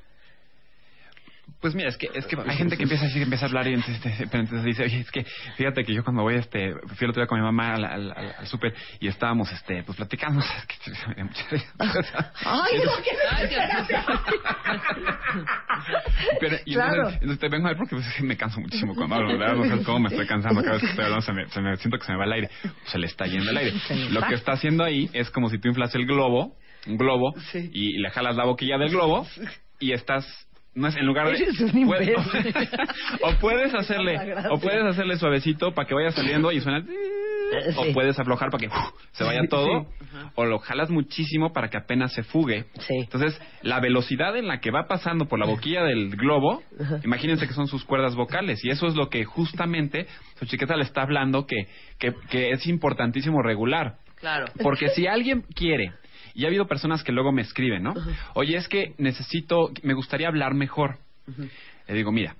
Pues mira, es que es que hay gente que empieza a decir, empieza a hablar y entonces, pero entonces dice, oye, es que fíjate que yo cuando voy, este, fui el otro día con mi mamá al, al, al, al súper y estábamos, este, pues platicando. Es que me da mucha risa. Ay, no, que Pero, y claro. entonces, entonces te vengo a ver porque pues, me canso muchísimo cuando hablo, ¿verdad? No sabes cómo me estoy cansando cada vez que estoy hablando, se me, se me siento que se me va el aire. Se le está yendo el aire. Lo que está haciendo ahí es como si tú inflas el globo, un globo, sí. y, y le jalas la boquilla del globo y estás... No es en lugar de puedes, o, o puedes hacerle o puedes hacerle suavecito para que vaya saliendo y suena sí. O puedes aflojar para que uf, se vaya todo sí. O lo jalas muchísimo para que apenas se fugue. Sí. Entonces la velocidad en la que va pasando por la boquilla del globo, uh-huh. imagínense que son sus cuerdas vocales y eso es lo que justamente Xochiquetzal le está hablando que, que, que es importantísimo regular. Claro. Porque si alguien quiere, y ha habido personas que luego me escriben, ¿no? Uh-huh. Oye, es que necesito, me gustaría hablar mejor. Uh-huh. Le digo, mira,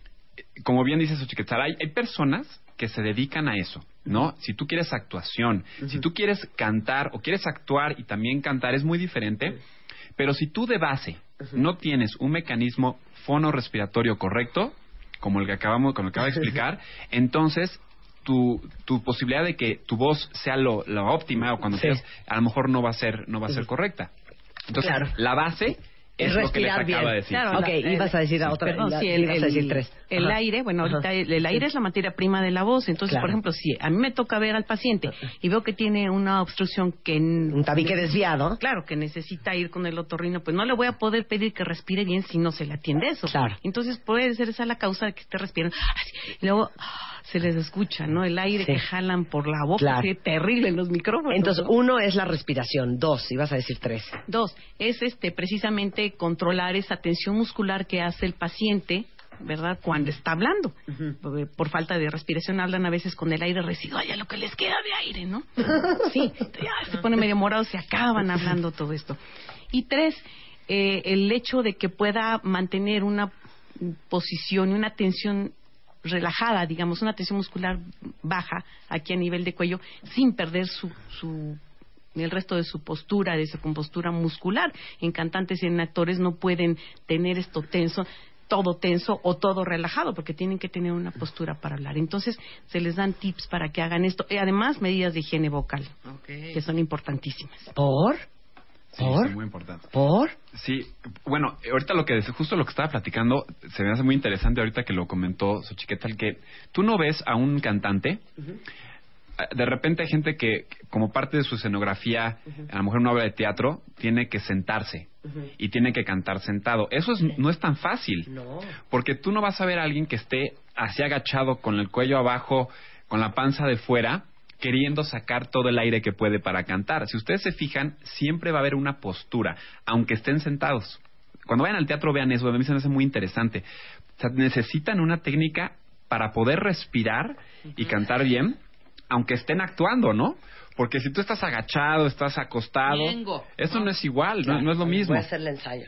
como bien dice Xochiquetzal, hay, hay personas que se dedican a eso, ¿no? Uh-huh. Si tú quieres actuación, uh-huh. si tú quieres cantar o quieres actuar y también cantar, es muy diferente. Uh-huh. Pero si tú de base uh-huh. no tienes un mecanismo fonorrespiratorio correcto, como el que acabamos, como el que acabo de explicar, entonces... Tu, tu posibilidad de que tu voz sea lo, lo óptima o cuando sí. quieras, a lo mejor no va a ser no va a ser correcta. Entonces, claro. la base es, es lo que les acaba bien. de decir. Claro, ok, la, ibas a decir a otra. Perdón, la, sí, el, ibas a decir tres. El Ajá. aire, bueno, ahorita Ajá. el, el aire sí. es la materia prima de la voz. Entonces, claro. por ejemplo, si a mí me toca ver al paciente y veo que tiene una obstrucción que... Un tabique desviado. Claro, que necesita ir con el otorrino, pues no le voy a poder pedir que respire bien si no se le atiende eso. Claro. Entonces, puede ser esa la causa de que esté respirando. Y luego... se les escucha, ¿no? El aire sí. que jalan por la boca, claro. que terrible en los micrófonos. Entonces, ¿no? uno es la respiración, dos, ibas a decir tres. Dos, es este precisamente controlar esa tensión muscular que hace el paciente, ¿verdad? Cuando está hablando. Uh-huh. Por, por falta de respiración hablan a veces con el aire residual, ya lo que les queda de aire, ¿no? Sí, ya se pone medio morado, se acaban hablando todo esto. Y tres, eh, el hecho de que pueda mantener una posición y una tensión relajada, digamos, una tensión muscular baja aquí a nivel de cuello, sin perder su, su el resto de su postura, de su compostura muscular. En cantantes y en actores no pueden tener esto tenso, todo tenso o todo relajado, porque tienen que tener una postura para hablar. Entonces, se les dan tips para que hagan esto. Y además, medidas de higiene vocal, okay. que son importantísimas. ¿Por? Sí, ¿Por? sí, muy importante. ¿Por? Sí, bueno, ahorita lo que justo lo que estaba platicando se me hace muy interesante ahorita que lo comentó Xochiquetal, que tú no ves a un cantante, uh-huh. de repente hay gente que como parte de su escenografía, uh-huh. a lo mejor en una obra de teatro, tiene que sentarse uh-huh. y tiene que cantar sentado. Eso es, no es tan fácil, no. porque tú no vas a ver a alguien que esté así agachado con el cuello abajo, con la panza de fuera, queriendo sacar todo el aire que puede para cantar. Si ustedes se fijan, siempre va a haber una postura, aunque estén sentados. Cuando vayan al teatro vean eso, a mí se me hace muy interesante. O sea, necesitan una técnica para poder respirar y cantar bien, aunque estén actuando, ¿no? Porque si tú estás agachado, estás acostado, Miengo. eso no, no es igual, no, no es lo mismo. Voy a hacer el ensayo.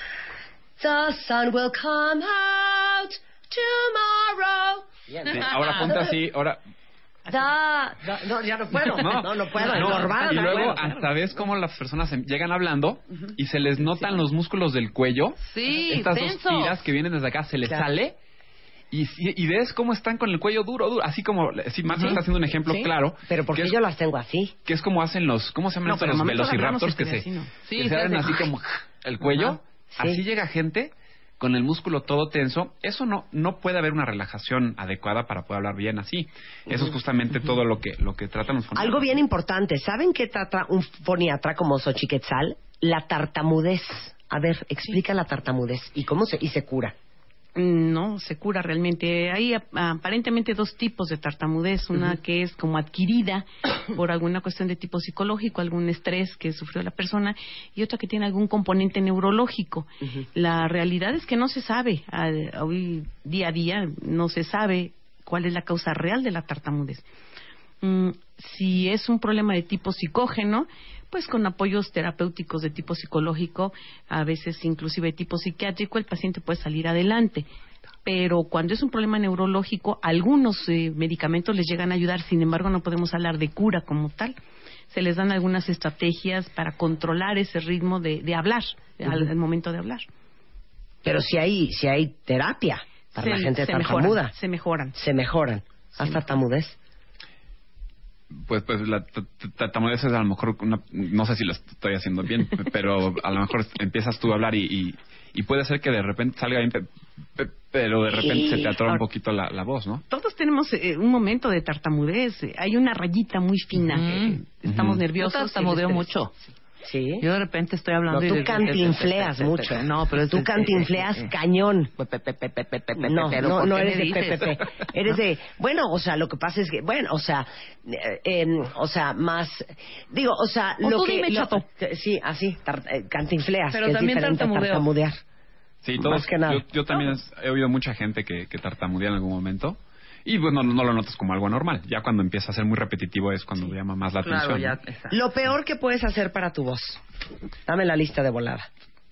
The sun will come out tomorrow. Sí, ahora ponte así, ahora... Da, da, no, ya no puedo. No, no, no puedo. No, normal, y no luego puedo. hasta ves cómo las personas llegan hablando uh-huh. y se les notan sí. los músculos del cuello. Sí, estas tenso. dos tiras que vienen desde acá se les claro. sale y, y ves cómo están con el cuello duro, duro, así como si Marta uh-huh. está haciendo un ejemplo sí. claro. Pero porque yo las tengo así. Que es como hacen los, ¿cómo se llaman no, los velociraptors que se, así, ¿no? sí, que se abren así como el cuello? Uh-huh. Así sí. llega gente con el músculo todo tenso. Eso no no puede haber una relajación adecuada para poder hablar bien así. Eso uh-huh. es justamente uh-huh. todo lo que lo que tratan los foniatras. Algo bien importante. ¿Saben qué trata un foniatra como Xochiquetzal? La tartamudez. A ver, explica sí. la tartamudez y cómo se y se cura. No, se cura realmente. Hay aparentemente dos tipos de tartamudez. Una uh-huh. que es como adquirida por alguna cuestión de tipo psicológico, algún estrés que sufrió la persona, y otra que tiene algún componente neurológico. Uh-huh. La realidad es que no se sabe. Hoy día a día no se sabe cuál es la causa real de la tartamudez. Mm, si es un problema de tipo psicógeno, pues con apoyos terapéuticos de tipo psicológico, a veces inclusive de tipo psiquiátrico, el paciente puede salir adelante. Pero cuando es un problema neurológico, algunos eh, medicamentos les llegan a ayudar, sin embargo no podemos hablar de cura como tal. Se les dan algunas estrategias para controlar ese ritmo de, de hablar, uh-huh. al, al momento de hablar. Pero si hay, si hay terapia para se, la gente se tartamuda. Mejoran, se mejoran. Se mejoran. ¿Haz tartamudez? Pues, pues la tartamudez es a lo mejor una, no sé si lo estoy haciendo bien, pero a lo mejor empiezas tú a hablar y, y, y puede ser que de repente salga bien, pero de repente y... se te atora un poquito la, la voz, ¿no? Todos tenemos eh, un momento de tartamudez, hay una rayita muy fina, uh-huh. que estamos uh-huh. nerviosos. Yo tartamudeo mucho. Sí. Yo de repente estoy hablando. No, tú cantinfleas mucho. No, pero tú cantinfleas cañón. No, no, no eres de P P P. Eres de, bueno, o sea, lo que pasa es que, bueno, o sea, eh, o sea, más, digo, o sea, o lo tú que, dime, lo, chato. sí, así, tar, cantinfleas. Pero que también es tartamudear. Sí, todos. Que nada. Yo, yo también todos. he oído mucha gente que, que tartamudea en algún momento. Y bueno, no, no lo notas como algo anormal. Ya cuando empieza a ser muy repetitivo es cuando sí. llama más la claro, atención. Ya, ¿no? Lo peor que puedes hacer para tu voz. Dame la lista de volada.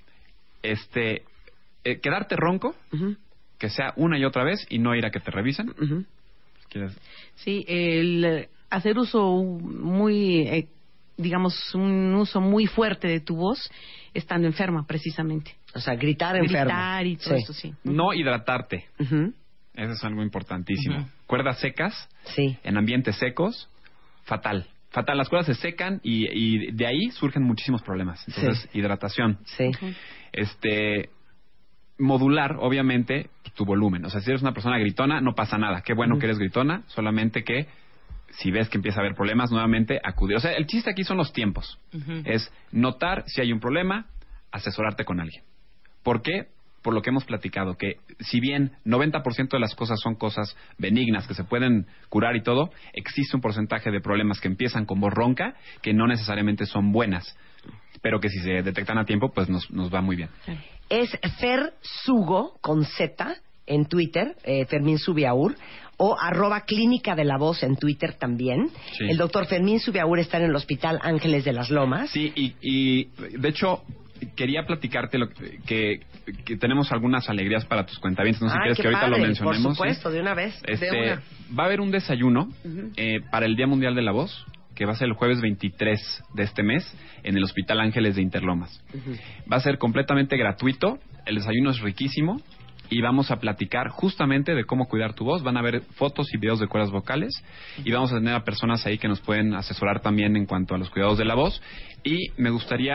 Este, eh, quedarte ronco, uh-huh. que sea una y otra vez y no ir a que te revisen. Uh-huh. ¿Quieres? Sí, el hacer uso muy, eh, digamos, un uso muy fuerte de tu voz estando enferma, precisamente. O sea, gritar enferma. Gritar y todo sí. eso, sí. No hidratarte. Uh-huh. Eso es algo importantísimo. Uh-huh. Cuerdas secas, sí. en ambientes secos, fatal. Fatal, las cuerdas se secan y, y de ahí surgen muchísimos problemas. Entonces, sí. hidratación. Sí. Uh-huh. Este, modular, obviamente, tu volumen. O sea, si eres una persona gritona, no pasa nada. Qué bueno uh-huh. que eres gritona, solamente que si ves que empieza a haber problemas, nuevamente acudir. O sea, el chiste aquí son los tiempos. Uh-huh. Es notar si hay un problema, asesorarte con alguien. ¿Por qué? Por lo que hemos platicado, que si bien noventa por ciento de las cosas son cosas benignas que se pueden curar y todo, existe un porcentaje de problemas que empiezan con voz ronca que no necesariamente son buenas, pero que si se detectan a tiempo, pues nos, nos va muy bien. Es Fer Sugo, con Z, en Twitter, eh, Fermín Subiaur, o arroba Clínica de la Voz en Twitter también. Sí. El doctor Fermín Subiaur está en el Hospital Ángeles de las Lomas. Sí, y, y de hecho... quería platicarte lo que, que, que tenemos algunas alegrías para tus cuentavientes. No sé si quieres que ahorita padre, lo mencionemos. Por supuesto, ¿sí? De una vez. Este, de una. Va a haber un desayuno uh-huh. eh, para el Día Mundial de la Voz, que va a ser el jueves veintitrés de este mes en el Hospital Ángeles de Interlomas. Uh-huh. Va a ser completamente gratuito. El desayuno es riquísimo. Y vamos a platicar justamente de cómo cuidar tu voz. Van a ver fotos y videos de cuerdas vocales. Uh-huh. Y vamos a tener a personas ahí que nos pueden asesorar también en cuanto a los cuidados de la voz. Y me gustaría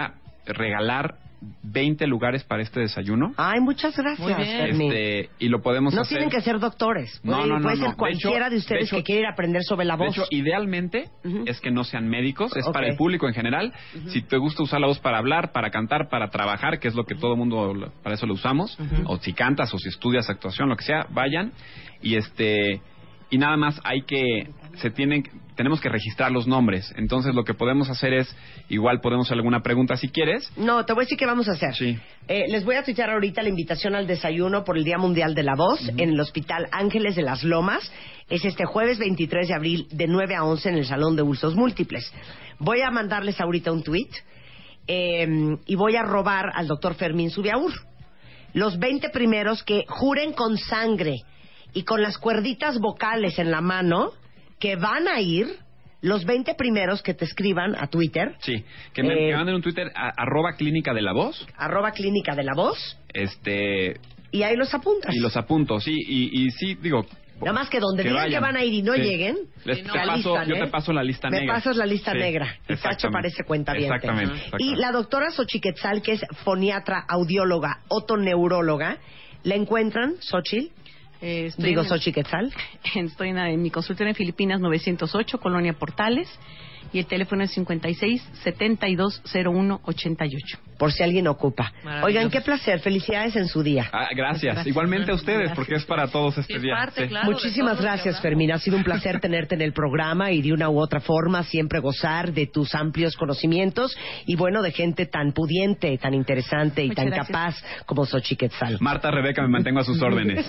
regalar veinte lugares para este desayuno. Ay, muchas gracias, Fermín. Este, y lo podemos no hacer. No tienen que ser doctores. No, puede, no, no. Puede no. ser cualquiera de, hecho, de ustedes de hecho, que quiera ir a aprender sobre la voz. De hecho, idealmente uh-huh. es que no sean médicos, es okay. para el público en general. Uh-huh. Si te gusta usar la voz para hablar, para cantar, para trabajar, que es lo que todo el mundo, para eso lo usamos, uh-huh. o si cantas o si estudias actuación, lo que sea, vayan. Y este... Y nada más hay que, se tienen, tenemos que registrar los nombres. Entonces lo que podemos hacer es, igual podemos hacer alguna pregunta si quieres. No, te voy a decir qué vamos a hacer. Sí. Eh, les voy a tuitear ahorita la invitación al desayuno por el Día Mundial de la Voz uh-huh. en el Hospital Ángeles de las Lomas. Es este jueves veintitrés de abril de nueve a once en el Salón de Usos Múltiples. Voy a mandarles ahorita un tuit eh, y voy a robar al doctor Fermín Subiaur. Los veinte primeros que juren con sangre y con las cuerditas vocales en la mano, que van a ir, los veinte primeros que te escriban a Twitter. Sí, que me eh, que manden un Twitter a, arroba clínica de la voz. Arroba clínica de la voz. Este... Y ahí los apuntas. Y los apunto, sí, y, y sí, digo... Nada más que donde que digan vayan. que van a ir y no sí. lleguen, Les, no. te paso, listan, yo ¿eh? te paso la lista Me negra. Me pasas la lista sí, negra. Y Cacho parece cuentaviente. Exactamente, exactamente. Y la doctora Xochiquetzal, que es foniatra, audióloga, otoneuróloga, ¿la encuentran, Xochitl? Eh, estoy Digo, en, Xochiquetzal. Estoy en, en mi consultorio en Filipinas novecientos ocho, Colonia Portales, y el teléfono es cincuenta y seis, setenta y dos, cero uno, ochenta y ocho. Por si alguien ocupa. Oigan, qué placer. Felicidades en su día. Ah, gracias. gracias. Igualmente a ustedes, gracias. Porque es para todos este día. Parte, sí. claro, Muchísimas gracias, Fermín. Ha sido un placer tenerte en el programa y de una u otra forma siempre gozar de tus amplios conocimientos y bueno, de gente tan pudiente, tan interesante y Muchas tan gracias. capaz como Xochiquetzal. Marta, Rebeca, me mantengo a sus órdenes.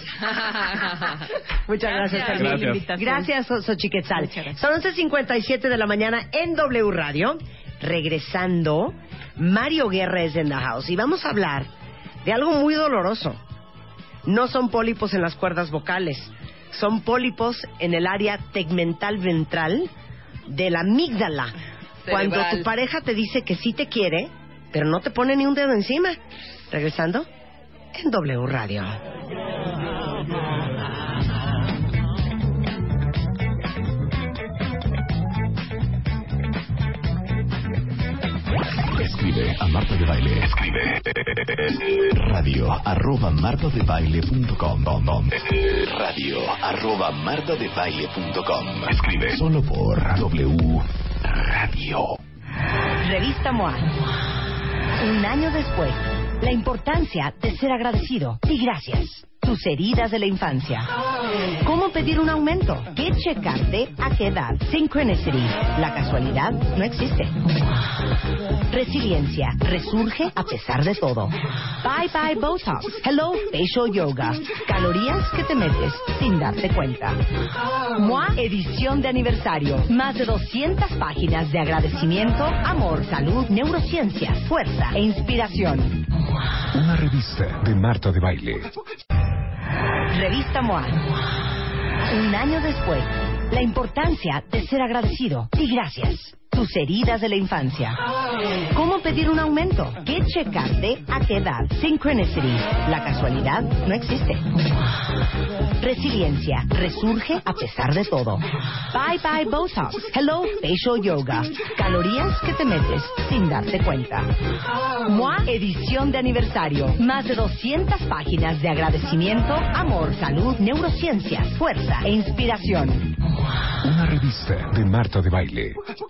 Muchas gracias, gracias Fermín. Gracias. Gracias, Xochiquetzal. Son once cincuenta y siete de la mañana en W Radio. Regresando, Mario Guerra es en the house y vamos a hablar de algo muy doloroso. No son pólipos en las cuerdas vocales, son pólipos en el área tegmental ventral de la amígdala. Cerebral. Cuando tu pareja te dice que sí te quiere, pero no te pone ni un dedo encima. Regresando en W Radio. Escribe a Marta de Baile. Escribe radio arroba martadebaile.com. Radio arroba martadebaile.com. Escribe solo por W Radio. Revista M O A. Un año después, la importancia de ser agradecido y gracias. Tus heridas de la infancia. ¿Cómo pedir un aumento? ¿Qué checarte? ¿A qué edad? Synchronicity. La casualidad no existe. Resiliencia. Resurge a pesar de todo. Bye bye Botox. Hello Facial Yoga. Calorías que te metes sin darte cuenta. M O A edición de aniversario. Más de doscientas páginas de agradecimiento, amor, salud, neurociencias, fuerza e inspiración. Una revista de Marta de Baile. Revista M O A. Un año después, la importancia de ser agradecido y gracias. Tus heridas de la infancia. ¿Cómo pedir un aumento? ¿Qué checarte? ¿A qué edad? Synchronicity. La casualidad no existe. Resiliencia. Resurge a pesar de todo. Bye bye Botox. Hello Facial Yoga. Calorías que te metes sin darte cuenta. M O A edición de aniversario. Más de doscientas páginas de agradecimiento, amor, salud, neurociencias, fuerza e inspiración. Una revista de Marta de Baile.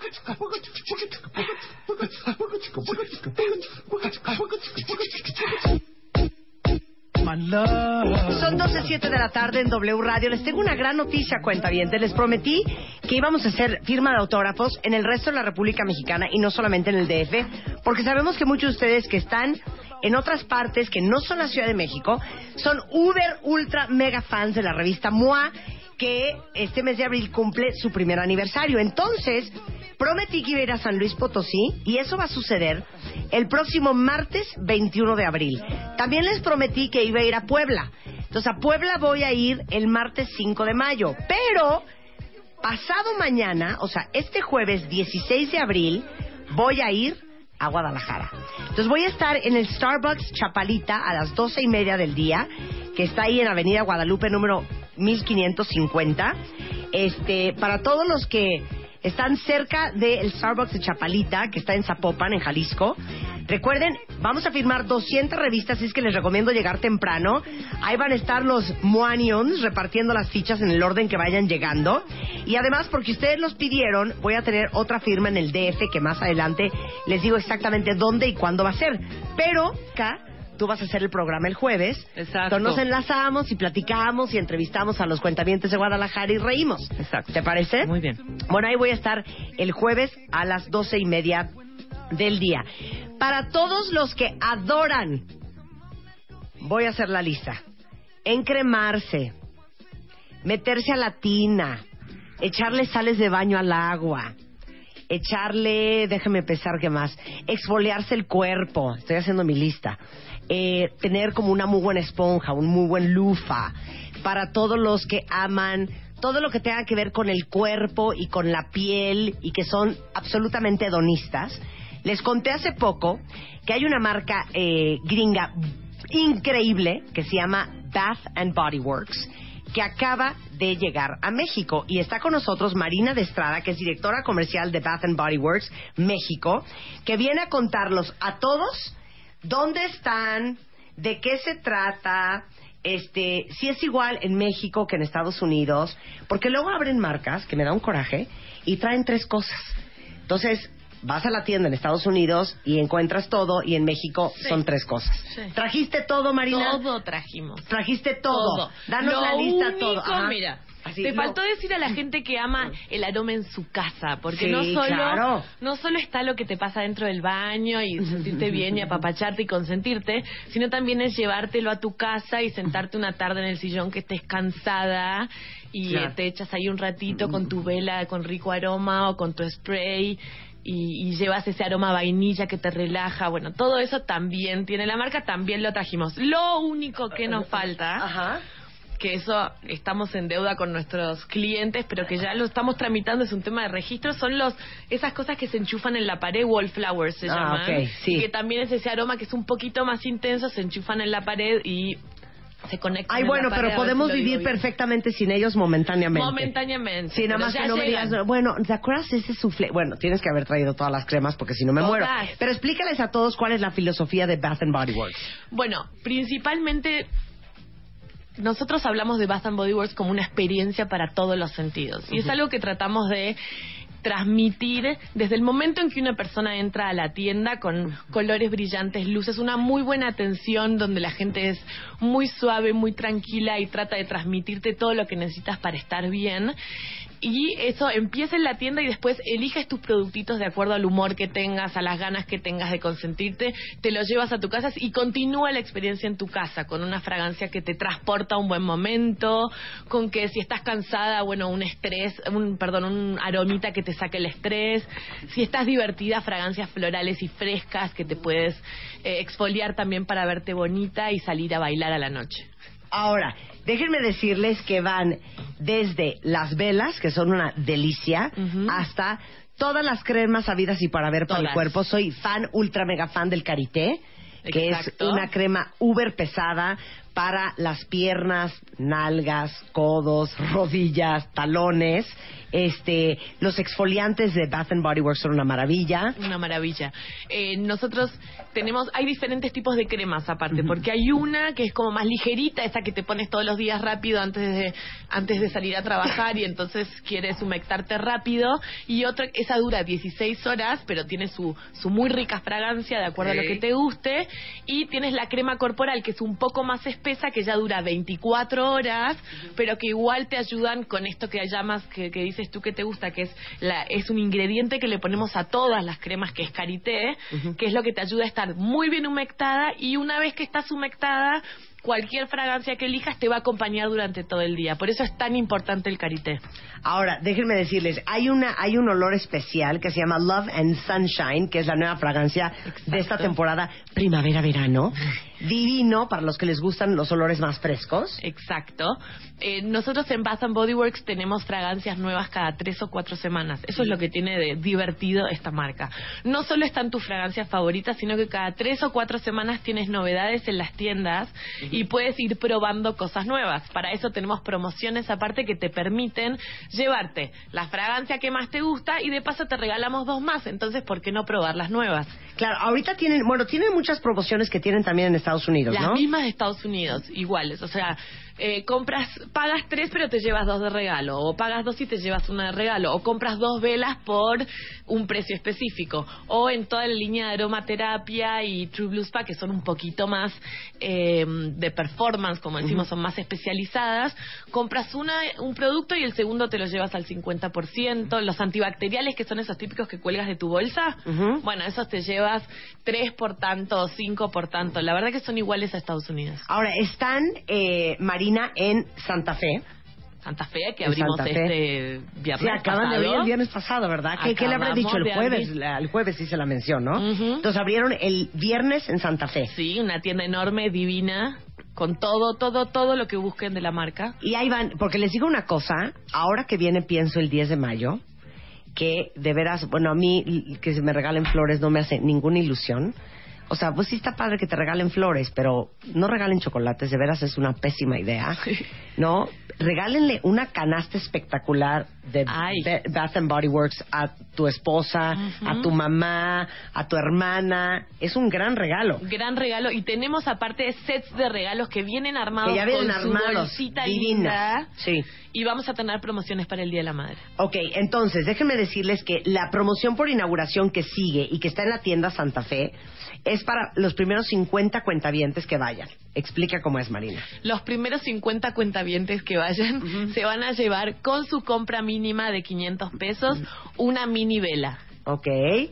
Son doce siete de la tarde en W Radio. Les tengo una gran noticia, cuentavientes. Les prometí que íbamos a hacer firma de autógrafos en el resto de la República Mexicana y no solamente en el D F, porque sabemos que muchos de ustedes que están en otras partes que no son la Ciudad de México son uber, ultra, mega fans de la revista M O A, que este mes de abril cumple su primer aniversario. Entonces, prometí que iba a ir a San Luis Potosí y eso va a suceder el próximo martes veintiuno de abril. También les prometí que iba a ir a Puebla. Entonces, a Puebla voy a ir el martes cinco de mayo. Pero, pasado mañana, o sea, este jueves dieciséis de abril, voy a ir a Guadalajara. Entonces, voy a estar en el Starbucks Chapalita a las doce y media del día, que está ahí en Avenida Guadalupe número mil quinientos cincuenta. Este, para todos los que están cerca del Starbucks de Chapalita, que está en Zapopan, en Jalisco, Recuerden, vamos a firmar doscientas revistas, así es que les recomiendo llegar temprano. Ahí van a estar los Moanions repartiendo las fichas en el orden que vayan llegando. Y además, porque ustedes los pidieron, voy a tener otra firma en el D F que más adelante les digo exactamente dónde y cuándo va a ser. Pero, acá, tú vas a hacer el programa el jueves. Exacto. Entonces nos enlazamos y platicamos y entrevistamos a los cuentavientes de Guadalajara y reímos. Exacto. ¿Te parece? Muy bien. Bueno, ahí voy a estar el jueves a las doce y media del día. Para todos los que adoran, voy a hacer la lista. Encremarse, meterse a la tina, echarle sales de baño al agua, echarle, déjame pensar qué más, exfoliarse el cuerpo, estoy haciendo mi lista, eh, tener como una muy buena esponja, un muy buen lufa, para todos los que aman todo lo que tenga que ver con el cuerpo y con la piel y que son absolutamente hedonistas. Les conté hace poco que hay una marca eh, gringa increíble que se llama Bath and Body Works, que acaba de llegar a México. Y está con nosotros Marina de Estrada, que es directora comercial de Bath and Body Works México, que viene a contarlos a todos dónde están, de qué se trata, este, si es igual en México que en Estados Unidos, porque luego abren marcas, que me da un coraje, y traen tres cosas. Entonces, vas a la tienda en Estados Unidos y encuentras todo, y en México sí. son tres cosas. Sí. ¿Trajiste todo, Marina? Todo trajimos. Trajiste todo. todo. Danos Lo la lista, único, todo. Ajá. Mira, Así, te no. faltó decir a la gente que ama el aroma en su casa, porque Sí, no solo claro. no solo está lo que te pasa dentro del baño y sentirte bien y apapacharte y consentirte, sino también es llevártelo a tu casa y sentarte una tarde en el sillón que estés cansada y Claro. eh, te echas ahí un ratito con tu vela con rico aroma o con tu spray. Y, y llevas ese aroma a vainilla que te relaja. Bueno, todo eso también tiene la marca, también lo trajimos. Lo único que nos falta, Ajá. que eso estamos en deuda con nuestros clientes, pero que ya lo estamos tramitando, es un tema de registro, son los esas cosas que se enchufan en la pared, wallflowers se Ah, llaman, ok, sí. y que también es ese aroma que es un poquito más intenso, se enchufan en la pared y se conectan. Ay, en bueno, la pared, pero a ver podemos si lo vivir digo bien. perfectamente sin ellos momentáneamente. Momentáneamente. Sí, nada pero más ya que no me llegan. digas, bueno, ¿te acuerdas de ese soufflé? Bueno, tienes que haber traído todas las cremas porque si no me Todas. muero. Pero explícales a todos cuál es la filosofía de Bath and Body Works. Bueno, principalmente nosotros hablamos de Bath and Body Works como una experiencia para todos los sentidos. Y es algo que tratamos de transmitir desde el momento en que una persona entra a la tienda con colores brillantes, luces, una muy buena atención donde la gente es muy suave, muy tranquila y trata de transmitirte todo lo que necesitas para estar bien. Y eso empieza en la tienda y después eliges tus productitos de acuerdo al humor que tengas, a las ganas que tengas de consentirte, te los llevas a tu casa y continúa la experiencia en tu casa con una fragancia que te transporta a un buen momento, con que si estás cansada, bueno, un estrés, un perdón, un aromita que te saque el estrés, si estás divertida, fragancias florales y frescas que te puedes eh, exfoliar también para verte bonita y salir a bailar a la noche. Ahora, déjenme decirles que van desde las velas, que son una delicia, uh-huh. hasta todas las cremas habidas y para ver para el cuerpo. Soy fan, ultra mega fan del Karité, que Exacto. es una crema uber pesada para las piernas, nalgas, codos, rodillas, talones. Este, los exfoliantes de Bath and Body Works son una maravilla. Una maravilla. Eh, nosotros tenemos, hay diferentes tipos de cremas aparte, uh-huh. porque hay una que es como más ligerita, esa que te pones todos los días rápido antes de antes de salir a trabajar y entonces quieres humectarte rápido, y otra, esa dura dieciséis horas, pero tiene su, su muy rica fragancia de acuerdo sí. a lo que te guste, y tienes la crema corporal que es un poco más espesa, que ya dura veinticuatro horas, uh-huh. pero que igual te ayudan con esto que llamas, que, que dices tú que te gusta, que es la es un ingrediente que le ponemos a todas las cremas, que es Karité, uh-huh. que es lo que te ayuda a estar muy bien humectada, y una vez que estás humectada, cualquier fragancia que elijas te va a acompañar durante todo el día. Por eso es tan importante el Karité. Ahora, déjenme decirles, hay una hay un olor especial que se llama Love and Sunshine, que es la nueva fragancia Exacto. de esta temporada primavera-verano. divino para los que les gustan los olores más frescos. Exacto. Eh, nosotros en Bath and Body Works tenemos fragancias nuevas cada tres o cuatro semanas. Eso es lo que tiene de divertido esta marca. No solo están tus fragancias favoritas, sino que cada tres o cuatro semanas tienes novedades en las tiendas y puedes ir probando cosas nuevas. Para eso tenemos promociones aparte que te permiten llevarte la fragancia que más te gusta y de paso te regalamos dos más. Entonces, ¿por qué no probar las nuevas? Claro, ahorita tienen, bueno, tienen muchas promociones que tienen también en Estados Unidos, Las ¿no? Las mismas de Estados Unidos, iguales. O sea, eh, compras, pagas tres pero te llevas dos de regalo, o pagas dos y te llevas una de regalo, o compras dos velas por un precio específico, o en toda la línea de aromaterapia y True Blue Spa, que son un poquito más eh, de performance, como decimos, uh-huh. son más especializadas, compras una un producto y el segundo te lo llevas al cincuenta por ciento. Los antibacteriales, que son esos típicos que cuelgas de tu bolsa, uh-huh. bueno, esos te llevas tres por tanto o cinco por tanto. La verdad que son iguales a Estados Unidos. Ahora, están, eh, Marina, en Santa Fe. Santa Fe, que abrimos este viernes sí, acaban pasado. de abrir el viernes pasado, ¿verdad? ¿Qué, ¿Qué le habrá dicho el jueves? La, el jueves sí se la mencionó, ¿no? Uh-huh. Entonces abrieron el viernes en Santa Fe. Sí, una tienda enorme, divina, con todo, todo, todo lo que busquen de la marca. Y ahí van, porque les digo una cosa, ahora que viene pienso el diez de mayo, que de veras, bueno, a mí que se me regalen flores no me hace ninguna ilusión. O sea, pues sí está padre que te regalen flores, pero no regalen chocolates, de veras es una pésima idea, ¿no? Regálenle una canasta espectacular de Be- Bath and Body Works a tu esposa, uh-huh. a tu mamá, a tu hermana. Es un gran regalo. Gran regalo. Y tenemos aparte sets de regalos que vienen armados que ya vienen con armados, su bolsita divinas. linda. Sí. Y vamos a tener promociones para el Día de la Madre. Ok, entonces déjenme decirles que la promoción por inauguración que sigue y que está en la tienda Santa Fe es para los primeros cincuenta cuentavientes que vayan. Explica cómo es, Marina. Los primeros cincuenta cuentavientes que vayan uh-huh. se van a llevar con su compra mínima de quinientos pesos uh-huh. una mini vela. Ok.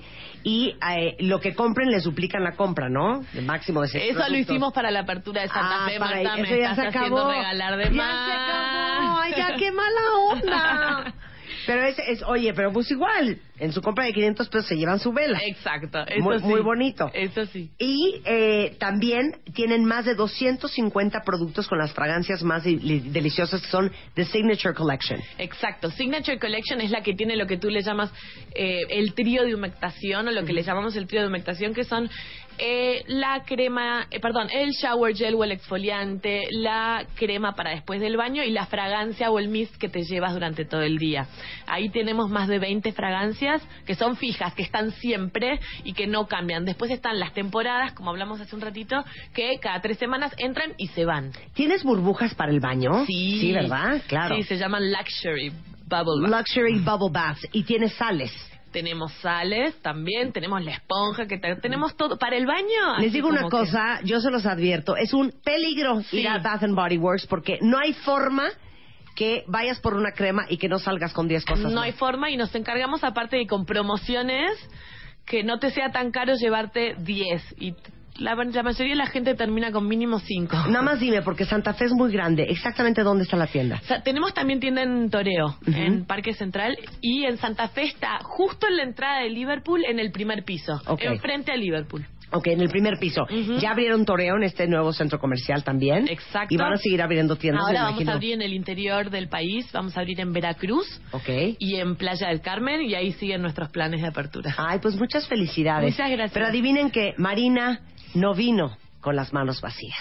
Y eh, lo que compren les duplican la compra, ¿no? El máximo de seis Eso productos. Lo hicimos para la apertura de Santa ah, Fe, para Marta. Eso me ya estás se acabó. haciendo regalar de ya más. se acabó. Ay, ya, qué mala onda. Pero es, es, oye, pero pues igual, en su compra de quinientos pesos se llevan su vela. Exacto, eso muy, sí. Muy bonito. Eso sí. Y eh, también tienen más de doscientos cincuenta productos con las fragancias más de- deliciosas que son The Signature Collection. Exacto, Signature Collection es la que tiene lo que tú le llamas eh, el trío de humectación, o lo que uh-huh. le llamamos el trío de humectación, que son eh, la crema, eh, perdón, el shower gel o el exfoliante, la crema para después del baño y la fragancia o el mist que te llevas durante todo el día. Ahí tenemos más de veinte fragancias que son fijas, que están siempre y que no cambian. Después están las temporadas, como hablamos hace un ratito, que cada tres semanas entran y se van. ¿Tienes burbujas para el baño? Sí. Sí, ¿verdad? Claro. Sí, se llaman Luxury Bubble Bath. Luxury Bubble Bath. Y tienes sales. Tenemos sales también, tenemos la esponja, que te- tenemos todo para el baño. Les así digo una como cosa, yo se los advierto, es un peligro Sí. ir a Bath and Body Works porque no hay forma que vayas por una crema y que no salgas con diez que cosas no más. hay forma, y nos encargamos aparte de con promociones que no te sea tan caro llevarte diez, y la, la mayoría de la gente termina con mínimo cinco. Nada más dime, porque Santa Fe es muy grande, exactamente dónde está la tienda. O sea, tenemos también tienda en Toreo, Uh-huh. en Parque Central, y en Santa Fe está justo en la entrada de Liverpool, en el primer piso, Ok. enfrente a Liverpool. Ok, en el primer piso. Ujú. Ya abrieron Toreo en este nuevo centro comercial también. Exacto. Y van a seguir abriendo tiendas, me Ahora vamos imagino. a abrir en el interior del país, vamos a abrir en Veracruz Ok. y en Playa del Carmen, y ahí siguen nuestros planes de apertura. Ay, pues muchas felicidades. Muchas gracias. Pero adivinen que Marina no vino con las manos vacías.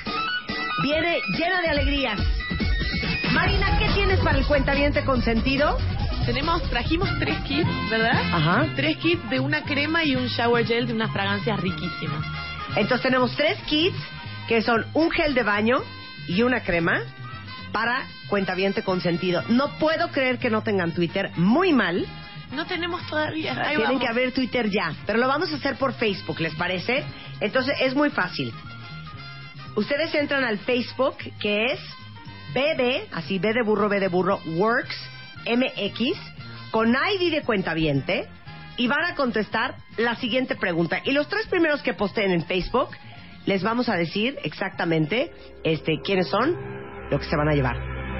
Viene llena de alegrías. Marina, ¿qué tienes para el cuentaviente consentido? Tenemos, trajimos tres kits, ¿verdad? Ajá. Tres kits de una crema y un shower gel de unas fragancias riquísimas. Entonces tenemos tres kits que son un gel de baño y una crema para cuentaviente consentido. No puedo creer que no tengan Twitter. Muy mal. No tenemos todavía. Ahí Tienen vamos. que abrir Twitter ya. Pero lo vamos a hacer por Facebook, ¿les parece? Entonces es muy fácil. Ustedes entran al Facebook, que es B D, así B de burro, B de burro, Works M X, con I D de cuentaviente, y van a contestar la siguiente pregunta. Y los tres primeros que posteen en Facebook, les vamos a decir exactamente este quiénes son, lo que se van a llevar.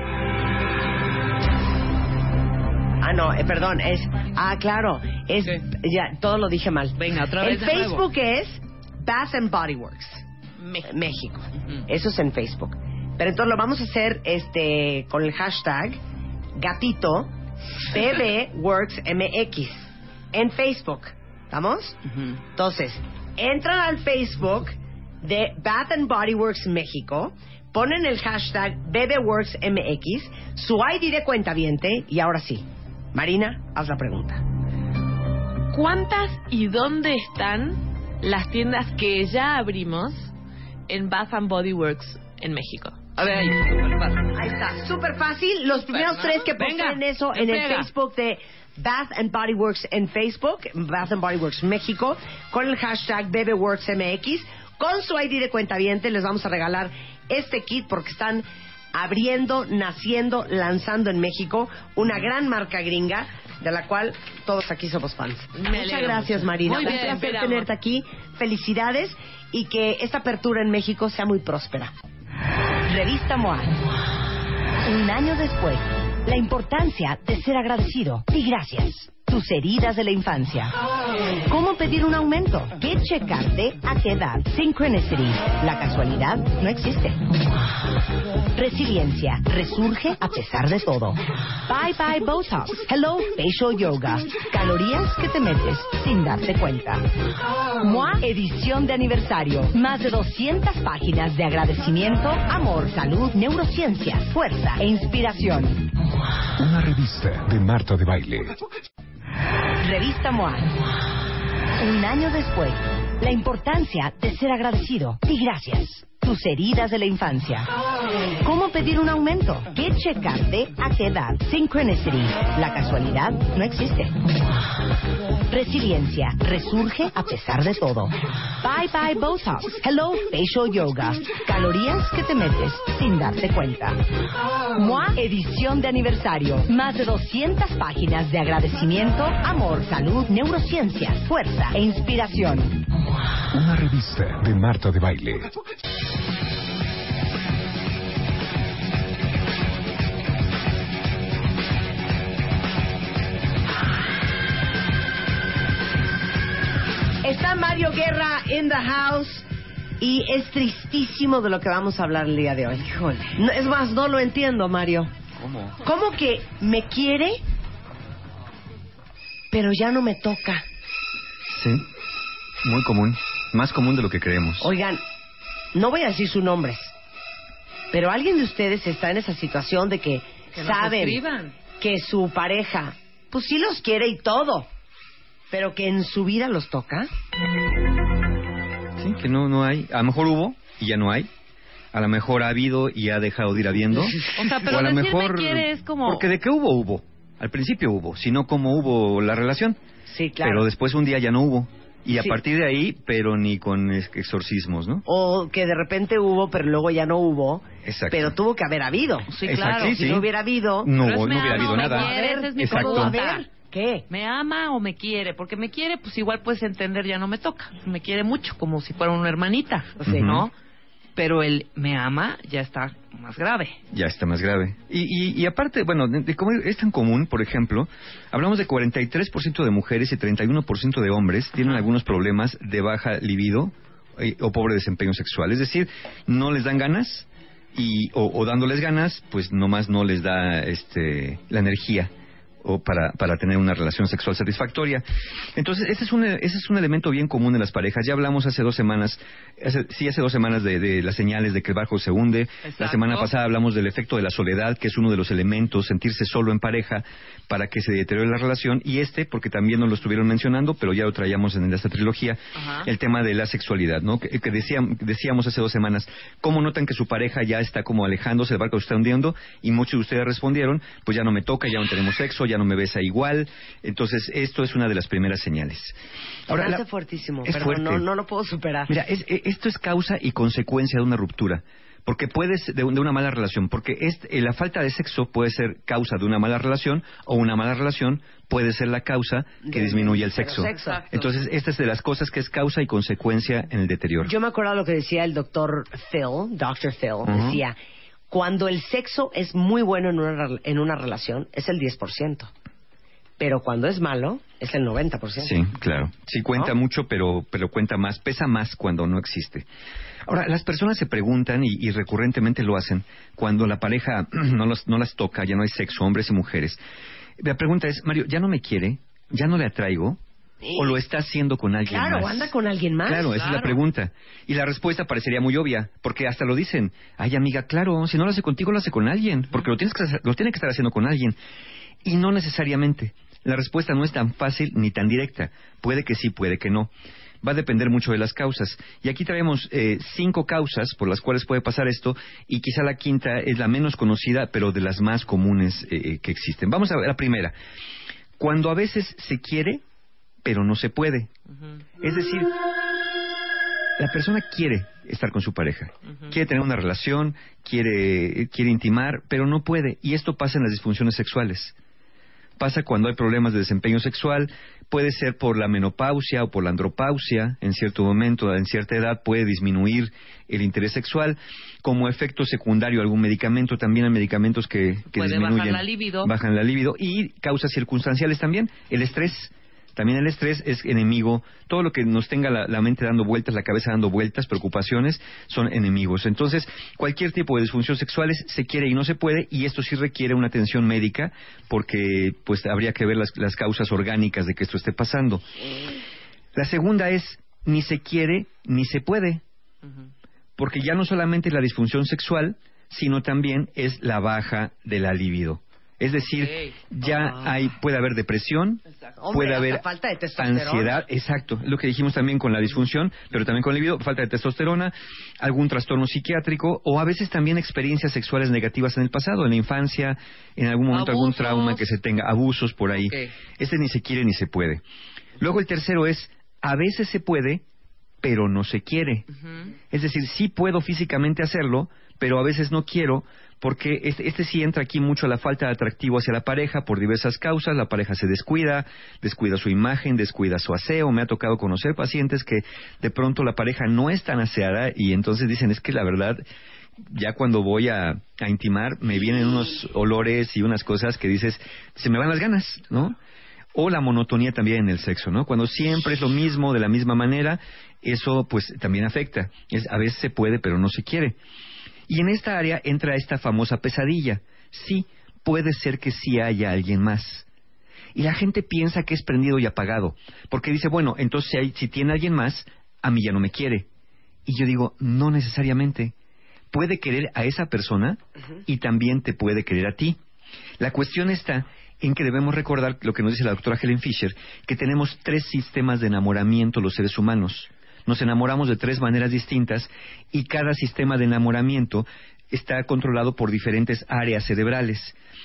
Ah, no, eh, perdón, es... Ah, claro, es... Ya, todo lo dije mal. Venga, otra vez El de nuevo. Facebook es Bath and Body Works. México. México. Ujú. Eso es en Facebook. Pero entonces lo vamos a hacer este con el hashtag gatito B B Works M X en Facebook. ¿Estamos? Ujú. Entonces, entran al Facebook de Bath and Body Works México, ponen el hashtag B B Works M X, su I D de cuentaviente, y ahora sí, Marina, haz la pregunta. ¿Cuántas y dónde están las tiendas que ya abrimos en Bath and Body Works en México? A ver, ahí, súper fácil. Ahí está, súper fácil. Los primeros ¿no? tres que Venga, poseen eso me en el pega. Facebook de Bath and Body Works en Facebook, Bath and Body Works México, con el hashtag B B Works M X, con su I D de cuentaviente, les vamos a regalar este kit porque están abriendo, naciendo, lanzando en México una gran marca gringa de la cual todos aquí somos fans. Me Muchas alegro gracias, mucho. Marina. Muy Un bien, placer esperamos. tenerte aquí. Felicidades y que esta apertura en México sea muy próspera. Revista M O A. Un año después, la importancia de ser agradecido y gracias. Tus heridas de la infancia. ¿Cómo pedir un aumento? ¿Qué checarte? ¿A qué edad? Synchronicity. La casualidad no existe. Resiliencia. Resurge a pesar de todo. Bye bye Botox. Hello Facial Yoga. Calorías que te metes sin darte cuenta. M O A edición de aniversario. Más de doscientas páginas de agradecimiento, amor, salud, neurociencias, fuerza e inspiración. Una revista de Marta de Baile. Revista M O A. Un año después, la importancia de ser agradecido y gracias. Tus heridas de la infancia. ¿Cómo pedir un aumento? ¿Qué checarte? ¿A qué edad? Synchronicity. La casualidad no existe. Resiliencia. Resurge a pesar de todo. Bye bye Botox. Hello Facial Yoga. Calorías que te metes sin darte cuenta. M O A edición de aniversario. Más de doscientas páginas de agradecimiento, amor, salud, neurociencias, fuerza e inspiración. Una revista de Marta de Baile. Está Mario Guerra in the house y es tristísimo de lo que vamos a hablar el día de hoy. No, es más, no lo entiendo, Mario. ¿Cómo? ¿Cómo que me quiere, pero ya no me toca? Sí, muy común, más común de lo que creemos. Oigan, no voy a decir sus nombres, pero alguien de ustedes está en esa situación de que, Que nos saben escriban. que su pareja, pues sí los quiere y todo, pero que en su vida los toca. Sí, que no, no hay. A lo mejor hubo y ya no hay. A lo mejor ha habido y ha dejado de ir habiendo. O sea, pero o a lo decir me mejor quiere es como... porque de qué hubo hubo. Al principio hubo, sino como hubo la relación. Sí, claro. Pero después un día ya no hubo. Y a Sí. partir de ahí, pero ni con ex- exorcismos, ¿no? O que de repente hubo, pero luego ya no hubo. Exacto. Pero tuvo que haber habido. Sí, Exacto, claro. sí, Si sí. no hubiera habido... No, Pero es no me hubiera ama habido o me nada. quiere, esa es mi Exacto. pregunta. A ver, ¿qué? ¿Me ama o me quiere? Porque me quiere, pues igual puedes entender, ya no me toca. Me quiere mucho, como si fuera una hermanita, Sí. ¿no? Pero el me ama ya está más grave. Ya está más grave. Y, y, y aparte, bueno, de, de cómo es tan común, por ejemplo, hablamos de cuarenta y tres por ciento de mujeres y treinta y uno por ciento de hombres tienen algunos problemas de baja libido eh, o pobre desempeño sexual. Es decir, no les dan ganas y o, o dándoles ganas, pues nomás no les da este la energía o para, para tener una relación sexual satisfactoria. Entonces, ese es un ese es un elemento bien común en las parejas. Ya hablamos hace dos semanas, hace, sí, hace dos semanas de, de las señales de que el barco se hunde. Exacto. La semana pasada hablamos del efecto de la soledad, que es uno de los elementos, sentirse solo en pareja para que se deteriore la relación. Y este, porque también nos lo estuvieron mencionando, pero ya lo traíamos en esta trilogía, Ajá. el tema de la sexualidad, ¿no? Que, que decíamos, decíamos hace dos semanas, ¿cómo notan que su pareja ya está como alejándose, el barco se está hundiendo? Y muchos de ustedes respondieron, pues ya no me toca, ya no tenemos sexo, ya no me besa igual. Entonces, esto es una de las primeras señales. Ahora, la- hace fuertísimo, es perdón, fuerte. no, no lo puedo superar. Mira, es- e- esto es causa y consecuencia de una ruptura. Porque puede ser de, un- de una mala relación. Porque es, eh, la falta de sexo puede ser causa de una mala relación, o una mala relación puede ser la causa que De- disminuye el pero sexo. sexo. Entonces, esta es de las cosas que es causa y consecuencia en el deterioro. Yo me acuerdo lo que decía el doctor Phil, doctor Phil, Ujú. decía, cuando el sexo es muy bueno en una, rel- en una relación, es el diez por ciento. Pero cuando es malo, es el noventa por ciento. Sí, claro. Sí cuenta ¿no? mucho, pero, pero cuenta más, pesa más cuando no existe. Ahora, las personas se preguntan, y, y recurrentemente lo hacen, cuando la pareja no, los, no las toca, ya no hay sexo, hombres y mujeres. La pregunta es, Mario, ¿ya no me quiere? ¿Ya no le atraigo? ¿O lo está haciendo con alguien claro, más? Claro, anda con alguien más. Claro, esa claro. es la pregunta. Y la respuesta parecería muy obvia, porque hasta lo dicen. Ay, amiga, claro, si no lo hace contigo, lo hace con alguien, porque lo, tienes que, lo tiene que estar haciendo con alguien. Y no necesariamente. La respuesta no es tan fácil ni tan directa. Puede que sí, puede que no. Va a depender mucho de las causas. Y aquí traemos eh, cinco causas por las cuales puede pasar esto, y quizá la quinta es la menos conocida, pero de las más comunes eh, que existen. Vamos a ver la primera. Cuando a veces se quiere, pero no se puede. Uh-huh. Es decir, la persona quiere estar con su pareja, uh-huh. quiere tener una relación, quiere, quiere intimar, pero no puede. Y esto pasa en las disfunciones sexuales. Pasa cuando hay problemas de desempeño sexual, puede ser por la menopausia o por la andropausia, en cierto momento, en cierta edad puede disminuir el interés sexual, como efecto secundario algún medicamento, también hay medicamentos que, que puede disminuyen, bajar la libido. bajan la libido, y causas circunstanciales también, el estrés. También el estrés es enemigo. Todo lo que nos tenga la, la mente dando vueltas, la cabeza dando vueltas, preocupaciones, son enemigos. Entonces, cualquier tipo de disfunción sexuales se quiere y no se puede, y esto sí requiere una atención médica, porque pues habría que ver las, las causas orgánicas de que esto esté pasando. La segunda es, ni se quiere ni se puede, porque ya no solamente es la disfunción sexual, sino también es la baja de la libido. Es decir, okay. ya ah. hay, puede haber depresión, Hombre, puede haber falta de testosterona. ansiedad, exacto, lo que dijimos también con la disfunción, pero también con la libido, falta de testosterona, algún trastorno psiquiátrico, o a veces también experiencias sexuales negativas en el pasado, en la infancia, en algún momento abusos. Algún trauma que se tenga, abusos por ahí. Okay. Este ni se quiere ni se puede. Luego el tercero es, a veces se puede, pero no se quiere. Uh-huh. Es decir, sí puedo físicamente hacerlo, pero a veces no quiero, porque este, este sí entra aquí mucho a la falta de atractivo hacia la pareja por diversas causas. La pareja se descuida, descuida su imagen, descuida su aseo. Me ha tocado conocer pacientes que de pronto la pareja no es tan aseada y entonces dicen, es que la verdad, ya cuando voy a, a intimar me vienen unos olores y unas cosas que dices, se me van las ganas, ¿no? O la monotonía también en el sexo, ¿no? Cuando siempre es lo mismo, de la misma manera, eso pues también afecta. Es, a veces se puede, pero no se quiere. Y en esta área entra esta famosa pesadilla. Sí, puede ser que sí haya alguien más. Y la gente piensa que es prendido y apagado, porque dice, bueno, entonces si, hay, si tiene alguien más, a mí ya no me quiere. Y yo digo, no necesariamente. Puede querer a esa persona y también te puede querer a ti. La cuestión está en que debemos recordar lo que nos dice la doctora Helen Fisher, que tenemos tres sistemas de enamoramiento los seres humanos. Nos enamoramos de tres maneras distintas y cada sistema de enamoramiento está controlado por diferentes áreas cerebrales.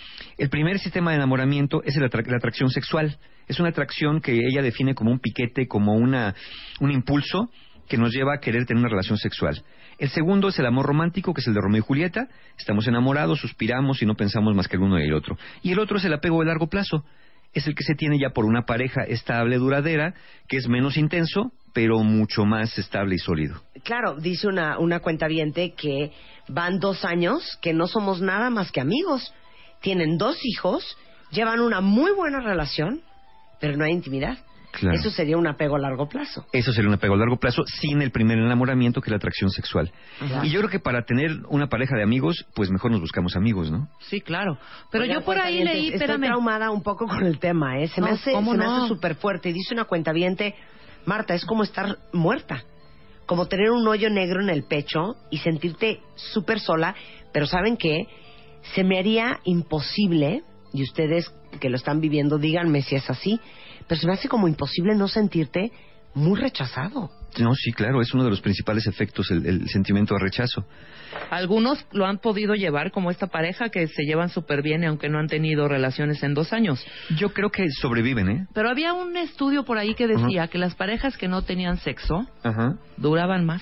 El primer sistema de enamoramiento es el atra- la atracción sexual. Es una atracción que ella define como un piquete, como una, un impulso que nos lleva a querer tener una relación sexual. El segundo es el amor romántico, que es el de Romeo y Julieta. Estamos enamorados, suspiramos y no pensamos más que el uno y el otro. Y el otro es el apego de largo plazo. Es el que se tiene ya por una pareja estable, duradera, que es menos intenso, pero mucho más estable y sólido. Claro, dice una, una cuentaviente que van dos años que no somos nada más que amigos. Tienen dos hijos, llevan una muy buena relación, pero no hay intimidad. Claro. Eso sería un apego a largo plazo. Eso sería un apego a largo plazo sin el primer enamoramiento, que es la atracción sexual. Ajá. Y yo creo que para tener una pareja de amigos, pues mejor nos buscamos amigos, ¿no? Sí, claro. Pero Oiga, yo por ahí leí, estoy espérame. traumada un poco con el tema, ¿eh? Se no, me hace, se no? me hace súper fuerte. Y dice una cuentaviente, Marta, es como estar muerta. Como tener un hoyo negro en el pecho y sentirte súper sola. Pero ¿saben qué? Se me haría imposible, y ustedes que lo están viviendo, díganme si es así, pero se me hace como imposible no sentirte muy rechazado. No, sí, claro, es uno de los principales efectos, el, el sentimiento de rechazo. Algunos lo han podido llevar, como esta pareja que se llevan súper bien, aunque no han tenido relaciones en dos años. Yo creo que sobreviven, ¿eh? Pero había un estudio por ahí que decía uh-huh. que las parejas que no tenían sexo uh-huh. duraban más.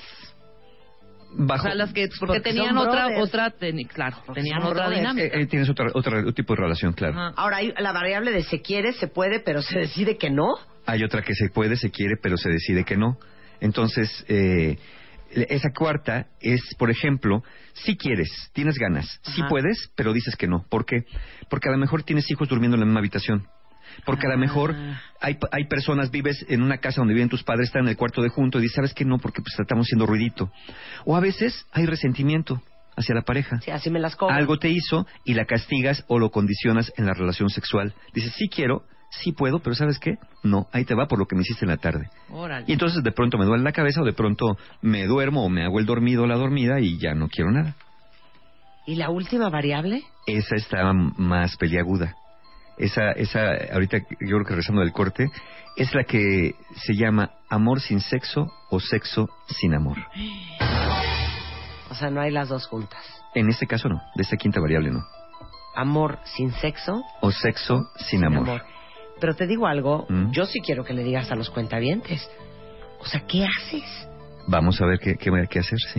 Bajo, o sea, las que porque, porque tenían otra otra ten, claro porque tenían otra brothers. dinámica eh, eh, tienes otra otro tipo de relación, claro. Ajá. Ahora hay la variable de se quiere, se puede, pero se decide que no. Hay otra que se puede, se quiere, pero se decide que no. Entonces eh, esa cuarta es, por ejemplo, si quieres, tienes ganas, si sí puedes, pero dices que no. ¿Por qué? Porque a lo mejor tienes hijos durmiendo en la misma habitación. Porque a lo mejor hay, hay personas, vives en una casa donde viven tus padres, están en el cuarto de junto y dices, ¿sabes qué? No, porque pues estamos haciendo ruidito. O a veces hay resentimiento hacia la pareja. Sí, así me las cobro. Algo te hizo y la castigas o lo condicionas en la relación sexual. Dices, sí quiero, sí puedo, pero ¿sabes qué? No, ahí te va por lo que me hiciste en la tarde. Órale. Y entonces de pronto me duele la cabeza o de pronto me duermo o me hago el dormido o la dormida y ya no quiero nada. ¿Y la última variable? Esa está más peliaguda. Esa, esa, ahorita yo creo que regresando del corte, es la que se llama amor sin sexo o sexo sin amor. O sea, no hay las dos juntas. En este caso no, de esta quinta variable no. Amor sin sexo o sexo sin, sin amor. amor. Pero te digo algo, ¿Mm? yo sí quiero que le digas a los cuentavientes. O sea, ¿qué haces? Vamos a ver qué, qué, qué hacer, sí.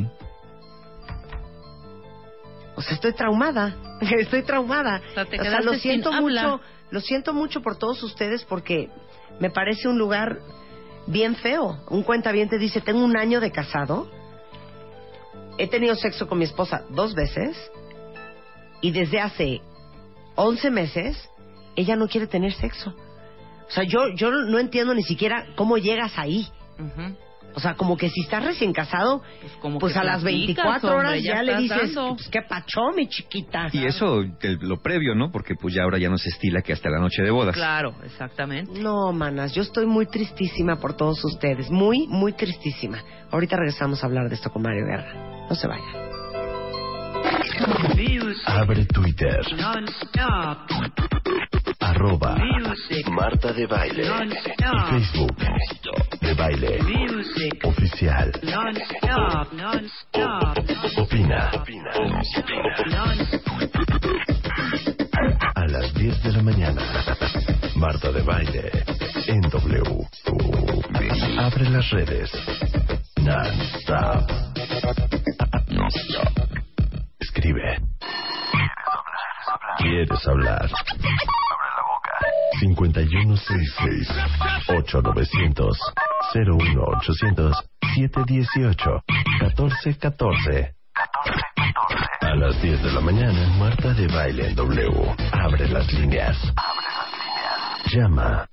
O sea, estoy traumada, estoy traumada. O sea, te o sea lo siento sin mucho, habla. Lo siento mucho por todos ustedes porque me parece un lugar bien feo. Un cuentaviente dice, tengo un año de casado, he tenido sexo con mi esposa dos veces y desde hace once meses ella no quiere tener sexo. O sea, yo, yo no entiendo ni siquiera cómo llegas ahí. Uh-huh. O sea, como que si estás recién casado, pues, como pues a las veinticuatro horas hombre, ya, ya le dices, pues, qué pachó, mi chiquita. Y eso, el, lo previo, ¿no? Porque pues ya ahora ya no se estila que hasta la noche de bodas. Claro, exactamente. No, manas, yo estoy muy tristísima por todos ustedes. Muy, muy tristísima. Ahorita regresamos a hablar de esto con Mario Guerra. No se vayan. Abre Twitter. Arroba Marta de Baile. Y Facebook de Baile Oficial. Opina. A las diez de la mañana. Marta de Baile en W. Abre las redes. Non-stop. Non-stop. Escribe. ¿Quieres hablar? Abre la boca. cincuenta y uno sesenta y seis, ocho novecientos, cero uno ochocientos, siete dieciocho, catorce catorce. A las diez de la mañana, Marta de Baile en W. Abre las líneas. Abre las líneas. Llama.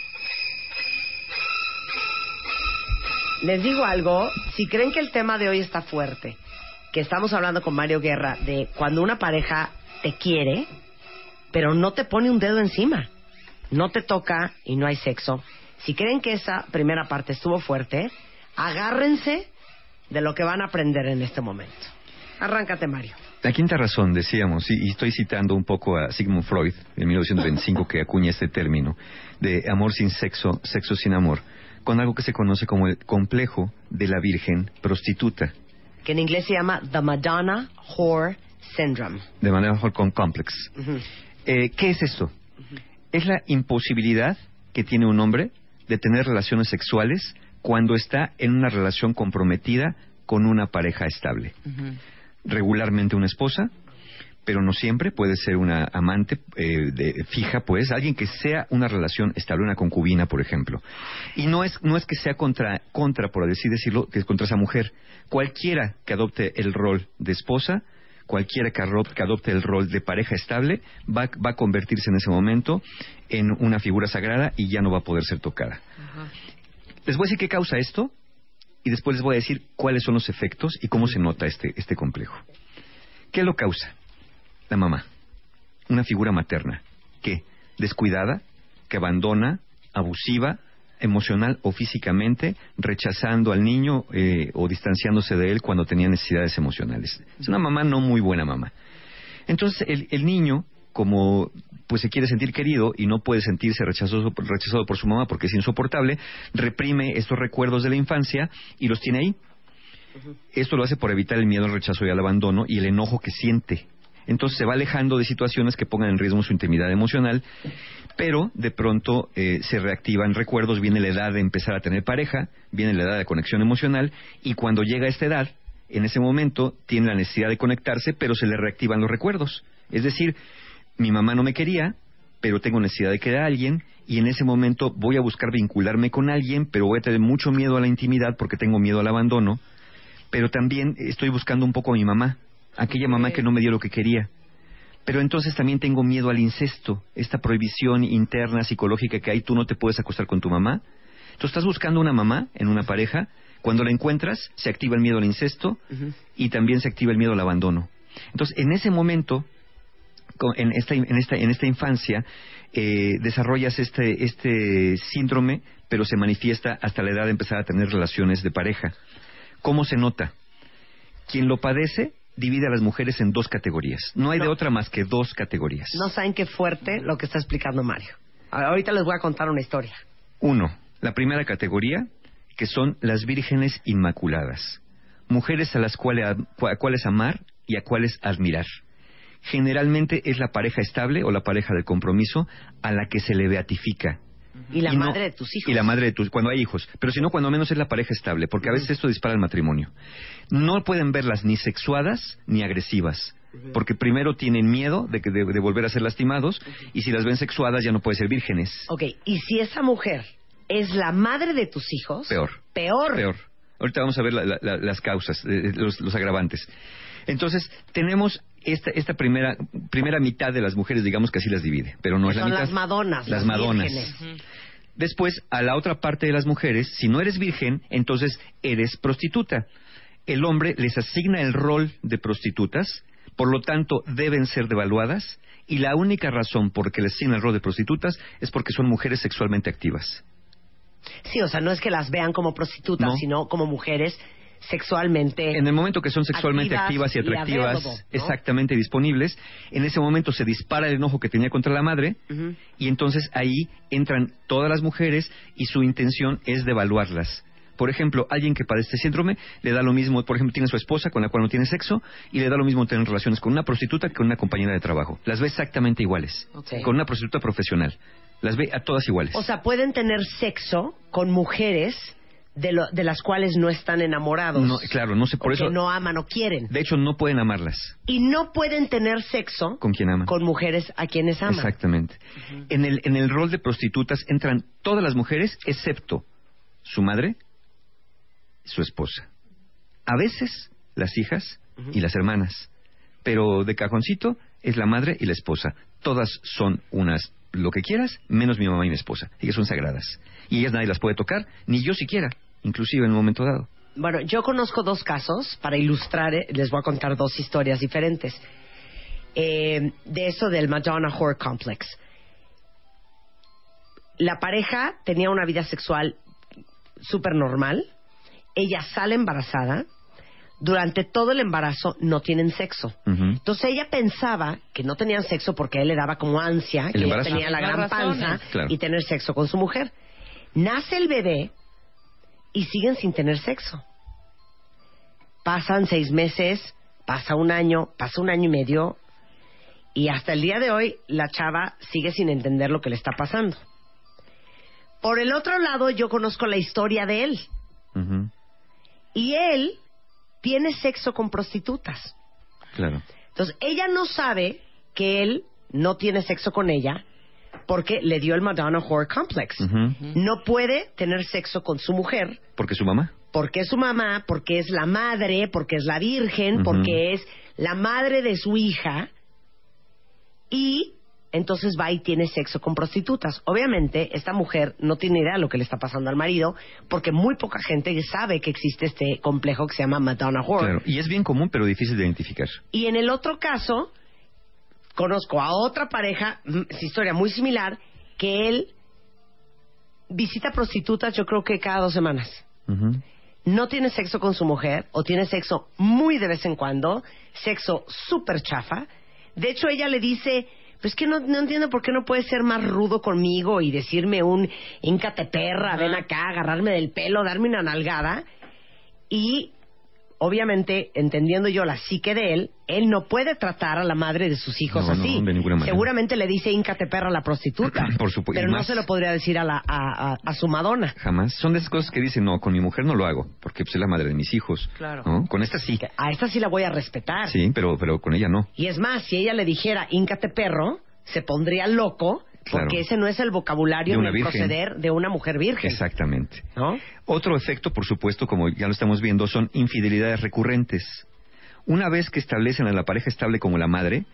Les digo algo, si creen que el tema de hoy está fuerte, que estamos hablando con Mario Guerra de cuando una pareja te quiere, pero no te pone un dedo encima, no te toca y no hay sexo. Si creen que esa primera parte estuvo fuerte, agárrense de lo que van a aprender en este momento. Arráncate, Mario. La quinta razón, decíamos, y estoy citando un poco a Sigmund Freud, en mil novecientos veinticinco, que acuña este término, de amor sin sexo, sexo sin amor, con algo que se conoce como el complejo de la virgen prostituta. Que en inglés se llama The Madonna Whore Syndrome. De manera Holcomb Complex. Uh-huh. eh, ¿Qué es esto? Uh-huh. Es la imposibilidad que tiene un hombre de tener relaciones sexuales cuando está en una relación comprometida con una pareja estable. Uh-huh. Regularmente una esposa, pero no siempre, puede ser una amante eh, de, fija, pues, alguien que sea una relación estable, una concubina, por ejemplo. Y no es no es que sea contra, contra por así decirlo, que es contra esa mujer. Cualquiera que adopte el rol de esposa, cualquiera que adopte, que adopte el rol de pareja estable, va, va a convertirse en ese momento en una figura sagrada y ya no va a poder ser tocada. Ajá. Les voy a decir qué causa esto y después les voy a decir cuáles son los efectos y cómo se nota este, este complejo. ¿Qué lo causa? La mamá, una figura materna, que descuidada, que abandona, abusiva, emocional o físicamente, rechazando al niño eh, o distanciándose de él cuando tenía necesidades emocionales. Es una mamá no muy buena mamá. Entonces el, el niño, como pues se quiere sentir querido y no puede sentirse rechazado, rechazado por su mamá porque es insoportable, reprime estos recuerdos de la infancia y los tiene ahí. Uh-huh. Esto lo hace por evitar el miedo al rechazo y al abandono y el enojo que siente. Entonces se va alejando de situaciones que pongan en riesgo su intimidad emocional, pero de pronto eh, se reactivan recuerdos, viene la edad de empezar a tener pareja, viene la edad de conexión emocional, y cuando llega a esta edad, en ese momento tiene la necesidad de conectarse, pero se le reactivan los recuerdos. Es decir, mi mamá no me quería, pero tengo necesidad de querer a alguien, y en ese momento voy a buscar vincularme con alguien, pero voy a tener mucho miedo a la intimidad porque tengo miedo al abandono, pero también estoy buscando un poco a mi mamá, aquella mamá que no me dio lo que quería. Pero entonces también tengo miedo al incesto, esta prohibición interna psicológica que hay, tú no te puedes acostar con tu mamá. Entonces estás buscando una mamá en una pareja, cuando la encuentras se activa el miedo al incesto uh-huh. y también se activa el miedo al abandono. Entonces en ese momento, en esta, en esta, en esta infancia, eh, desarrollas este, este síndrome, pero se manifiesta hasta la edad de empezar a tener relaciones de pareja. ¿Cómo se nota? Quien lo padece divide a las mujeres en dos categorías. No hay no. de otra más que dos categorías. No saben qué fuerte lo que está explicando Mario. Ahorita les voy a contar una historia. Uno, la primera categoría, que son las vírgenes inmaculadas. Mujeres a las cuales, a cuales amar y a cuales admirar. Generalmente es la pareja estable o la pareja de compromiso a la que se le beatifica. Y la y madre no, de tus hijos. Y la madre de tus, cuando hay hijos. Pero si no, cuando menos es la pareja estable, porque a veces esto dispara el matrimonio. No pueden verlas ni sexuadas ni agresivas, porque primero tienen miedo de, que, de, de volver a ser lastimados, y si las ven sexuadas ya no pueden ser vírgenes. Ok, y si esa mujer es la madre de tus hijos... Peor. Peor. Peor. Ahorita vamos a ver la, la, las causas, eh, los, los agravantes. Entonces, tenemos esta, esta primera primera mitad de las mujeres, digamos que así las divide, pero no es la mitad. Son las madonas, las madonas. Vírgenes. Después, a la otra parte de las mujeres, si no eres virgen, entonces eres prostituta. El hombre les asigna el rol de prostitutas, por lo tanto deben ser devaluadas, y la única razón por que les asigna el rol de prostitutas es porque son mujeres sexualmente activas. Sí, o sea, no es que las vean como prostitutas, no. sino como mujeres sexualmente... En el momento que son sexualmente activas, activas y atractivas, y available, ¿no? exactamente disponibles, en ese momento se dispara el enojo que tenía contra la madre, uh-huh. y entonces ahí entran todas las mujeres y su intención es devaluarlas. Por ejemplo, alguien que padece este síndrome le da lo mismo, por ejemplo, tiene su esposa con la cual no tiene sexo, y le da lo mismo tener relaciones con una prostituta que con una compañera de trabajo. Las ve exactamente iguales, okay. con una prostituta profesional. Las ve a todas iguales. O sea, pueden tener sexo con mujeres de, lo, de las cuales no están enamorados. No, claro, no sé, por o eso... que no aman o quieren. De hecho, no pueden amarlas. Y no pueden tener sexo... ¿Con quién aman? Con mujeres a quienes aman. Exactamente. Uh-huh. En el, en el rol de prostitutas entran todas las mujeres, excepto su madre, su esposa. A veces, las hijas uh-huh. y las hermanas. Pero de cajoncito es la madre y la esposa. Todas son unas... lo que quieras, menos mi mamá y mi esposa. Ellas son sagradas. Y ellas nadie las puede tocar, ni yo siquiera, inclusive en un momento dado. Bueno, yo conozco dos casos, para ilustrar, eh, les voy a contar dos historias diferentes. Eh, de eso del Madonna Whore Complex. La pareja tenía una vida sexual súper normal. Ella sale embarazada. Durante todo el embarazo no tienen sexo. Uh-huh. Entonces ella pensaba que no tenían sexo porque él le daba como ansia, que ella tenía la gran panza claro. y tener sexo con su mujer. Nace el bebé y siguen sin tener sexo. Pasan seis meses, pasa un año, pasa un año y medio, y hasta el día de hoy la chava sigue sin entender lo que le está pasando. Por el otro lado, yo conozco la historia de él. Uh-huh. Y él tiene sexo con prostitutas. Claro. Entonces, ella no sabe que él no tiene sexo con ella porque le dio el Madonna Whore Complex. Uh-huh. No puede tener sexo con su mujer. ¿Porque es su mamá? Porque es su mamá, porque es la madre, porque es la virgen, uh-huh. porque es la madre de su hija. Y entonces va y tiene sexo con prostitutas. Obviamente, esta mujer no tiene idea de lo que le está pasando al marido, porque muy poca gente sabe que existe este complejo que se llama Madonna Whore. Claro, y es bien común, pero difícil de identificar. Y en el otro caso, conozco a otra pareja, historia muy similar, que él visita prostitutas yo creo que cada dos semanas. Uh-huh. No tiene sexo con su mujer, o tiene sexo muy de vez en cuando, sexo súper chafa. De hecho, ella le dice... Pues que no, no entiendo por qué no puedes ser más rudo conmigo y decirme un híncate perra, ven acá, agarrarme del pelo, darme una nalgada. Y obviamente, entendiendo yo la psique de él, él no puede tratar a la madre de sus hijos no, así. No, de ninguna manera. Seguramente le dice híncate perra a la prostituta. Por supuesto. Pero no se lo podría decir a, la, a, a, a su Madonna. Jamás. Son de esas cosas que dicen, no, con mi mujer no lo hago, porque pues, es la madre de mis hijos. Claro. ¿No? Con esta sí. A esta sí la voy a respetar. Sí, pero, pero con ella no. Y es más, si ella le dijera híncate perro, se pondría loco, porque claro. ese no es el vocabulario ni el proceder de una mujer virgen. Exactamente. ¿No? Otro efecto, por supuesto, como ya lo estamos viendo, son infidelidades recurrentes. Una vez que establecen a la pareja estable como la madre,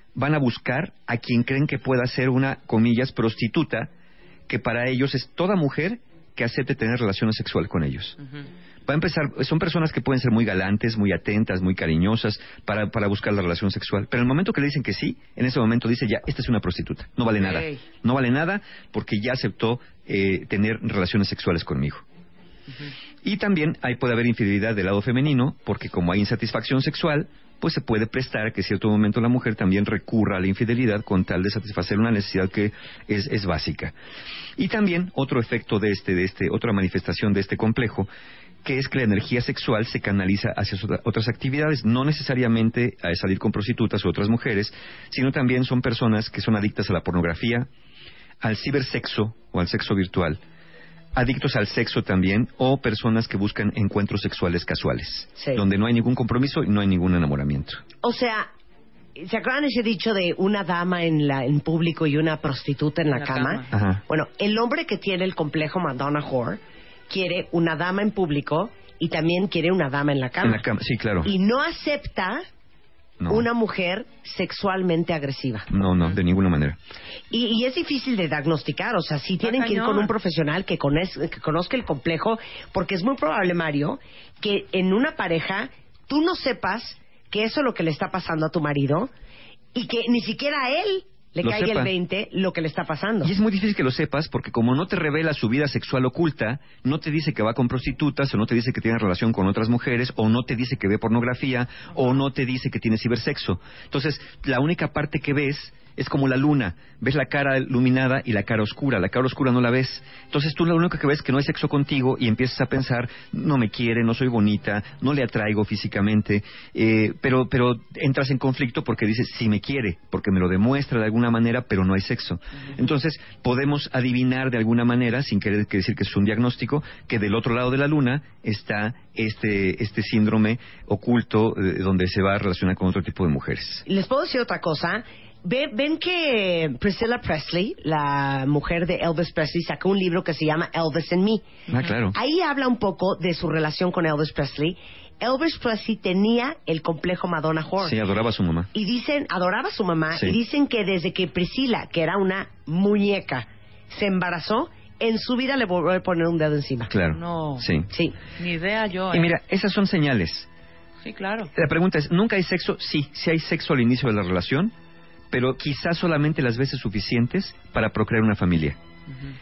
van a buscar a quien creen que pueda ser una, comillas, prostituta, que para ellos es toda mujer que acepte tener relaciones sexuales con ellos. Uh-huh. Va a empezar, son personas que pueden ser muy galantes, muy atentas, muy cariñosas para, para buscar la relación sexual. Pero en el momento que le dicen que sí, en ese momento dice ya, esta es una prostituta. No vale okay. nada. No vale nada porque ya aceptó eh, tener relaciones sexuales conmigo. Uh-huh. Y también ahí puede haber infidelidad del lado femenino, porque como hay insatisfacción sexual, pues se puede prestar a que en cierto momento la mujer también recurra a la infidelidad con tal de satisfacer una necesidad que es, es básica. Y también otro efecto de este, de este, otra manifestación de este complejo, que es que la energía sexual se canaliza hacia otras actividades, no necesariamente a salir con prostitutas u otras mujeres, sino también son personas que son adictas a la pornografía, al cibersexo o al sexo virtual, adictos al sexo también, o personas que buscan encuentros sexuales casuales, sí. donde no hay ningún compromiso y no hay ningún enamoramiento. O sea, ¿se acuerdan ese dicho de una dama en la en público y una prostituta en la, en la cama? cama. Bueno, el hombre que tiene el complejo Madonna Whore quiere una dama en público y también quiere una dama en la cama. En la cama, sí, claro. Y no acepta no. una mujer sexualmente agresiva. No, no, de ninguna manera. Y, y es difícil de diagnosticar, o sea, sí tienen que ir con un profesional que, cones, que conozca el complejo, porque es muy probable, Mario, que en una pareja tú no sepas que eso es lo que le está pasando a tu marido y que ni siquiera a él le lo caiga sepa. el veinte lo que le está pasando. Y es muy difícil que lo sepas porque como no te revela su vida sexual oculta, no te dice que va con prostitutas, o no te dice que tiene relación con otras mujeres, o no te dice que ve pornografía, o no te dice que tiene cibersexo. Entonces, la única parte que ves es como la luna. Ves la cara iluminada y la cara oscura. La cara oscura no la ves. Entonces tú lo único que ves es que no hay sexo contigo y empiezas a pensar, no me quiere, no soy bonita, no le atraigo físicamente, eh, pero, pero entras en conflicto porque dices, sí me quiere, porque me lo demuestra de alguna manera, pero no hay sexo. Uh-huh. Entonces podemos adivinar de alguna manera, sin querer decir que es un diagnóstico, que del otro lado de la luna está este, este síndrome oculto eh, donde se va a relacionar con otro tipo de mujeres. Les puedo decir otra cosa. Ven, ven que Priscilla Presley, la mujer de Elvis Presley, sacó un libro que se llama Elvis and Me. Ah, claro. Ahí habla un poco de su relación con Elvis Presley. Elvis Presley tenía el complejo Madonna Whore. Sí, adoraba a su mamá. Y dicen, adoraba a su mamá, sí. y dicen que desde que Priscilla, que era una muñeca, se embarazó, en su vida le volvió a poner un dedo encima. Claro. No. Sí. Sí. Ni idea yo. Y eh. mira, esas son señales. Sí, claro. La pregunta es, ¿nunca hay sexo? Sí, sí hay sexo al inicio de la relación, pero quizás solamente las veces suficientes para procrear una familia. Uh-huh.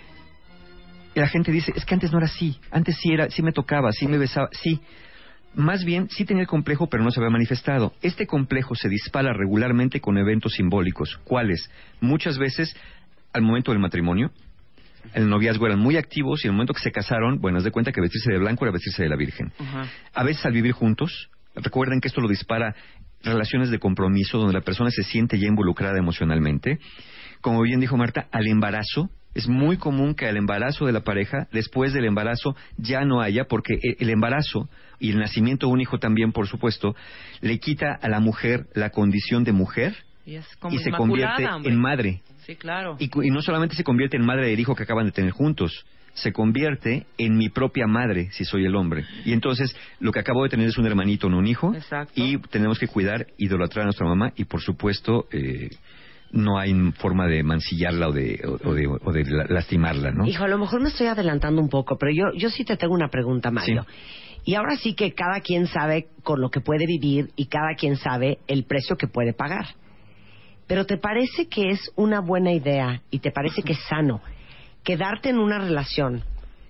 Y la gente dice, es que antes no era así, antes sí era, sí me tocaba, sí me besaba, sí. Más bien, sí tenía el complejo, pero no se había manifestado. Este complejo se dispara regularmente con eventos simbólicos. ¿Cuáles? Muchas veces al momento del matrimonio. El noviazgo eran muy activos y en el momento que se casaron, bueno, haz de cuenta que vestirse de blanco era vestirse de la Virgen. Uh-huh. A veces al vivir juntos, recuerden que esto lo dispara relaciones de compromiso donde la persona se siente ya involucrada emocionalmente. Como bien dijo Marta, al embarazo, es muy común que al embarazo de la pareja, después del embarazo ya no haya, porque el embarazo y el nacimiento de un hijo también, por supuesto, le quita a la mujer la condición de mujer y, es como y se convierte hombre. en madre. Sí, claro. Y, y no solamente se convierte en madre del hijo que acaban de tener juntos, se convierte en mi propia madre si soy el hombre. Y entonces lo que acabo de tener es un hermanito, no un hijo. Exacto. Y tenemos que cuidar, idolatrar a nuestra mamá y por supuesto eh, no hay forma de mancillarla o de, o, o de, o de lastimarla, ¿no? Hijo, a lo mejor me estoy adelantando un poco, pero yo, yo sí te tengo una pregunta, Mario. Sí. Y ahora sí que cada quien sabe con lo que puede vivir y cada quien sabe el precio que puede pagar. Pero ¿te parece que es una buena idea y te parece que es sano quedarte en una relación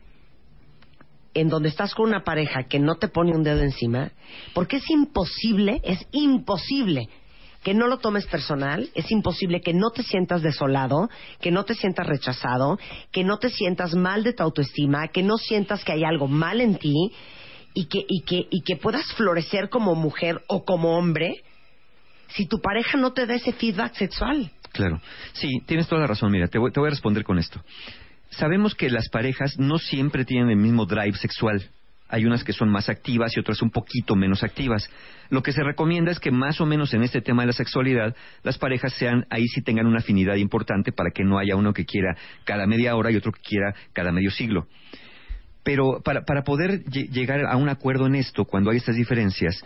en donde estás con una pareja que no te pone un dedo encima? Porque es imposible, es imposible que no lo tomes personal, es imposible que no te sientas desolado, que no te sientas rechazado, que no te sientas mal de tu autoestima, que no sientas que hay algo mal en ti y que, y que, y que puedas florecer como mujer o como hombre si tu pareja no te da ese feedback sexual. Claro, sí, tienes toda la razón. Mira, te voy, te voy a responder con esto. Sabemos que las parejas no siempre tienen el mismo drive sexual. Hay unas que son más activas y otras un poquito menos activas. Lo que se recomienda es que más o menos en este tema de la sexualidad, las parejas sean, ahí sí tengan una afinidad importante para que no haya uno que quiera cada media hora y otro que quiera cada medio siglo. Pero para, para poder ll- llegar a un acuerdo en esto, cuando hay estas diferencias,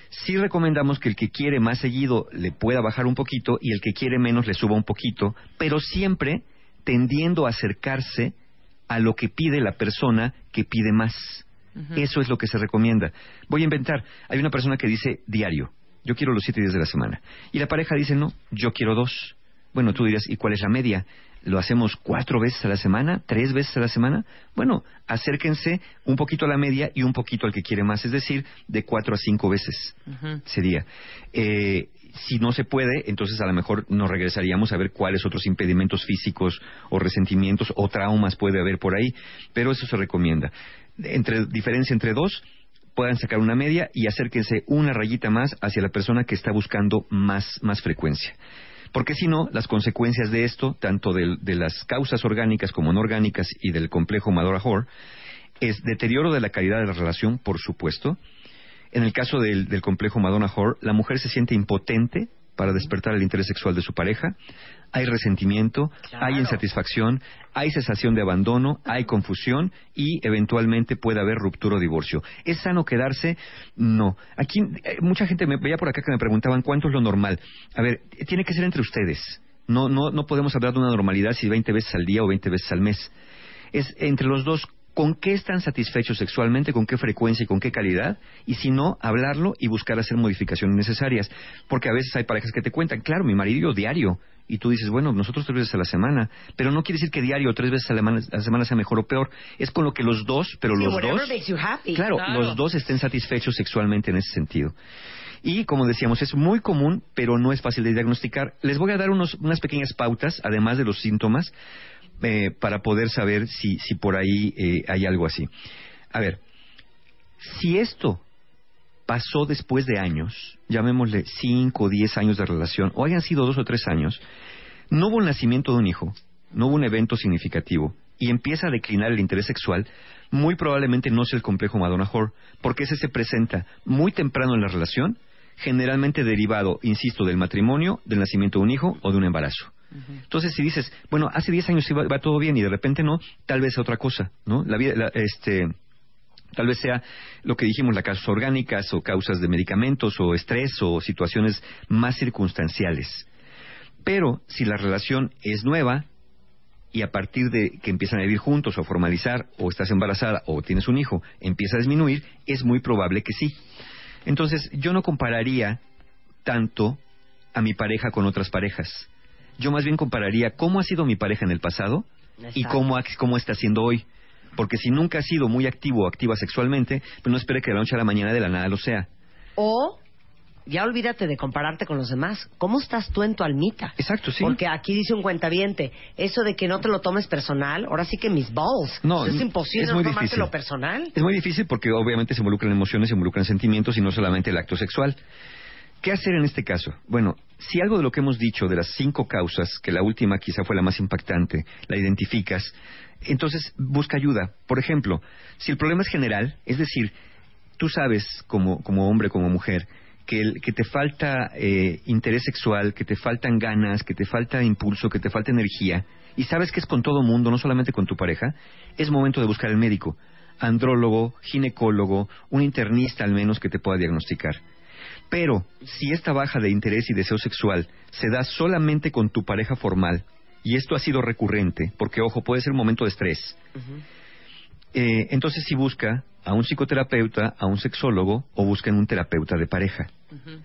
Sí recomendamos que el que quiere más seguido le pueda bajar un poquito y el que quiere menos le suba un poquito, pero siempre tendiendo a acercarse a lo que pide la persona que pide más. Uh-huh. Eso es lo que se recomienda. Voy a inventar. Hay una persona que dice diario, yo quiero los siete días de la semana. Y la pareja dice, no, yo quiero dos. Bueno, tú dirás, ¿y cuál es la media? ¿Lo hacemos cuatro veces a la semana? ¿Tres veces a la semana? Bueno, acérquense un poquito a la media y un poquito al que quiere más. Es decir, de cuatro a cinco veces uh-huh. sería. Eh, si no se puede, entonces a lo mejor nos regresaríamos a ver cuáles otros impedimentos físicos o resentimientos o traumas puede haber por ahí. Pero eso se recomienda. Entre, diferencia entre dos, puedan sacar una media y acérquense una rayita más hacia la persona que está buscando más, más frecuencia. Porque si no, las consecuencias de esto, tanto de, de las causas orgánicas como no orgánicas y del complejo Madonna-Whore, es deterioro de la calidad de la relación, por supuesto. En el caso del, del complejo Madonna-Whore, la mujer se siente impotente para despertar el interés sexual de su pareja. Hay resentimiento, claro. hay insatisfacción, hay sensación de abandono, hay confusión y eventualmente puede haber ruptura o divorcio. ¿Es sano quedarse? No. Aquí eh, mucha gente me veía por acá que me preguntaban cuánto es lo normal. A ver, tiene que ser entre ustedes. No, no, no podemos hablar de una normalidad si veinte veces al día o veinte veces al mes. Es entre los dos. ¿Con qué están satisfechos sexualmente? ¿Con qué frecuencia y con qué calidad? Y si no, hablarlo y buscar hacer modificaciones necesarias. Porque a veces hay parejas que te cuentan, claro, mi marido diario. Y tú dices, bueno, nosotros tres veces a la semana. Pero no quiere decir que diario o tres veces a la, semana, a la semana sea mejor o peor. Es con lo que los dos, pero sí, los dos... Makes you happy. Claro, claro, los dos estén satisfechos sexualmente en ese sentido. Y como decíamos, es muy común, pero no es fácil de diagnosticar. Les voy a dar unos, unas pequeñas pautas, además de los síntomas, Eh, para poder saber si, si por ahí eh, hay algo así. A ver, si esto pasó después de años, llamémosle cinco o diez años de relación, o hayan sido dos o tres años, no hubo el nacimiento de un hijo, no hubo un evento significativo, y empieza a declinar el interés sexual, muy probablemente no sea el complejo Madonna-Whore, porque ese se presenta muy temprano en la relación, generalmente derivado, insisto, del matrimonio, del nacimiento de un hijo o de un embarazo. Entonces, si dices, bueno, hace diez años iba, va todo bien y de repente no, tal vez sea otra cosa, ¿no? La vida, la, este, tal vez sea lo que dijimos, las causas orgánicas o causas de medicamentos o estrés o situaciones más circunstanciales. Pero si la relación es nueva y a partir de que empiezan a vivir juntos o a formalizar o estás embarazada o tienes un hijo, empieza a disminuir, es muy probable que sí. Entonces, yo no compararía tanto a mi pareja con otras parejas. Yo más bien compararía cómo ha sido mi pareja en el pasado y cómo, cómo está siendo hoy. Porque si nunca ha sido muy activo o activa sexualmente, pues no espere que de la noche a la mañana de la nada lo sea. O, ya olvídate de compararte con los demás. ¿Cómo estás tú en tu almita? Exacto, sí. Porque aquí dice un cuentaviente, eso de que no te lo tomes personal, ahora sí que mis balls. No, es imposible es muy no tomártelo difícil. personal. Es muy difícil porque obviamente se involucran emociones, se involucran sentimientos y no solamente el acto sexual. ¿Qué hacer en este caso? Bueno, si algo de lo que hemos dicho de las cinco causas, que la última quizá fue la más impactante, la identificas, entonces busca ayuda. Por ejemplo, si el problema es general, es decir, tú sabes como, como hombre, como mujer, que, el, que te falta eh, interés sexual, que te faltan ganas, que te falta impulso, que te falta energía, y sabes que es con todo mundo, no solamente con tu pareja, es momento de buscar al médico, andrólogo, ginecólogo, un internista al menos que te pueda diagnosticar. Pero, si esta baja de interés y deseo sexual se da solamente con tu pareja formal, y esto ha sido recurrente, porque, ojo, puede ser un momento de estrés, uh-huh. eh, entonces si busca a un psicoterapeuta, a un sexólogo, o busquen un terapeuta de pareja. Uh-huh.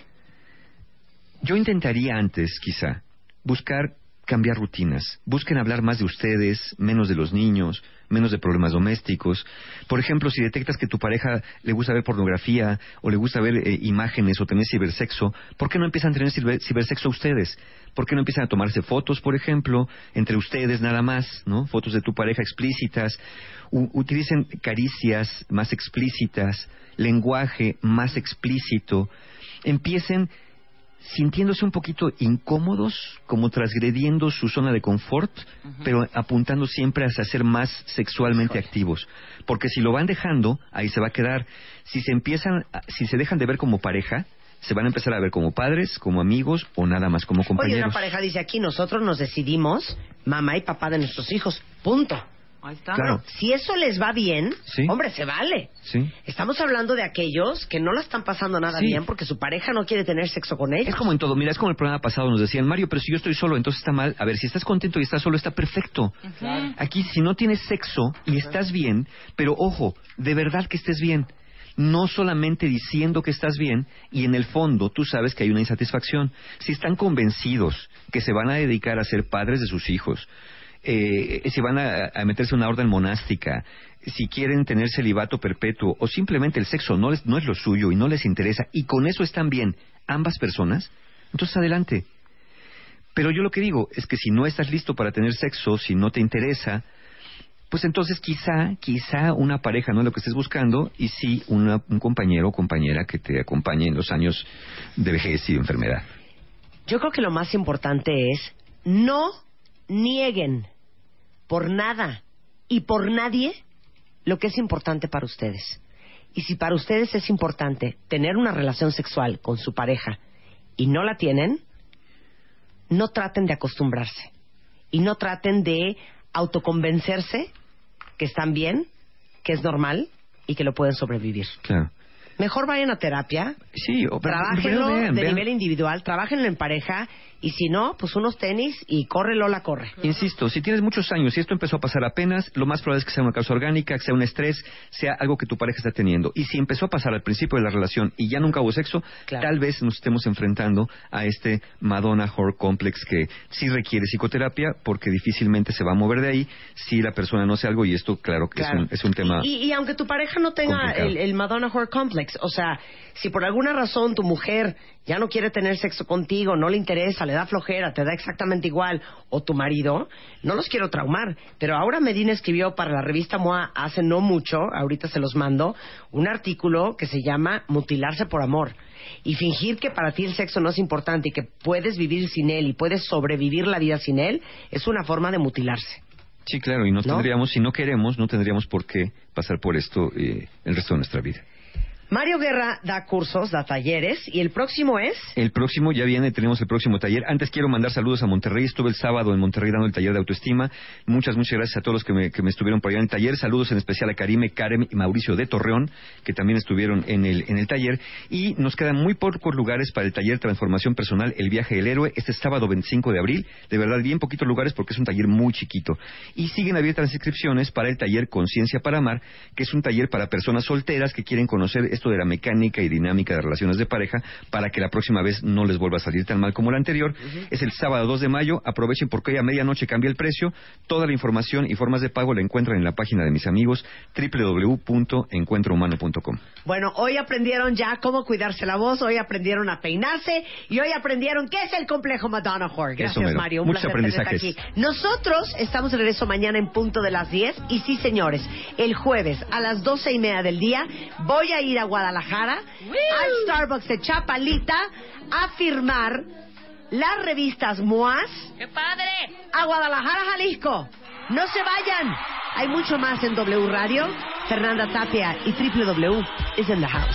Yo intentaría antes, quizá, buscar cambiar rutinas. Busquen hablar más de ustedes, menos de los niños, menos de problemas domésticos. Por ejemplo, si detectas que tu pareja le gusta ver pornografía o le gusta ver eh, imágenes o tener cibersexo, ¿por qué no empiezan a tener ciber, cibersexo ustedes? ¿Por qué no empiezan a tomarse fotos, por ejemplo, entre ustedes nada más, ¿no? Fotos de tu pareja explícitas. U- utilicen caricias más explícitas, lenguaje más explícito. Empiecen sintiéndose un poquito incómodos, como transgrediendo su zona de confort, uh-huh. pero apuntando siempre hacia ser más sexualmente Híjole. activos. Porque si lo van dejando, ahí se va a quedar. Si se empiezan, si se dejan de ver como pareja, se van a empezar a ver como padres, como amigos o nada más como compañeros. Oye, una pareja dice aquí, nosotros nos decidimos mamá y papá de nuestros hijos, punto. Ahí está. Claro. Si eso les va bien, Sí. hombre, se vale. Sí. Estamos hablando de aquellos que no la están pasando nada Sí. bien porque su pareja no quiere tener sexo con ellos. Es como en todo. Mira, es como el programa pasado nos decían, Mario, pero si yo estoy solo, entonces está mal. A ver, si estás contento y estás solo, está perfecto. Claro. Aquí, si no tienes sexo y estás bien, pero ojo, de verdad que estés bien. No solamente diciendo que estás bien y en el fondo tú sabes que hay una insatisfacción. Si están convencidos que se van a dedicar a ser padres de sus hijos, eh, si van a, a meterse en una orden monástica, si quieren tener celibato perpetuo o simplemente el sexo no, les, no es lo suyo y no les interesa y con eso están bien ambas personas, entonces adelante. Pero yo lo que digo es que si no estás listo para tener sexo, si no te interesa, pues entonces quizá, quizá una pareja no es lo que estés buscando y sí una, un compañero o compañera que te acompañe en los años de vejez y de enfermedad. Yo creo que lo más importante es no nieguen por nada y por nadie lo que es importante para ustedes. Y si para ustedes es importante tener una relación sexual con su pareja y no la tienen, no traten de acostumbrarse y no traten de autoconvencerse que están bien, que es normal y que lo pueden sobrevivir. Claro. Mejor vayan a terapia, sí, o, trabájenlo pero vean, de vean. nivel individual, trabájenlo en pareja y si no, pues unos tenis y corre Lola, corre. Insisto, si tienes muchos años y esto empezó a pasar apenas, lo más probable es que sea una causa orgánica, que sea un estrés, sea algo que tu pareja está teniendo. Y si empezó a pasar al principio de la relación y ya nunca hubo sexo, Claro. tal vez nos estemos enfrentando a este Madonna Whore Complex que sí requiere psicoterapia porque difícilmente se va a mover de ahí si la persona no hace algo y esto, claro, que Claro. es, un, es un tema... Y, y aunque tu pareja no tenga complicado. el, el Madonna Whore Complex, o sea, si por alguna razón tu mujer ya no quiere tener sexo contigo, no le interesa, le da flojera, te da exactamente igual, o tu marido, no los quiero traumar, pero ahora Medina escribió para la revista M O A hace no mucho, ahorita se los mando, un artículo que se llama Mutilarse por amor. Y fingir que para ti el sexo no es importante y que puedes vivir sin él y puedes sobrevivir la vida sin él, es una forma de mutilarse. Sí, claro, y no, ¿No? tendríamos, si no queremos, no tendríamos por qué pasar por esto eh, el resto de nuestra vida. Mario Guerra da cursos, da talleres, y el próximo es... El próximo, ya viene, tenemos el próximo taller. Antes quiero mandar saludos a Monterrey. Estuve el sábado en Monterrey dando el taller de autoestima. Muchas, muchas gracias a todos los que me, que me estuvieron por allá en el taller. Saludos en especial a Karime, Karen y Mauricio de Torreón, que también estuvieron en el, en el taller. Y nos quedan muy pocos lugares para el taller Transformación Personal, El Viaje del Héroe, este sábado veinticinco de abril. De verdad, bien poquitos lugares porque es un taller muy chiquito. Y siguen abiertas las inscripciones para el taller Conciencia para Amar, que es un taller para personas solteras que quieren conocer esto de la mecánica y dinámica de relaciones de pareja para que la próxima vez no les vuelva a salir tan mal como la anterior. Uh-huh. Es el sábado dos de mayo. Aprovechen porque hoy a medianoche cambia el precio. Toda la información y formas de pago la encuentran en la página de mis amigos doble u doble u doble u punto encuentro humano punto com. Bueno, hoy aprendieron ya cómo cuidarse la voz, hoy aprendieron a peinarse y hoy aprendieron qué es el complejo Madonna Whore. Gracias, Mario. Un Muchos placer tenerte aquí. Nosotros estamos de regreso mañana en punto de las diez y sí, señores, el jueves a las doce y media del día voy a ir a Guadalajara al Starbucks de Chapalita a firmar las revistas M O A S. ¡Qué padre! A Guadalajara, Jalisco. No se vayan. Hay mucho más en W Radio. Fernanda Tapia y doble u doble u doble u is in the house.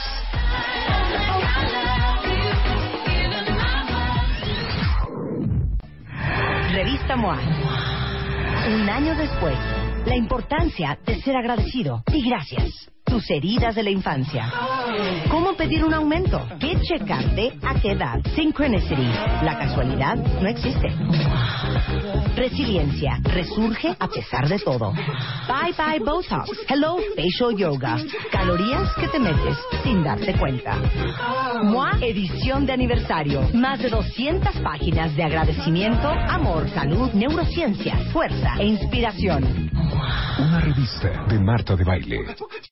Revista M O A S. Un año después, la importancia de ser agradecido y gracias. Tus heridas de la infancia. ¿Cómo pedir un aumento? ¿Qué checarte? ¿A qué edad? Synchronicity. La casualidad no existe. Resiliencia. Resurge a pesar de todo. Bye bye Botox. Hello Facial Yoga. Calorías que te metes sin darte cuenta. M O A edición de aniversario. Más de doscientas páginas de agradecimiento, amor, salud, neurociencia, fuerza e inspiración. Una revista de Marta de Baile.